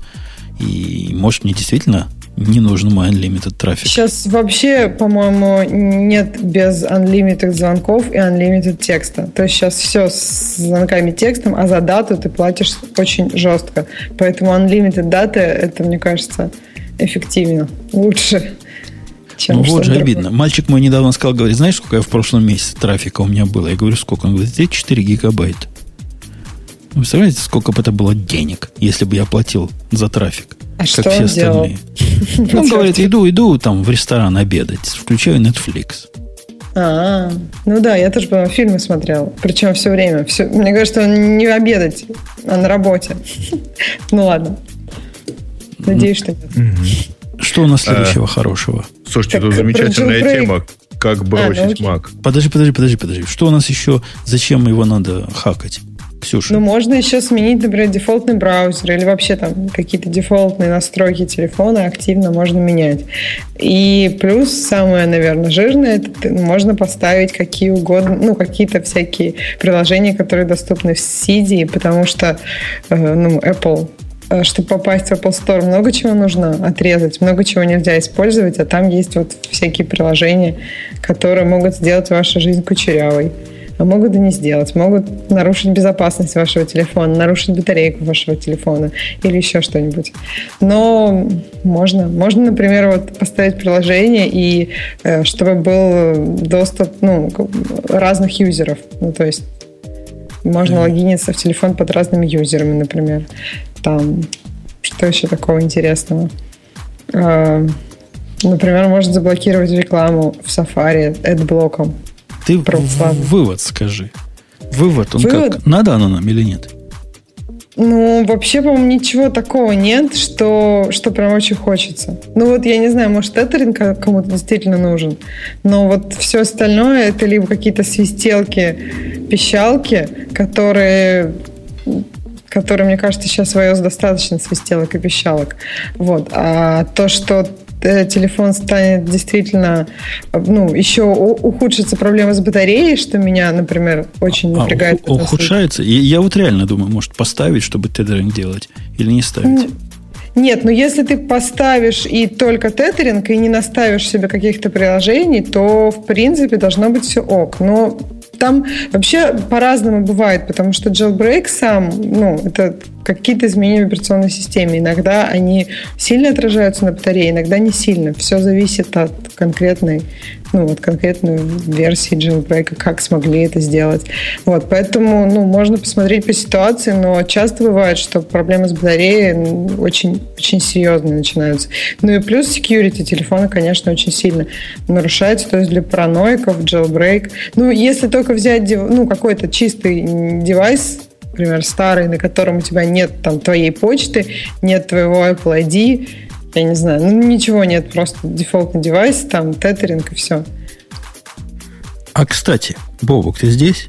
И может мне действительно не нужен мой unlimited трафик. Сейчас вообще, по-моему, нет без unlimited звонков и unlimited текста. То есть сейчас все с звонками и текстом, а за дату ты платишь очень жестко. Поэтому unlimited дата, это, мне кажется, эффективно, лучше, чем ну вот же другое. обидно. Мальчик мой недавно сказал, говорит, знаешь, сколько я в прошлом месяце трафика у меня было? Я говорю, сколько? Он говорит, тридцать четыре гигабайта. Вы представляете, сколько бы это было денег, если бы я платил за трафик? А как что все он остальные. делал? Он говорит, иду, иду там в ресторан обедать, включаю Netflix. А, ну да, я тоже, по-моему, фильмы смотрел. Причем все время. Все, мне кажется, он не обедать, а на работе. Ну ладно. Надеюсь, что нет. Что у нас следующего хорошего? Слушайте, тут замечательная тема. Как бросить Mac. Подожди, подожди, подожди, подожди. Что у нас еще? Зачем его надо хакать? Ксюша. Ну, можно еще сменить, например, дефолтный браузер или вообще там какие-то дефолтные настройки телефона активно можно менять. И плюс, самое, наверное, жирное, это можно поставить какие угодно, ну, какие-то всякие приложения, которые доступны в Cydia, потому что, э, ну, Apple, чтобы попасть в Apple Store, много чего нужно отрезать, много чего нельзя использовать, а там есть вот всякие приложения, которые могут сделать вашу жизнь кучерявой. А могут и не сделать. Могут нарушить безопасность вашего телефона, нарушить батарейку вашего телефона или еще что-нибудь. Но можно. Можно, например, вот поставить приложение, и э, чтобы был доступ, ну, разных юзеров. Ну, то есть можно mm-hmm. логиниться в телефон под разными юзерами, например. Там, что еще такого интересного? Э, например, можно заблокировать рекламу в Safari AdBlock. Ты в- вывод скажи. Вывод, он вывод? Как? Надо оно нам или нет? Ну, вообще, по-моему, ничего такого нет, что, что прям очень хочется. Ну, вот я не знаю, может, тетеринг кому-то действительно нужен, но вот все остальное это либо какие-то свистелки, пищалки, которые... которые, мне кажется, сейчас в iOS достаточно свистелок и пищалок. Вот. А то, что телефон станет действительно, ну, еще ухудшится проблема с батареей, что меня, например, очень напрягает. А, ухудшается? Я, я вот реально думаю, может, поставить, чтобы тедеринг делать, или не ставить? Нет, но если ты поставишь и только тетеринг, и не наставишь себе каких-то приложений, то, в принципе, должно быть все ок. Но там вообще по-разному бывает, потому что jailbreak сам, ну, это какие-то изменения в операционной системе. Иногда они сильно отражаются на батарее, иногда не сильно. Все зависит от конкретной, ну, от конкретной версии jailbreak, как смогли это сделать. Вот, поэтому, ну, можно посмотреть по ситуации, но часто бывает, что проблемы с батареей очень, очень серьезные начинаются. Ну и плюс security телефона, конечно, очень сильно нарушается. То есть для параноиков jailbreak. Ну, если только взять, ну, какой-то чистый девайс, например, старый, на котором у тебя нет там твоей почты, нет твоего Apple ай ди, я не знаю, ну ничего нет, просто дефолтный девайс, там тетеринг и все. А, кстати, Бобук, ты здесь?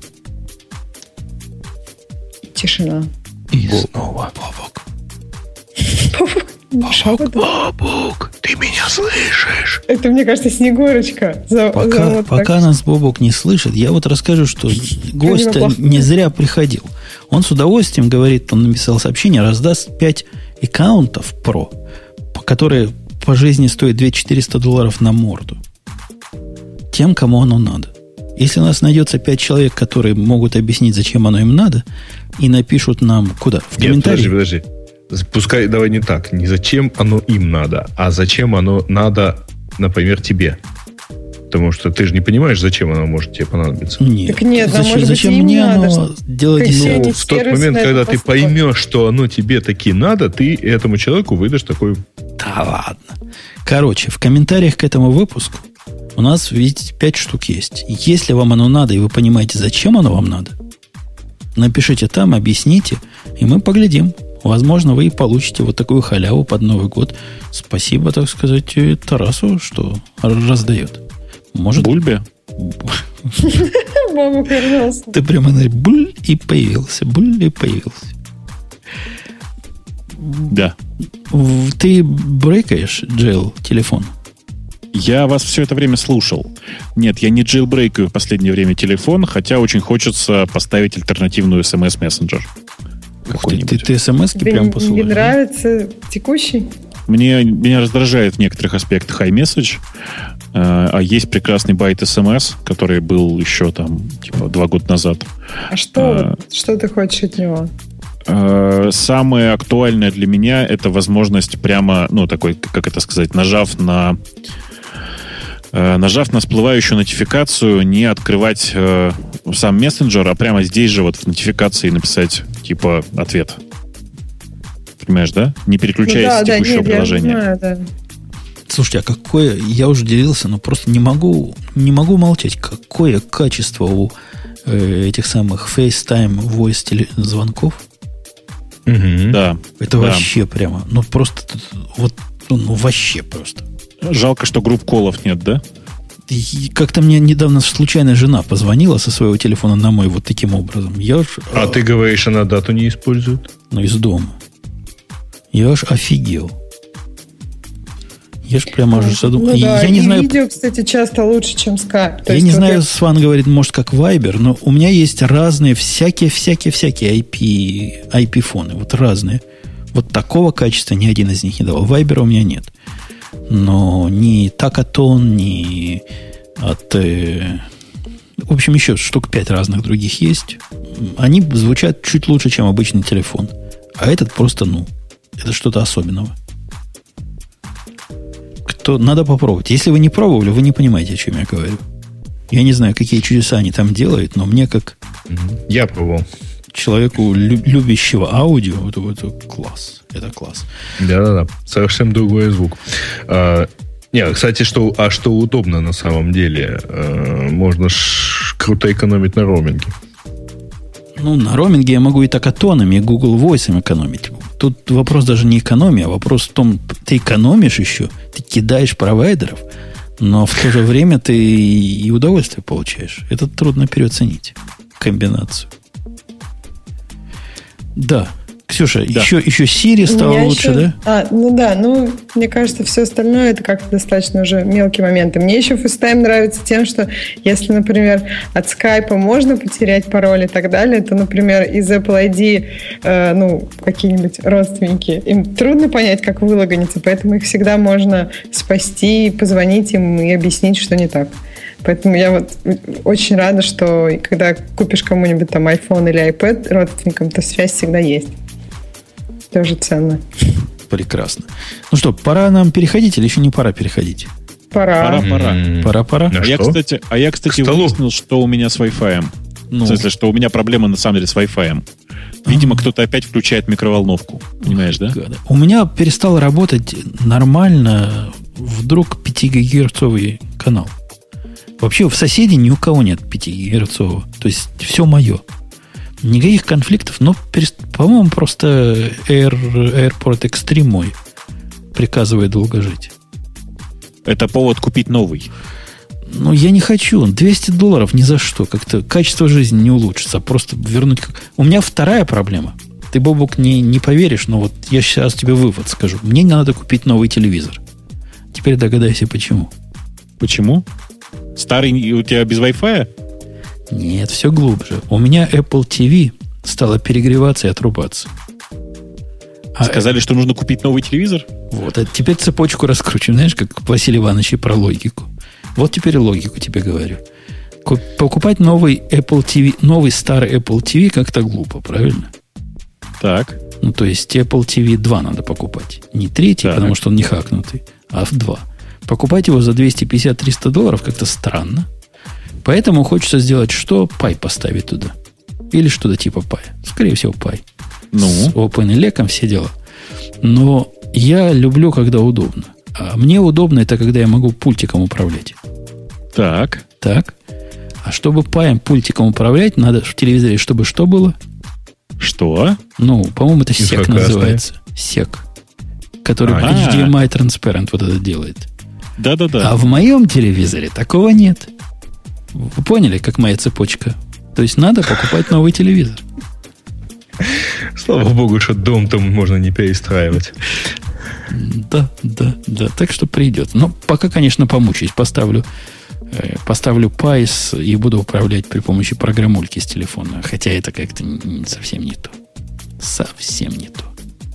Тишина. И Боб... снова Бобук. Бобук. Бобук, Бобук, ты меня слышишь? Это, мне кажется, Снегурочка. За, пока за вот пока нас Бобук не слышит, я вот расскажу, что гость не зря приходил. Он с удовольствием говорит, он написал сообщение, раздаст пять аккаунтов Pro, которые по жизни стоят две тысячи четыреста долларов на морду. Тем, кому оно надо. Если у нас найдется пять человек, которые могут объяснить, зачем оно им надо, и напишут нам куда? В комментарии. Подожди, подожди. Пускай, давай не так, не зачем оно им надо, а зачем оно надо, например, тебе. Потому что ты же не понимаешь, зачем оно может тебе понадобиться. Нет. Так нет, зачем, может зачем быть, мне надо, оно делать? Ну, в тот момент, когда ты поймешь, что оно тебе таки надо, ты этому человеку выдашь такой... Да ладно. Короче, в комментариях к этому выпуску у нас, видите, пять штук есть. Если вам оно надо, и вы понимаете, зачем оно вам надо, напишите там, объясните, и мы поглядим. Возможно, вы и получите вот такую халяву под Новый год. Спасибо, так сказать, Тарасу, что раздает. Может... Бульбе? Бобук вернулся. Ты прямо на буль и появился. Буль и появился. Да. Ты брейкаешь, Джейл, телефон? Я вас все это время слушал. Нет, я не джейлбрейкаю в последнее время телефон, хотя очень хочется поставить альтернативную эс эм эс-мессенджер. Ты, ты, ты смс-ки Тебе прям посылаешь? не нравится текущий? Мне, меня раздражает в некоторых аспектах iMessage, э, а есть прекрасный байт эс эм эс, который был еще там, типа, два года назад. А что, А, что ты хочешь от него? Э, самое актуальное для меня — это возможность прямо, ну, такой, как это сказать, нажав на... Нажав на всплывающую нотификацию, не открывать э, сам мессенджер, а прямо здесь же вот в нотификации написать типа ответ. Понимаешь, да? Не переключаясь ну, да, с текущего да, нет, приложения. Я понимаю, да. Слушайте, а какое... Я уже делился, но просто не могу, не могу молчать. Какое качество у э, этих самых FaceTime voice теле- звонков? Угу. Да. Это да. вообще прямо... Ну, просто... Вот, ну, вообще просто. Жалко, что групп колов нет, да? И как-то мне недавно случайно жена позвонила со своего телефона на мой вот таким образом. Я уж, а, а ты говоришь, она дату не использует? Ну, из дома. Я аж офигел. Я ж прямо уже задумал. Ну, да, я не и знаю, видео, кстати, часто лучше, чем Skype. То я не вот знаю, я... Сван говорит, может, как Viber, но у меня есть разные, всякие-всякие-всякие ай пи, ай пи-фоны. Вот разные. Вот такого качества ни один из них не давал. Viber у меня нет. Но ни Такатон, ни от... Э, в общем, еще штук пять разных других есть. Они звучат чуть лучше, чем обычный телефон. А этот просто, ну, это что-то особенного. Кто, надо попробовать. Если вы не пробовали, вы не понимаете, о чем я говорю. Я не знаю, какие чудеса они там делают, но мне как... Я пробовал. Человеку, лю- любящего аудио, это, это класс. Это класс. Да-да-да. Совсем другой звук. А, не, кстати, что, а что удобно на самом деле? А, можно ж круто экономить на роуминге. Ну, на роуминге я могу и такатонами, и Google Voice экономить. Тут вопрос даже не экономия, а вопрос в том, ты экономишь еще, ты кидаешь провайдеров, но в то же время ты и удовольствие получаешь. Это трудно переоценить. Комбинацию. Да. Ксюша, да. Еще, еще Siri стало лучше, еще... да? А, ну да, ну, мне кажется, все остальное это как-то достаточно уже мелкие моменты. Мне еще FaceTime нравится тем, что если, например, от Skype можно потерять пароль и так далее, то, например, из Apple ай ди, э, ну, какие-нибудь родственники, им трудно понять, как вылогиниться, поэтому их всегда можно спасти, позвонить им и объяснить, что не так. Поэтому я вот очень рада, что когда купишь кому-нибудь там iPhone или iPad родственникам, то связь всегда есть. Тоже ценно. Прекрасно. Ну что, пора нам переходить или еще не пора переходить? Пора. Пора, пора. Пора, пора. А, а я, кстати, а я, кстати, выяснил, что у меня с Wi-Fi. Ну. В смысле, что у меня проблема на самом деле с Wi-Fi. Видимо, а-а-а. Кто-то опять включает микроволновку. Понимаешь, да? У меня перестал работать нормально вдруг пятигагерцовый канал. Вообще в соседей ни у кого нет пятигагерцового. То есть все мое. Никаких конфликтов, но, по-моему, просто Air, AirPort Extreme мой приказывает долго жить. Это повод купить новый. Ну, я не хочу. двести долларов ни за что. Как-то качество жизни не улучшится. Просто вернуть... У меня вторая проблема. Ты, Бобук, не, не поверишь, но вот я сейчас тебе вывод скажу. Мне не надо купить новый телевизор. Теперь догадайся, почему. Почему? Старый у тебя без Wi-Fi? Нет, все глубже. У меня Apple ти ви стала перегреваться и отрубаться. А Сказали, это... что нужно купить новый телевизор? Вот, а теперь цепочку раскручиваем. Знаешь, как Василий Иванович и про логику. Вот теперь логику тебе говорю. Покупать новый Apple ти ви, новый старый Apple ти ви как-то глупо, правильно? Так. Ну, то есть Apple ти ви два надо покупать. Не третий, да, потому что он не хакнутый, а в два. Покупать его за двести пятьдесят - триста долларов как-то странно. Поэтому хочется сделать что? Пай поставить туда. Или что-то типа Пай. Скорее всего, Пай. Ну? С OpenELEC все дела. Но я люблю, когда удобно. А мне удобно это, когда я могу пультиком управлять. Так. Так. А чтобы Паем пультиком управлять, надо в телевизоре, чтобы что было? Что? Ну, по-моему, это сек называется. Сек. Который А-а-а. эйч ди эм ай Transparent вот это делает. Да-да-да. А в моем телевизоре такого нет. Вы поняли, как моя цепочка? То есть надо покупать новый телевизор. Слава богу, что дом там можно не перестраивать. Да, да, да. Так что придет. Но пока, конечно, помучаюсь. Поставлю, э, поставлю Пайс и буду управлять при помощи программульки с телефона. Хотя это как-то не, совсем не то. Совсем не то.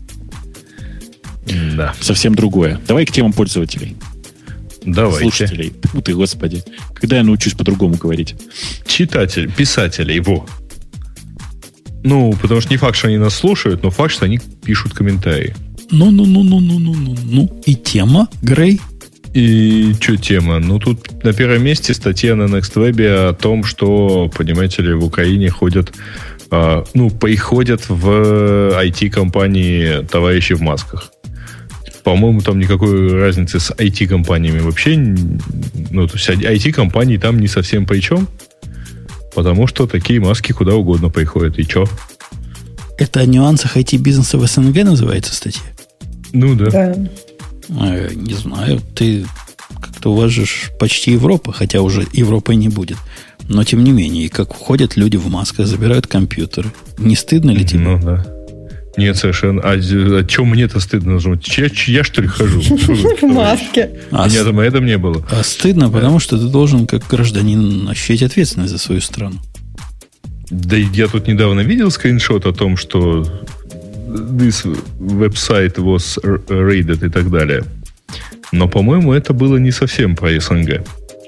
Да. Совсем другое. Давай к темам пользователей. Давайте. Слушателей. Фу ты, господи. Когда я научусь по-другому говорить? Читатель, писателей, во. Ну, потому что не факт, что они нас слушают, но факт, что они пишут комментарии. Ну-ну-ну-ну-ну-ну-ну. И тема, Грей? И что тема? Ну, тут на первом месте статья на NextWeb о том, что, понимаете ли, в Украине ходят, э, ну, приходят в ай ти-компании товарищи в масках. По-моему, там никакой разницы с ай ти-компаниями вообще, ну, то есть ай ти-компании там не совсем при чем, потому что такие маски куда угодно приходят. И что? Это о нюансах ай ти-бизнеса в СНГ называется статья? Ну, да. Да. А, не знаю. Ты как-то уважаешь почти Европа, хотя уже Европы не будет. Но, тем не менее, как ходят люди в масках, забирают компьютеры. Не стыдно ли тебе? Ну, да. Нет, совершенно. А о чем мне-то стыдно? Я, я что ли хожу? В маске. А меня там этом не было. А стыдно, потому что ты должен, как гражданин, ощущать ответственность за свою страну. Да я тут недавно видел скриншот о том, что this website was raided и так далее. Но, по-моему, это было не совсем про СНГ.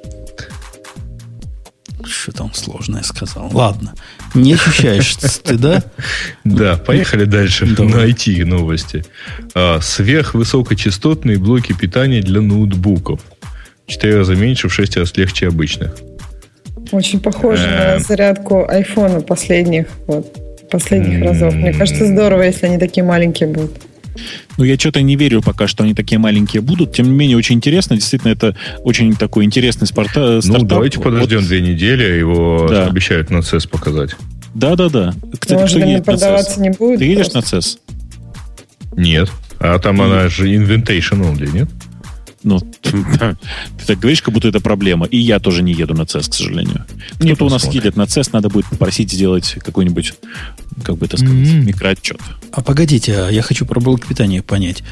Что там сложное сказал? Ладно. Не ощущаешь стыда? Да, поехали дальше на ай ти новости. Сверхвысокочастотные блоки питания для ноутбуков. В четыре раза меньше, в шесть раз легче обычных. Очень похоже на зарядку айфона последних, вот, последних разов. Мне кажется, здорово, если они такие маленькие будут. Ну, я что-то не верю пока, что они такие маленькие будут. Тем не менее, очень интересно. Действительно, это очень такой интересный спорта, стартап. Ну, давайте подождем вот. две недели. Его да. обещают на си и эс показать. Да-да-да. Кстати, может, кто едет на си и эс? Не будет, Ты едешь просто. на си и эс? Нет. А там и... она же invitation only, нет? Ну, ты так говоришь, как будто это проблема. И я тоже не еду на си и эс, к сожалению. Кто-то у нас едет на си и эс, надо будет попросить сделать какой-нибудь, как бы это сказать, mm-hmm. микроотчет. А погодите, я хочу про блок питания понять.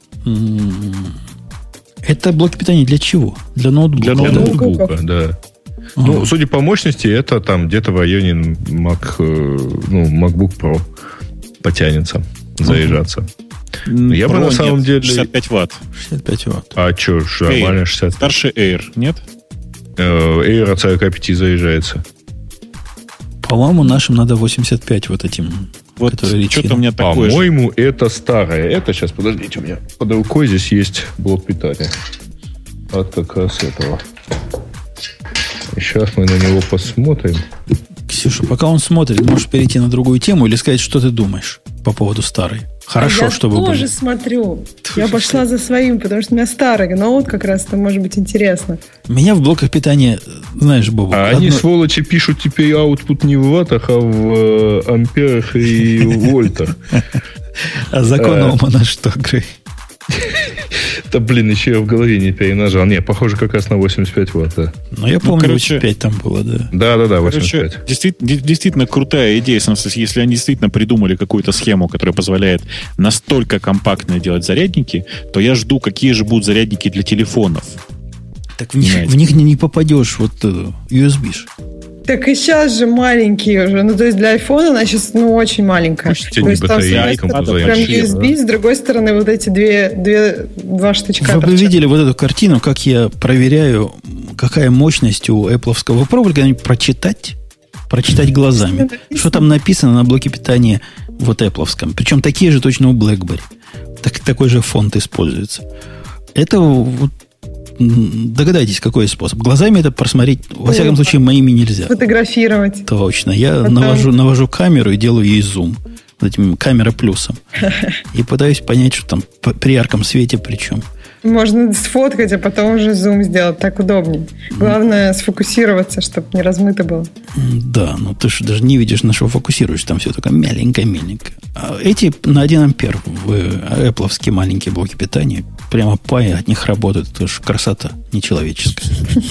Это блок питания для чего? Для ноутбука? Для ноутбука, да. да. Ага. Ну, судя по мощности, это там где-то в районе Mac, ну, MacBook Pro потянется, заряжаться. Ага. Я бы на самом нет, деле... шестьдесят пять ватт. шестьдесят пять ватт. А что, нормально шестьдесят пять? Старше Air, нет? Air от сорок пять заряжается. По-моему, нашим надо восемьдесят пять вот этим. Вот что-то у меня такое. По-моему, же. Это старое. Это сейчас, подождите, у меня под рукой здесь есть блок питания. От как раз этого. Сейчас мы на него посмотрим. Ксюша, пока он смотрит, можешь перейти на другую тему или сказать, что ты думаешь по поводу старой. Хорошо, я чтобы Я тоже были. смотрю. Я пошла за своим, потому что у меня старый ноут как раз, это может быть интересно. Меня в блоках питания, знаешь, Бобок... А одно... они, сволочи, пишут теперь аутпут не в ваттах, а в амперах и вольтах. А закон Ома что, Грей? Да, блин, еще я в голове не перенажал. Не, похоже, как раз на восемьдесят пять ватт, да. Ну, я помню, ну, короче, восемьдесят пять там было, да. Да-да-да, восемьдесят пять. Короче, действительно, действительно крутая идея, если они действительно придумали какую-то схему, которая позволяет настолько компактно делать зарядники, то я жду, какие же будут зарядники для телефонов. Так в них, в них не, не попадешь, вот ю эс би-ш. Так и сейчас же маленькие уже. Ну, то есть для айфона она сейчас, ну, очень маленькая. Пусть то есть там с одной стороны прям ю эс би, да? С другой стороны вот эти две, две, два штучка. Вы бы видели вот эту картину, как я проверяю, какая мощность у Apple-овского. Вы пробовали когда-нибудь прочитать? Прочитать глазами. Что там написано на блоке питания Вот Apple'овском. Причем такие же точно у BlackBerry. Так, такой же фонд используется. Это вот догадайтесь, какой способ. Глазами это просмотреть, во всяком случае, моими нельзя. Фотографировать. Точно. Я Потом... навожу, навожу камеру и делаю ей зум. Вот этим камера плюсом. И пытаюсь понять, что там при ярком свете причем. Можно сфоткать, а потом уже зум сделать. Так удобнее. Главное сфокусироваться, чтобы не размыто было. Да, но ты же даже не видишь, на что фокусируешь. Там все только меленько-меленько. А эти на один ампер в Apple-овские маленькие блоки питания прямо пай от них работают. Это же красота нечеловеческая.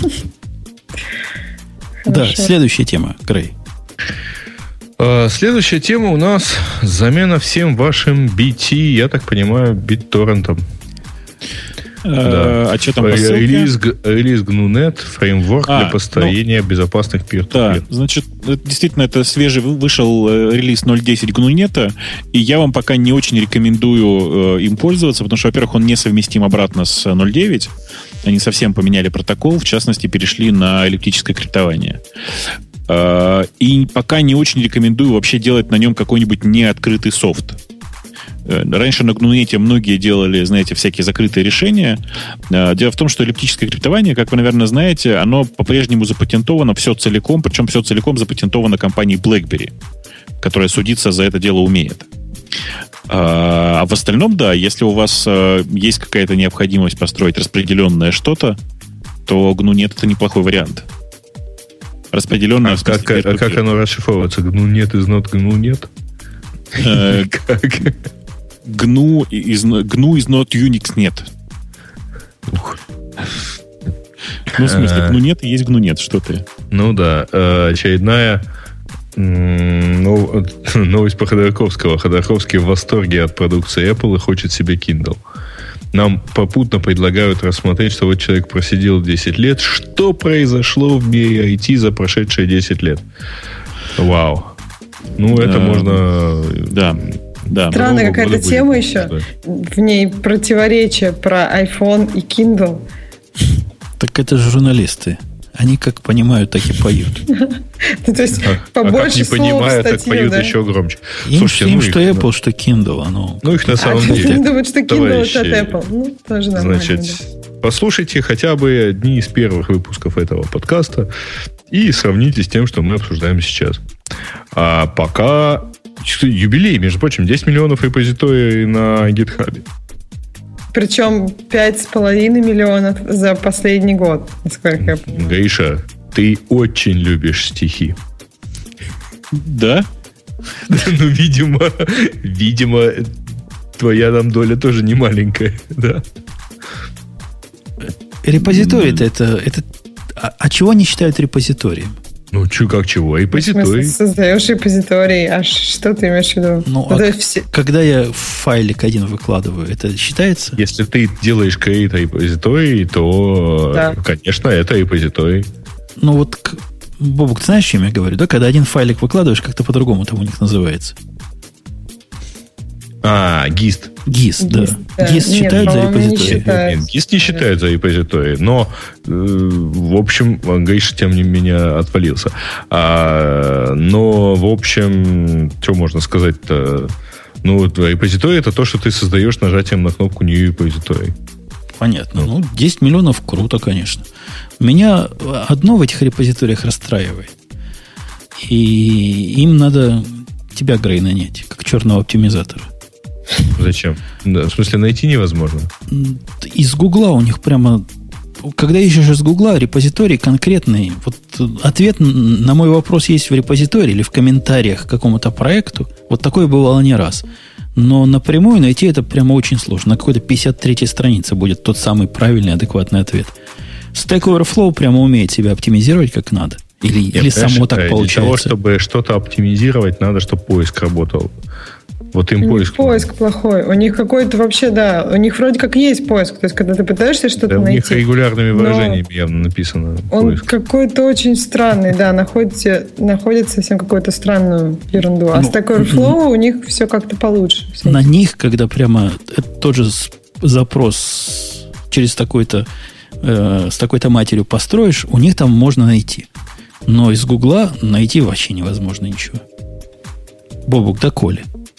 Да, следующая тема, Грей. Следующая тема у нас замена всем вашим би ти, я так понимаю, BitTorrent. Да. А что там по ссылке? Релиз, релиз джи эн ю точка нет, фреймворк а, для построения ну, безопасных peer-to-peer. Да, значит, действительно, это свежий вышел релиз ноль десять джи эн ю точка нет, и я вам пока не очень рекомендую э, им пользоваться, потому что, во-первых, он несовместим обратно с ноль девять. Они совсем поменяли протокол, в частности, перешли на эллиптическое криптование. Э, и пока не очень рекомендую вообще делать на нем какой-нибудь неоткрытый софт. Раньше на джи эн ю точка нет многие делали, знаете, всякие закрытые решения. Дело в том, что эллиптическое криптование, как вы, наверное, знаете, оно по-прежнему запатентовано все целиком, причем все целиком запатентовано компанией BlackBerry, которая судиться за это дело умеет. А в остальном, да, если у вас есть какая-то необходимость построить распределенное что-то, то джи эн ю точка нет это неплохой вариант. Распределенное... А как, а как оно расшифровывается? джи эн ю нет из not джи эн ю нет? Как? джи эн ю is, джи эн ю is not Unix нет. Ух. Ну, в смысле, джи эн ю нет и есть джи эн ю нет. Что ты? Ну да, очередная новость по Ходорковского. Ходорковский в восторге от продукции Apple и хочет себе Kindle. Нам попутно предлагают рассмотреть, что вот человек просидел десять лет. Что произошло в мире ай ти за прошедшие десять лет? Вау. Ну, это а, можно... Да. Да, странная какая-то тема еще. В ней противоречие про iPhone и Kindle. Так это же журналисты. Они как понимают, так и поют. То есть побольше слов в статью, да? не понимают, так поют еще громче. Им что Apple, что Kindle. Ну, их на самом деле. Они думают, что Kindle это от Apple. Ну, тоже нормально. Значит, послушайте хотя бы одни из первых выпусков этого подкаста и сравните с тем, что мы обсуждаем сейчас. А пока юбилей, между прочим, десять миллионов репозиторий на GitHub. Причем пять с половиной миллионов за последний год. Насколько я понимаю. Гриша, ты очень любишь стихи. Да? Ну, видимо, видимо, твоя там доля тоже не маленькая, да? Репозиторий-то это... это... А, а чего они считают репозиторием? Ну, чё, как чего? Репозиторий. В смысле, создаешь репозиторий, а что ты имеешь в виду? Ну, а все... когда я файлик один выкладываю, это считается? Если ты делаешь create репозиторий, то, да. Конечно, это репозиторий. Ну, вот, Бобук, ты знаешь, чем я говорю, да? Когда один файлик выкладываешь, как-то по-другому там у них называется. А, гист. гист, да. да. гист Нет, считают за репозиторий? Считает. Нет, гист не считают за репозиторий, но, э, в общем, Гриша, тем не менее, отвалился. А, но, в общем, что можно сказать-то? Ну, вот репозиторий — это то, что ты создаешь нажатием на кнопку New Repository. Понятно. Ну, десять миллионов круто, конечно. Меня одно в этих репозиториях расстраивает. И им надо тебя, Грей, нанять, как черного оптимизатора. Зачем? Да, в смысле, найти невозможно? Из Гугла у них прямо... Когда ищешь из Гугла репозиторий конкретный, вот ответ на мой вопрос есть в репозитории или в комментариях к какому-то проекту. Вот такое бывало не раз. Но напрямую найти это прямо очень сложно. На какой-то пятьдесят третьей странице будет тот самый правильный, адекватный ответ. Stack Overflow прямо умеет себя оптимизировать как надо. Или, Нет, или само так получается. Для того, чтобы что-то оптимизировать, надо, чтобы поиск работал. Вот им у поиск. Поиск плохой. У них какой-то вообще, да, у них вроде как есть поиск. То есть, когда ты пытаешься что-то да, найти. У них регулярными выражениями явно написано. Он поиск. Какой-то очень странный, да, находит, находит совсем какую-то странную ерунду. А ну, с Stack Overflow у них все как-то получше. На них, когда прямо тот же запрос через такой-то э, с такой-то матерью построишь, у них там можно найти. Но из Гугла найти вообще невозможно ничего. Бобук, доколе?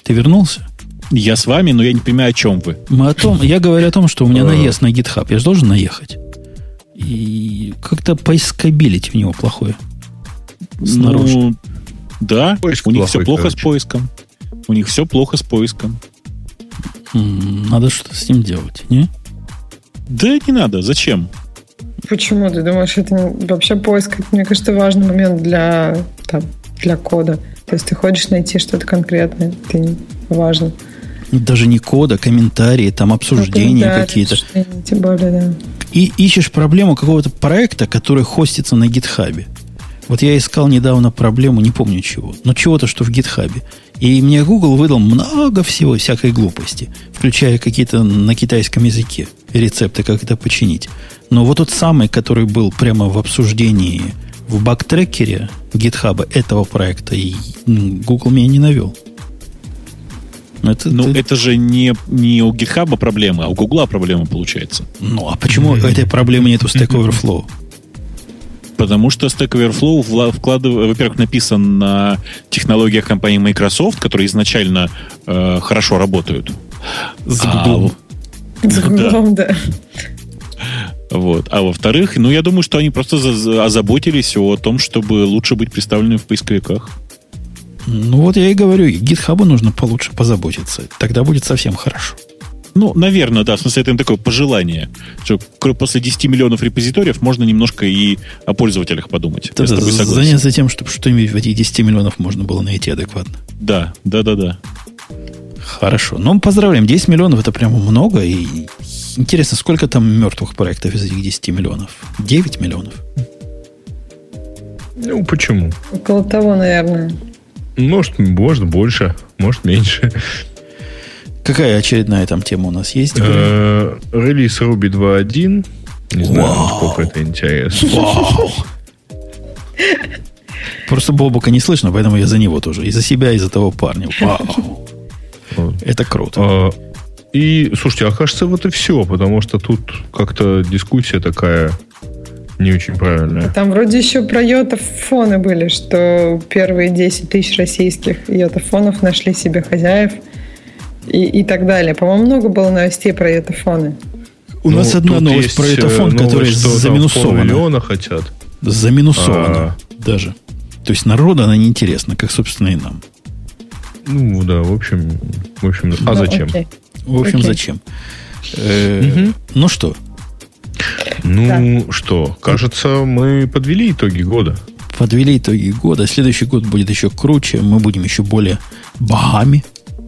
Ты вернулся? Я с вами, но я не понимаю, о чем вы. Мы о том, я говорю о том, что у меня наезд на GitHub. Я же должен наехать. И как-то поискабилити у него плохое. Снаружи. Ну, да, поиск у них плохой, все плохо короче. с поиском. У них все плохо с поиском. Надо что-то с ним делать, не? Да не надо, зачем? Почему? Ты думаешь, это не... вообще поиск, это, мне кажется, важный момент для, там, для кода. То есть ты хочешь найти что-то конкретное, это не важно. Даже не кода, комментарии, там обсуждения да, какие-то. Обсуждения, тем более, да. И ищешь проблему какого-то проекта, который хостится на GitHub. Вот я искал недавно проблему, не помню чего, но чего-то, что в GitHub. И мне Google выдал много всего, всякой глупости, включая какие-то на китайском языке рецепты, как это починить. Но вот тот самый, который был прямо в обсуждении в баг-трекере GitHub этого проекта, и Google меня не навел. Это, ну, это... это же не, не у GitHub проблема, а у Google проблема получается. Ну, а почему mm-hmm. этой проблемы нет у Stack Overflow? Потому что Stack Overflow вкладывает, во-первых, написан на технологиях компании Microsoft, которые изначально э, хорошо работают. С Google. А, С Google, да. да. Вот. А во-вторых, ну, я думаю, что они просто за- озаботились о том, чтобы лучше быть представленными в поисковиках. Ну, вот я и говорю, GitHub нужно получше позаботиться. Тогда будет совсем хорошо. Ну, наверное, да. В смысле, это им такое пожелание, что после десяти миллионов репозиториев можно немножко и о пользователях подумать. Это я с тобой согласен. Заняться тем, чтобы что-нибудь в этих десяти миллионов можно было найти адекватно. Да, да, да, да. Хорошо. Ну, поздравляем. десять миллионов это прямо много. И интересно, сколько там мертвых проектов из этих десяти миллионов? девять миллионов? Ну, почему? Около того, наверное. Может, может больше, может меньше. Какая очередная там тема у нас есть? Э, Релиз Ruby два точка один. Не знаю, Вау. насколько это интересно. Вау! Просто Бобука не слышно, поэтому я за него тоже. И за себя, и за того парня. Вау! Это круто. А, И, слушайте, окажется, вот и все, потому что тут как-то дискуссия такая не очень правильная. Там вроде еще про йотафоны были, что первые десять тысяч российских йотафонов нашли себе хозяев и, и так далее. По-моему, много было новостей про йотафоны. У ну, нас одна новость про йотафон, который заминусована. Миллиона хотят. Заминусована А. даже. То есть народу она неинтересна, как, собственно, и нам. Ну, да, в общем, в общем, а Ну, зачем? окей. В общем, Окей. зачем? Э, Мгм. Ну что, Ну, что, кажется, мы подвели итоги года. подвели итоги года. Следующий год будет еще круче. Мы будем еще более богами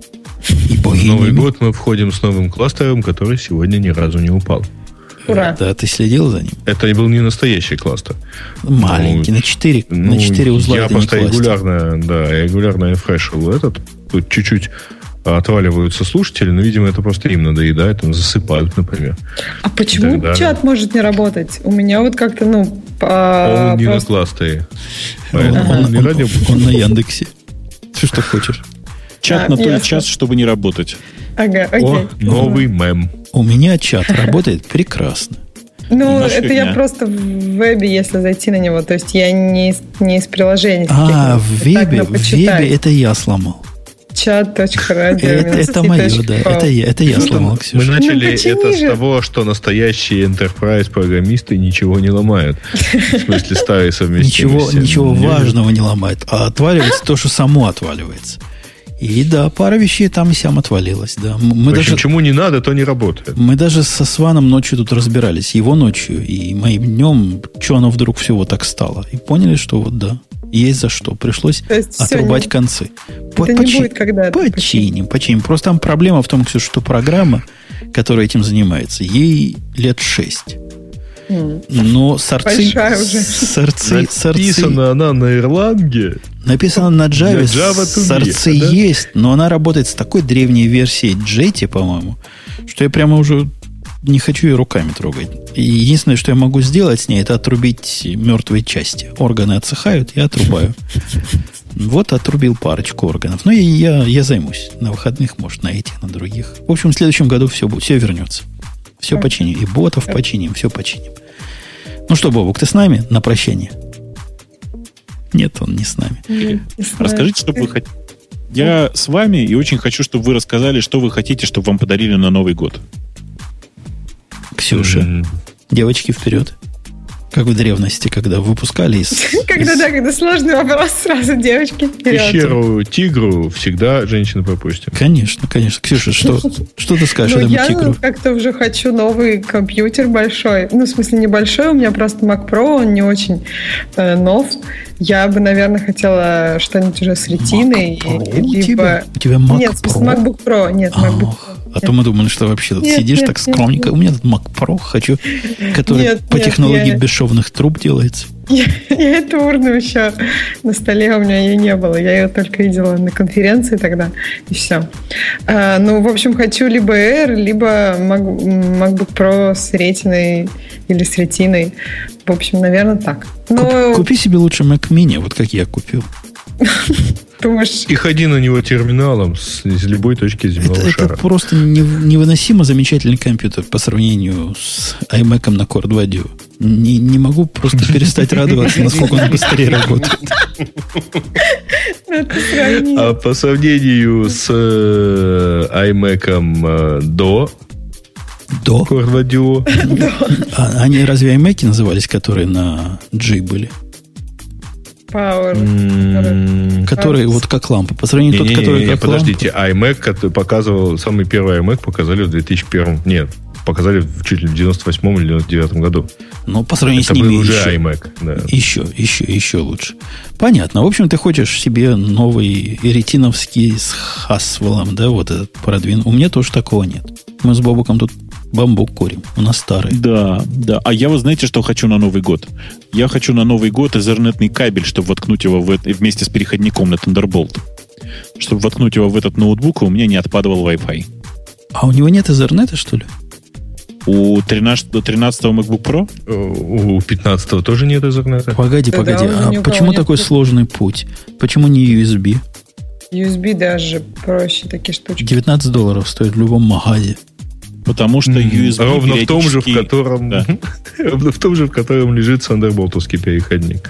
и В Новый богинями. год мы входим с новым кластером, который сегодня ни разу не упал. Ура. Да, ты следил за ним? Это был не настоящий кластер. Маленький, Ну, на четыре, Ну, на четыре узла. я это не просто кластер. регулярно, да, я регулярно рефрешил этот. Тут чуть-чуть отваливаются слушатели, но, видимо, это просто им надоедает, там засыпают, например. А почему так далее. чат может не работать? У меня вот как-то, ну, по- Он не просто- на кластере. Он, Поэтому он- не он- радио. он на Яндексе. Ты что хочешь? Чат А, на то и ясно. час, чтобы не работать. Ага, окей. О, новый мем. У меня чат работает прекрасно. Ну, Немножко это фигня. я просто в вебе, если зайти на него. То есть я не из, не из приложения. А, каких-то. в Так, вебе, ну, в почитай. вебе это я сломал. Чат.радио. Это, это мое, да. Это я, это я сломал, Мы Ксюша. начали Ну, почини это с же. того, что настоящие enterprise программисты ничего не ломают. В смысле, старые совместимости. Ничего, ничего Не- важного не ломает. А отваливается то, что само отваливается. И да, пара вещей там и сям отвалилась. Да. М- Мы В общем, даже, чему не надо, то не работает. мы даже со Сваном ночью тут разбирались. Его ночью и моим днем, что оно вдруг все вот так стало. И поняли, что вот да, есть за что. Пришлось То есть всё, отрубать не- концы. По- Это не почи- будет когда-то. Починим, починим. Просто там проблема в том, Ксюша, что программа, которая этим занимается, ей лет шесть. М. Но сорцы, Большая уже. сорцы, сорцы, Написана она на Ирланге. написано на Java, На Java to be, сорцы да? есть, но она работает с такой древней версией Jetty, по-моему, что я прямо уже не хочу ее руками трогать. И единственное, что я могу сделать с ней, это отрубить мертвые части. Органы отсыхают, я отрубаю. Вот отрубил парочку органов. Но я, я, я займусь. На выходных, может, на этих, на других. В общем, в следующем году все, будет, все вернется. Все починим. И ботов починим, все починим. Ну что, Бобук, ты с нами на прощание? Нет, он не с нами. Не знаю. Расскажите, что бы вы хотели. Я с вами и очень хочу, чтобы вы рассказали, что вы хотите, чтобы вам подарили на Новый год. Ксюша, mm-hmm. девочки, вперед. Как в древности, когда выпускали из... Когда, из... да, когда сложный вопрос, сразу девочки вперед. Пещеру тигру всегда женщины пропустят. Конечно, конечно. Ксюша, что, что ты скажешь ну, этому я тигру? Я как-то уже хочу новый компьютер большой. Ну, в смысле, небольшой. У меня просто Mac Pro, он не очень э, нов. Я бы, наверное, хотела что-нибудь уже с ретиной. Mac Pro либо... у тебя? У тебя Mac Нет, Pro? в смысле, MacBook Pro. Нет, Ах, MacBook Pro. А то мы думали, что вообще тут нет, сидишь нет, так скромненько. Нет, У меня тут Mac Pro хочу, который нет, по нет, технологии я... бесшовных труб делается. Я, я эту урну еще на столе у меня ее не было. Я ее только видела на конференции тогда, и все. А, ну, в общем, хочу либо Air, либо MacBook Pro с ретиной или с ретиной. В общем, наверное, так. Но... Куп, купи себе лучше Mac Mini, вот как я купил. Думаешь... И ходи на него терминалом с, с любой точки земного это, шара. Это просто невыносимо замечательный компьютер по сравнению с iMac на Core два Duo. Не, не могу просто перестать радоваться, насколько он быстрее работает. А по сравнению с iMac до до Core два Duo. А они разве iMac назывались, которые на G были? Power. Mm-hmm. Который вот как лампа. По сравнению тот, который как подождите, iMac, который показывал, самый первый iMac показали в две тысячи первом. Нет, показали в, чуть ли в девяносто восьмом или девяносто девятом году. Ну, по сравнению это с ними был уже еще, iMac. Да. Еще, еще, еще лучше. Понятно. В общем, ты хочешь себе новый ретиновский с Haswell, да, вот этот продвин. У меня тоже такого нет. Мы с Бобуком тут бамбук курим. У нас старый. Да, да. А я, вы знаете, что хочу на Новый год? Я хочу на Новый год эзернетный кабель, чтобы воткнуть его в, вместе с переходником на Thunderbolt. Чтобы воткнуть его в этот ноутбук, и у меня не отпадывал Wi-Fi. А у него нет эзернета, что ли? У тринадцатого MacBook Pro? У пятнадцатого тоже нет эзернета. Погоди, да, погоди. Да, а почему такой нет. сложный путь? Почему не ю эс би? ю эс би даже проще такие штучки. девятнадцать долларов стоит в любом магазе. Потому что ю эс би ровно в том же, в котором, да. ровно в том же, в котором лежит Thunderbolt-овский переходник.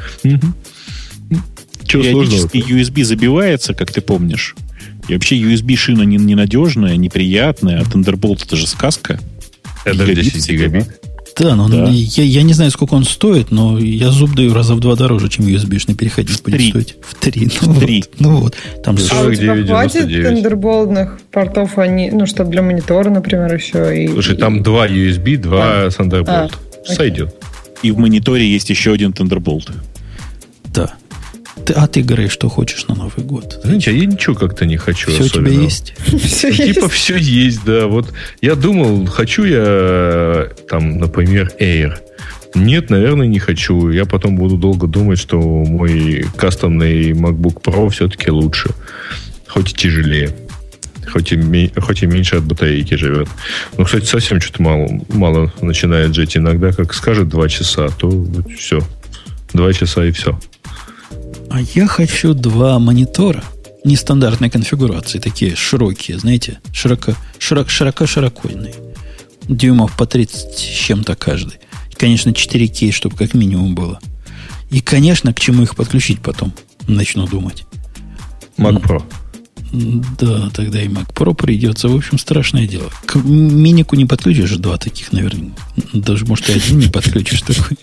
Периодически ю эс би забивается, как ты помнишь. И вообще ю эс би-шина ненадежная, неприятная, а Thunderbolt это же сказка. Это десять гигабит. Да, но да. Я, я не знаю, сколько он стоит, но я зуб даю раза в два дороже, чем ю эс би-шный переходник будет стоить. В три. Ну, в три. Вот, ну вот. Там а у тебя хватит Thunderbolt-ных портов, они, ну, чтобы для монитора, например, еще. И, Слушай, и... там два ю эс би, два а. Thunderbolt. А, сойдет. И в мониторе есть еще один Thunderbolt. Да. Ты, а ты, Грей, что хочешь на Новый год? Знаете, я ничего как-то не хочу. Все особенно. У тебя есть? Все ну, есть. Типа все есть, да. Вот я думал, хочу я там, например, Air. Нет, наверное, не хочу. Я потом буду долго думать, что мой кастомный MacBook Pro все-таки лучше. Хоть и тяжелее. Хоть и, хоть и меньше от батарейки живет. Ну, кстати, совсем что-то мало, мало начинает жить. Иногда, как скажет два часа, то вот все. Два часа и все. А я хочу два монитора нестандартной конфигурации, такие широкие, знаете, широко, широко, широко широкойные. Дюймов по тридцать с чем-то каждый. И, конечно, четыре кей, чтобы как минимум было. И, конечно, к чему их подключить потом, начну думать. Mac Pro. Да, тогда и Mac Pro придется. В общем, страшное дело. К минику не подключишь два таких, наверное. Даже, может, и один не подключишь такой.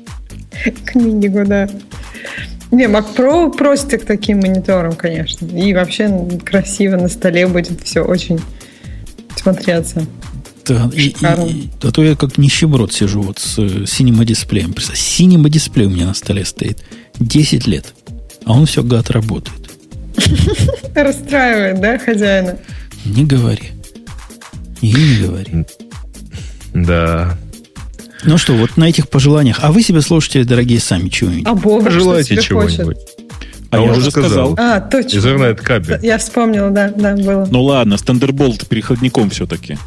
К минику, да. Не, Mac Pro просто к таким мониторам, конечно. И вообще красиво на столе будет все очень смотреться. Да, и, и, и, а то я как нищеброд сижу вот с Cinema дисплеем. Cinema дисплей у меня на столе стоит. десять лет. А он все, гад, работает. Расстраивает, да, хозяина? Не говори. И не говори. Да. Ну что, вот на этих пожеланиях. А вы себе, слушатели, дорогие, сами чего-нибудь? А Бог, пожелайте чего-нибудь. А, а я уже сказал. А, точно. Ethernet кабель. Я вспомнила, да, да, было. Ну ладно, с Thunderbolt переходником все-таки.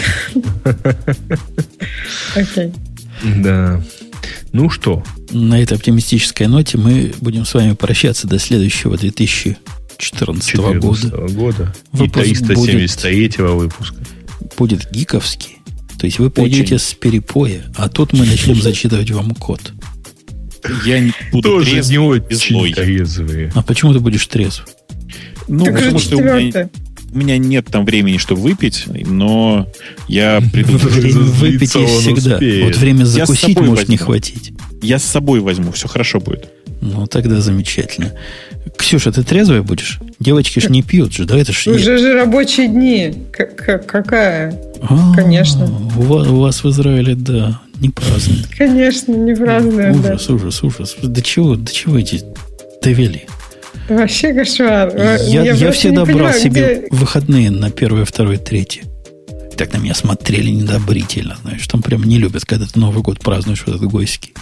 Окей. Да. Ну что? На этой оптимистической ноте мы будем с вами прощаться до следующего две тысячи четырнадцатого года. года. И триста семьдесят третьего выпуска. Будет гиковский. То есть вы пойдете с перепоя, а тут мы начнем зачитывать вам код. Я не буду тоже трезв, не очень трезвые. А почему ты будешь трезв? Ну, так потому что у меня, у меня нет там времени, чтобы выпить, но я приду. Время выпить есть всегда. Вот время закусить может не хватить. Я с собой возьму, все хорошо будет. Ну, тогда замечательно. Ксюша, ты трезвая будешь? Девочки ж не пьют же, да? Это ж уже же рабочие дни. Как, какая? А, Конечно. У вас, у вас в Израиле, да, не празднуют. Конечно, не празднуют. Ужас, да. ужас, ужас. До чего, до чего эти довели? Вообще кошмар. Я, я, я всегда брал понимаю, себе где... выходные на первое, второе, третье. Так на меня смотрели недобрительно, знаешь. Там прям не любят, когда ты Новый год празднуешь вот этот гойский.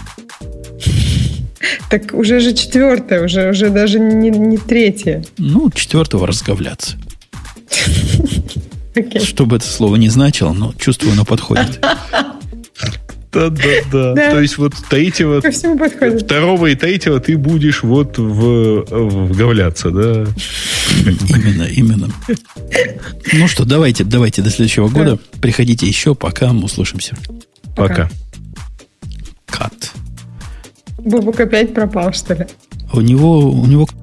Так уже же четвертое, уже, уже даже не, не третье. Ну, четвертого разговляться. Okay. Что бы это слово ни значило, но чувствую, оно подходит. Да-да-да. То есть вот третьего, второго и третьего ты будешь вот в, вговляться, да? Именно, именно. Ну что, давайте, давайте до следующего года. Приходите еще, пока мы услышимся. Пока. Кат. Бобук опять пропал, что ли? У него, у него